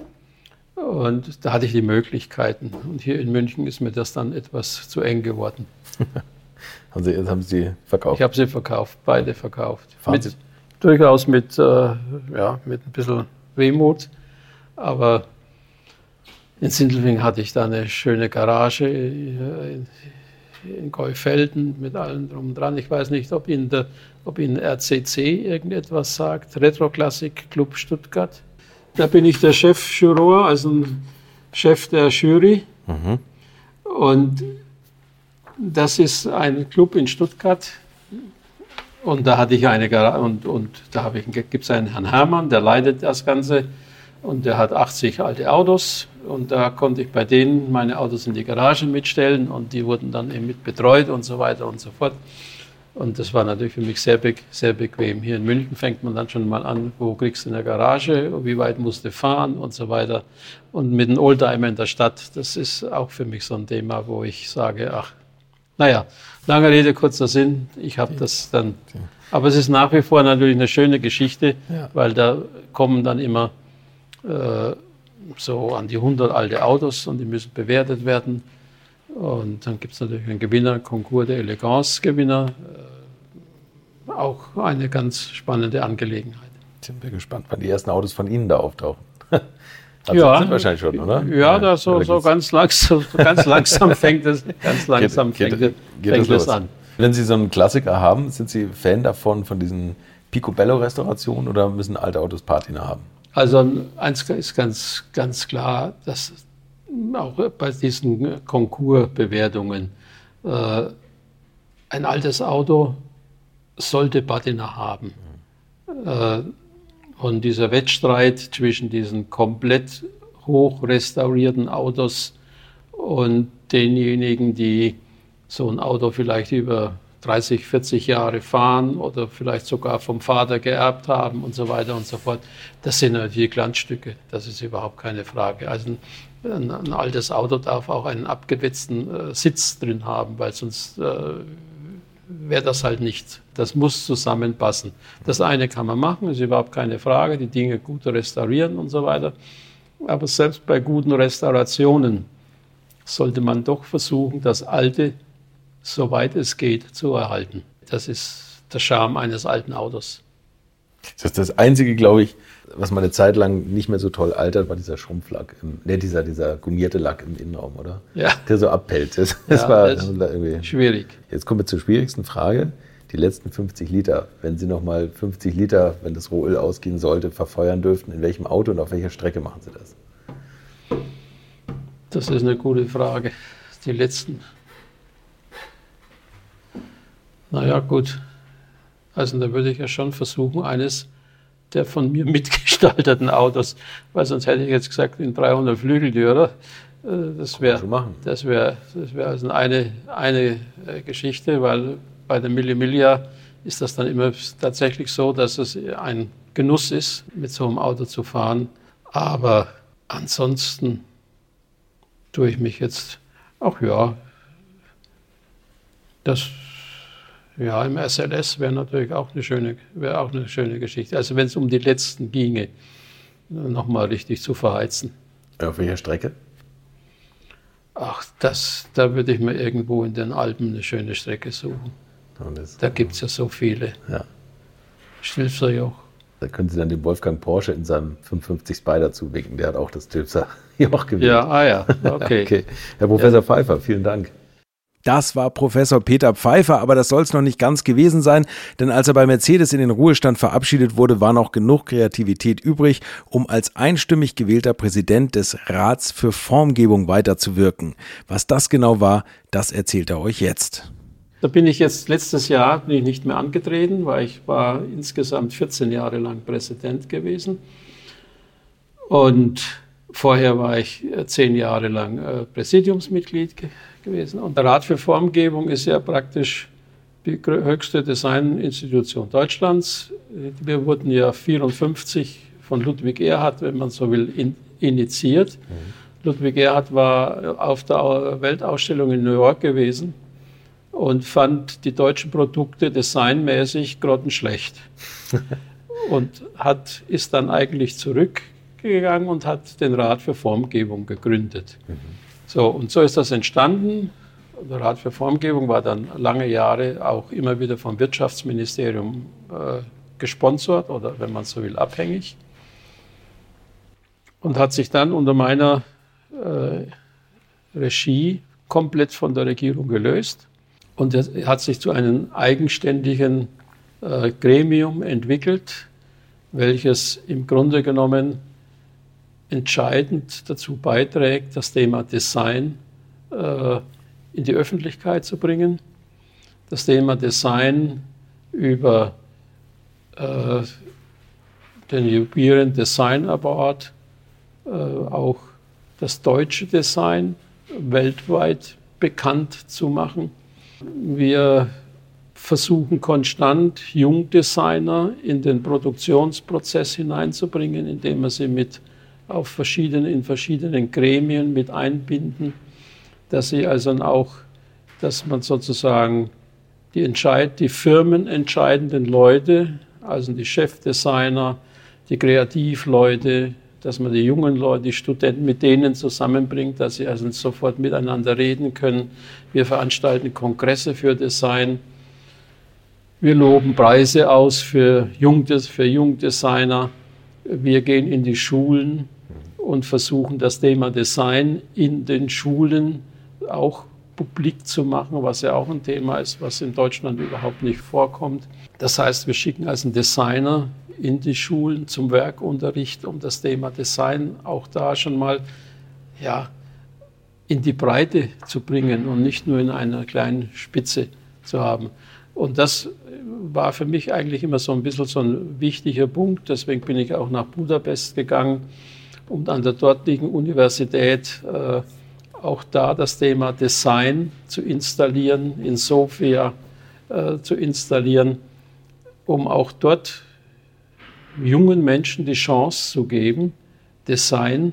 Und da hatte ich die Möglichkeiten. Und hier in München ist mir das dann etwas zu eng geworden. Haben Sie verkauft? Ich habe sie verkauft, beide verkauft. Durchaus mit ein bisschen Wehmut. Aber in Sindelfingen hatte ich da eine schöne Garage in Geufelden mit allem drum und dran. Ich weiß nicht, ob Ihnen RCC irgendetwas sagt, Retro Classic Club Stuttgart. Da bin ich der Chefjuror, also ein Chef der Jury. Und das ist ein Club in Stuttgart. Und da hatte ich eine Garage und da gibt es einen Herrn Hermann, der leitet das Ganze. Und der hat 80 alte Autos. Und da konnte ich bei denen meine Autos in die Garage mitstellen. Und die wurden dann eben mit betreut und so weiter und so fort. Und das war natürlich für mich sehr bequem. Hier in München fängt man dann schon mal an, wo kriegst du eine Garage, wie weit musst du fahren und so weiter. Und mit einem Oldtimer in der Stadt, das ist auch für mich so ein Thema, wo ich sage, lange Rede, kurzer Sinn, ich habe das dann. Aber es ist nach wie vor natürlich eine schöne Geschichte, weil da kommen dann immer so an die 100 alte Autos und die müssen bewertet werden. Und dann gibt es natürlich einen Gewinner, Concours de Elegance-Gewinner. Auch eine ganz spannende Angelegenheit. Ich bin gespannt, wann die ersten Autos von Ihnen da auftauchen. Also sind wahrscheinlich schon, oder? Ja, so ganz langsam fängt es an. Wenn Sie so einen Klassiker haben, sind Sie Fan davon, von diesen Picobello-Restaurationen, oder müssen alte Autos Patina haben? Also eins ist ganz klar, dass auch bei diesen Konkursbewertungen ein altes Auto sollte Patina haben. Und dieser Wettstreit zwischen diesen komplett hochrestaurierten Autos und denjenigen, die so ein Auto vielleicht über 30, 40 Jahre fahren oder vielleicht sogar vom Vater geerbt haben und so weiter und so fort. Das sind natürlich Glanzstücke, das ist überhaupt keine Frage. Also ein altes Auto darf auch einen abgewetzten Sitz drin haben, weil sonst wäre das halt nicht. Das muss zusammenpassen. Das eine kann man machen, ist überhaupt keine Frage, die Dinge gut restaurieren und so weiter. Aber selbst bei guten Restaurationen sollte man doch versuchen, das Alte, soweit es geht, zu erhalten. Das ist der Charme eines alten Autos. Das ist das Einzige, glaube ich, was mal eine Zeit lang nicht mehr so toll altert, war dieser Schrumpflack, dieser gummierte Lack im Innenraum, oder? Ja. Der so abpellt. Das ja, war das irgendwie schwierig. Jetzt kommen wir zur schwierigsten Frage. Die letzten 50 Liter. Wenn Sie nochmal 50 Liter, wenn das Rohöl ausgehen sollte, verfeuern dürften, in welchem Auto und auf welcher Strecke machen Sie das? Das ist eine gute Frage. Die letzten. Naja, gut. Also da würde ich ja schon versuchen, eines der von mir mitgestalteten Autos, weil sonst hätte ich jetzt gesagt, in 300 Flügeltürer. Das wäre also eine Geschichte, weil bei der Mille Miglia ist das dann immer tatsächlich so, dass es ein Genuss ist, mit so einem Auto zu fahren. Aber ansonsten tue ich mich jetzt auch, im SLS wäre natürlich auch eine schöne Geschichte. Also wenn es um die letzten ginge, nochmal richtig zu verheizen. Auf welcher Strecke? Ach, da würde ich mir irgendwo in den Alpen eine schöne Strecke suchen. Da gibt es ja so viele. Ja. Stilfser Joch. Da können Sie dann dem Wolfgang Porsche in seinem 550 Spider zuwinken. Der hat auch das Stilfser Joch gewählt. Ja, okay. Okay. Herr Professor Pfeiffer, vielen Dank. Das war Professor Peter Pfeiffer, aber das soll es noch nicht ganz gewesen sein, denn als er bei Mercedes in den Ruhestand verabschiedet wurde, war noch genug Kreativität übrig, um als einstimmig gewählter Präsident des Rats für Formgebung weiterzuwirken. Was das genau war, das erzählt er euch jetzt. Da bin ich jetzt letztes Jahr nicht mehr angetreten, weil ich war insgesamt 14 Jahre lang Präsident gewesen. Und vorher war ich 10 Jahre lang Präsidiumsmitglied gewesen. Und der Rat für Formgebung ist ja praktisch die höchste Designinstitution Deutschlands. Wir wurden ja 1954 von Ludwig Erhard, wenn man so will, initiiert. Ludwig Erhard war auf der Weltausstellung in New York gewesen und fand die deutschen Produkte designmäßig grottenschlecht. Und ist dann eigentlich zurückgegangen und hat den Rat für Formgebung gegründet. So, und so ist das entstanden. Der Rat für Formgebung war dann lange Jahre auch immer wieder vom Wirtschaftsministerium gesponsert oder, wenn man so will, abhängig. Und hat sich dann unter meiner Regie komplett von der Regierung gelöst. Und es hat sich zu einem eigenständigen Gremium entwickelt, welches im Grunde genommen entscheidend dazu beiträgt, das Thema Design in die Öffentlichkeit zu bringen. Das Thema Design über den European Design Award, auch das deutsche Design weltweit bekannt zu machen. Wir versuchen konstant Jungdesigner in den Produktionsprozess hineinzubringen, indem wir sie in verschiedenen Gremien mit einbinden, dass man sozusagen die firmenentscheidenden Leute, also die Chefdesigner, die Kreativleute, dass man die jungen Leute, die Studenten mit denen zusammenbringt, dass sie also sofort miteinander reden können. Wir veranstalten Kongresse für Design. Wir loben Preise aus für Jungdesigner. Wir gehen in die Schulen und versuchen, das Thema Design in den Schulen auch publik zu machen, was ja auch ein Thema ist, was in Deutschland überhaupt nicht vorkommt. Das heißt, wir schicken also einen Designer in die Schulen zum Werkunterricht, um das Thema Design auch da schon mal in die Breite zu bringen und nicht nur in einer kleinen Spitze zu haben. Und das war für mich eigentlich immer so ein bisschen so ein wichtiger Punkt. Deswegen bin ich auch nach Budapest gegangen, um an der dortigen Universität auch da das Thema Design zu installieren, in Sofia zu installieren, um auch dort jungen Menschen die Chance zu geben, Design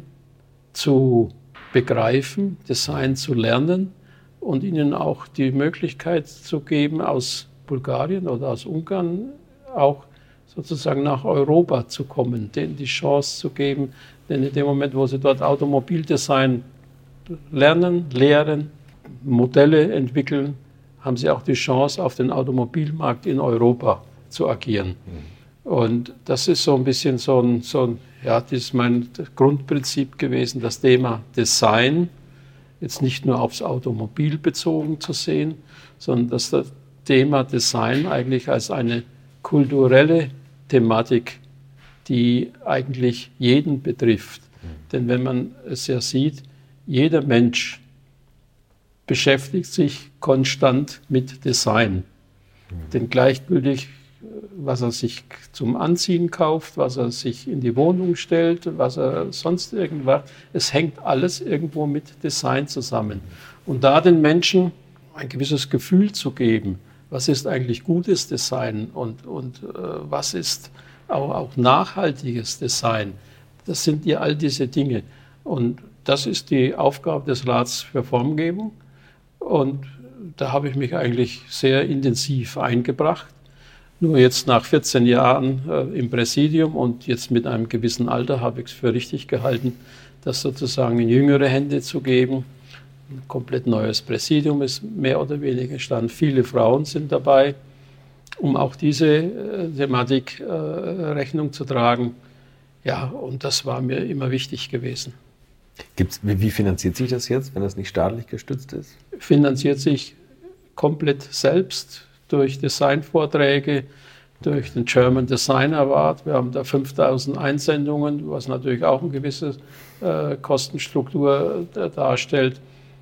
zu begreifen, Design zu lernen und ihnen auch die Möglichkeit zu geben, aus Bulgarien oder aus Ungarn auch sozusagen nach Europa zu kommen, denen die Chance zu geben, denn in dem Moment, wo sie dort Automobildesign lernen, lehren, Modelle entwickeln, haben sie auch die Chance, auf den Automobilmarkt in Europa zu agieren. Und das ist so ein bisschen das ist mein Grundprinzip gewesen, das Thema Design jetzt nicht nur aufs Automobil bezogen zu sehen, sondern das Thema Design eigentlich als eine kulturelle Thematik, die eigentlich jeden betrifft. Denn wenn man es ja sieht, jeder Mensch beschäftigt sich konstant mit Design. Denn gleichgültig, was er sich zum Anziehen kauft, was er sich in die Wohnung stellt, was er sonst irgendwas, es hängt alles irgendwo mit Design zusammen. Und da den Menschen ein gewisses Gefühl zu geben, was ist eigentlich gutes Design und was ist auch nachhaltiges Design, das sind ja all diese Dinge. Und das ist die Aufgabe des Rats für Formgebung. Und da habe ich mich eigentlich sehr intensiv eingebracht. Nur jetzt nach 14 Jahren im Präsidium und jetzt mit einem gewissen Alter habe ich es für richtig gehalten, das sozusagen in jüngere Hände zu geben. Ein komplett neues Präsidium ist mehr oder weniger entstanden. Viele Frauen sind dabei, um auch diese Thematik Rechnung zu tragen. Ja, und das war mir immer wichtig gewesen. Wie finanziert sich das jetzt, wenn das nicht staatlich gestützt ist? Finanziert sich komplett selbst durch Designvorträge, durch den German Design Award. Wir haben da 5000 Einsendungen, was natürlich auch eine gewisse Kostenstruktur darstellt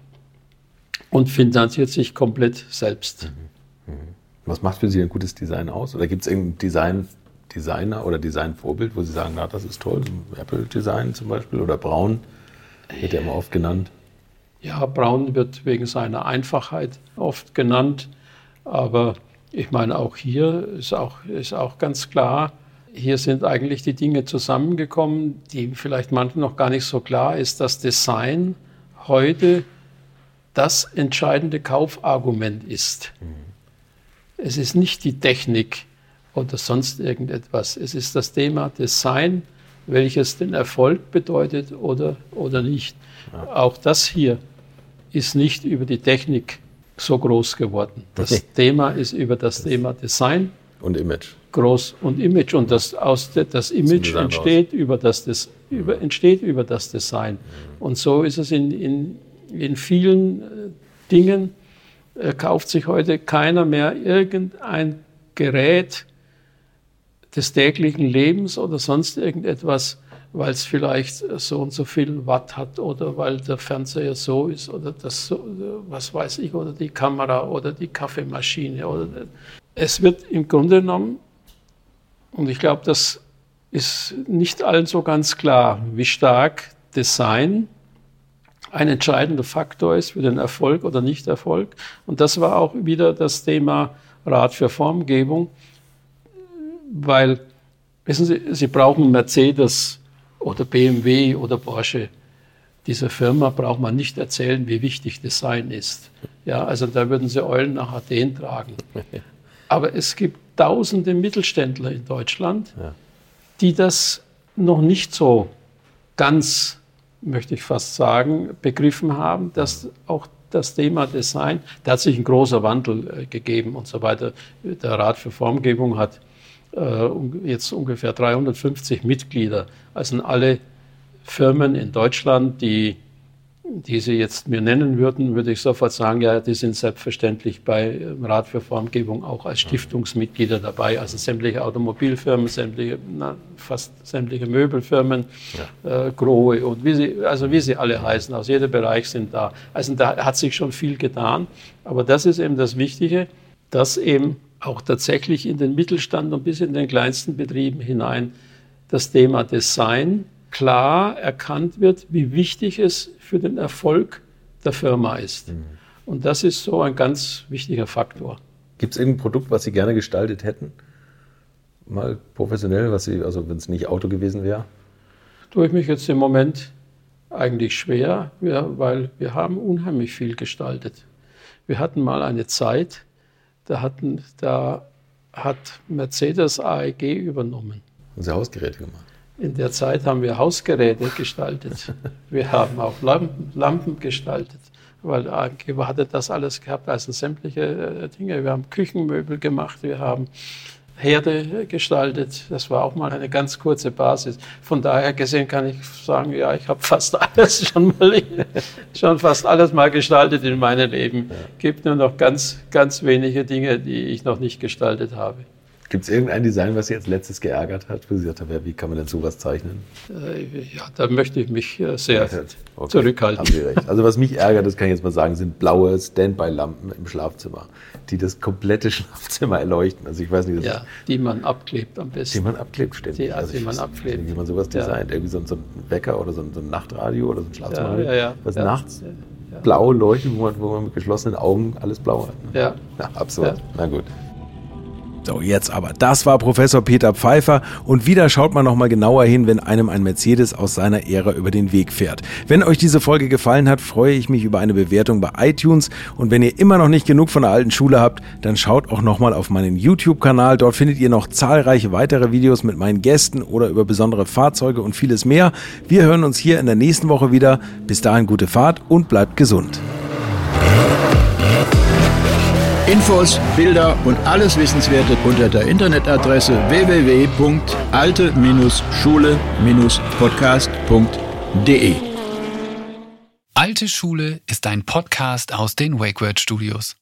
und finanziert sich komplett selbst. Was macht für Sie ein gutes Design aus? Oder gibt es irgendeinen Designer oder Designvorbild, wo Sie sagen, na, das ist toll, Apple-Design zum Beispiel oder Braun, wird ja immer oft genannt. Ja, Braun wird wegen seiner Einfachheit oft genannt, aber ich meine, auch hier ist auch ganz klar, hier sind eigentlich die Dinge zusammengekommen, die vielleicht manchen noch gar nicht so klar ist, dass Design heute das entscheidende Kaufargument ist. Es ist nicht die Technik oder sonst irgendetwas. Es ist das Thema Design, welches den Erfolg bedeutet oder nicht. Ja. Auch das hier ist nicht über die Technik so groß geworden. Das Thema ist über das Thema Design und Image. Groß und Image. Und das Image entsteht über das Design. Und so ist es in vielen Dingen, kauft sich heute keiner mehr irgendein Gerät des täglichen Lebens oder sonst irgendetwas, weil es vielleicht so und so viel Watt hat oder weil der Fernseher so ist oder das so, was weiß ich, oder die Kamera oder die Kaffeemaschine. Es wird im Grunde genommen, und ich glaube, das ist nicht allen so ganz klar, wie stark Design ein entscheidender Faktor ist für den Erfolg oder Nicht-Erfolg. Und das war auch wieder das Thema Rat für Formgebung, weil, wissen Sie, Sie brauchen Mercedes oder BMW oder Porsche. Dieser Firma braucht man nicht erzählen, wie wichtig Design ist. Ja, also da würden Sie Eulen nach Athen tragen. Aber es gibt tausende Mittelständler in Deutschland, die das noch nicht so ganz, möchte ich fast sagen, begriffen haben, dass auch das Thema Design, da hat sich ein großer Wandel gegeben und so weiter. Der Rat für Formgebung hat jetzt ungefähr 350 Mitglieder. Also sind alle Firmen in Deutschland, die Sie jetzt mir nennen würden, würde ich sofort sagen, ja, die sind selbstverständlich beim Rat für Formgebung auch als Stiftungsmitglieder dabei. Also sämtliche Automobilfirmen, fast sämtliche Möbelfirmen, Grohe und wie sie alle heißen, aus jedem Bereich sind da. Also da hat sich schon viel getan. Aber das ist eben das Wichtige, dass eben auch tatsächlich in den Mittelstand und bis in den kleinsten Betrieben hinein das Thema Design klar erkannt wird, wie wichtig es für den Erfolg der Firma ist. Und das ist so ein ganz wichtiger Faktor. Gibt es irgendein Produkt, was Sie gerne gestaltet hätten? Mal professionell, also wenn es nicht Auto gewesen wäre? Tue ich mich jetzt im Moment eigentlich schwer, weil wir haben unheimlich viel gestaltet. Wir hatten mal eine Zeit, da hat Mercedes AEG übernommen. Haben Sie Hausgeräte gemacht? In der Zeit haben wir Hausgeräte gestaltet. Wir haben auch Lampen gestaltet, weil AEG hatte das alles gehabt, also sämtliche Dinge. Wir haben Küchenmöbel gemacht, wir haben Herde gestaltet. Das war auch mal eine ganz kurze Basis. Von daher gesehen kann ich sagen, ja, ich habe fast alles mal gestaltet in meinem Leben. Ja. Gibt nur noch ganz, ganz wenige Dinge, die ich noch nicht gestaltet habe. Gibt es irgendein Design, was Sie als letztes geärgert hat, wo Sie gesagt haben, wie kann man denn sowas zeichnen? Ja, da möchte ich mich sehr zurückhalten. Haben Sie recht. Also was mich ärgert, das kann ich jetzt mal sagen, sind blaue Standby-Lampen im Schlafzimmer, die das komplette Schlafzimmer erleuchten. Also ich weiß nicht, die man abklebt am besten. Die man abklebt, stimmt. Die man abklebt. Wie man sowas designt. Irgendwie so ein Wecker oder so ein Nachtradio oder so ein Schlafzimmer. Was nachts blau leuchtet, wo man mit geschlossenen Augen alles blau hat. Ne? Ja, absurd. Ja. Na gut. So, jetzt aber. Das war Professor Peter Pfeiffer und wieder schaut man nochmal genauer hin, wenn einem ein Mercedes aus seiner Ära über den Weg fährt. Wenn euch diese Folge gefallen hat, freue ich mich über eine Bewertung bei iTunes und wenn ihr immer noch nicht genug von der alten Schule habt, dann schaut auch nochmal auf meinen YouTube-Kanal. Dort findet ihr noch zahlreiche weitere Videos mit meinen Gästen oder über besondere Fahrzeuge und vieles mehr. Wir hören uns hier in der nächsten Woche wieder. Bis dahin gute Fahrt und bleibt gesund. Infos, Bilder und alles Wissenswerte unter der Internetadresse www.alte-schule-podcast.de. Alte Schule ist ein Podcast aus den WakeWord Studios.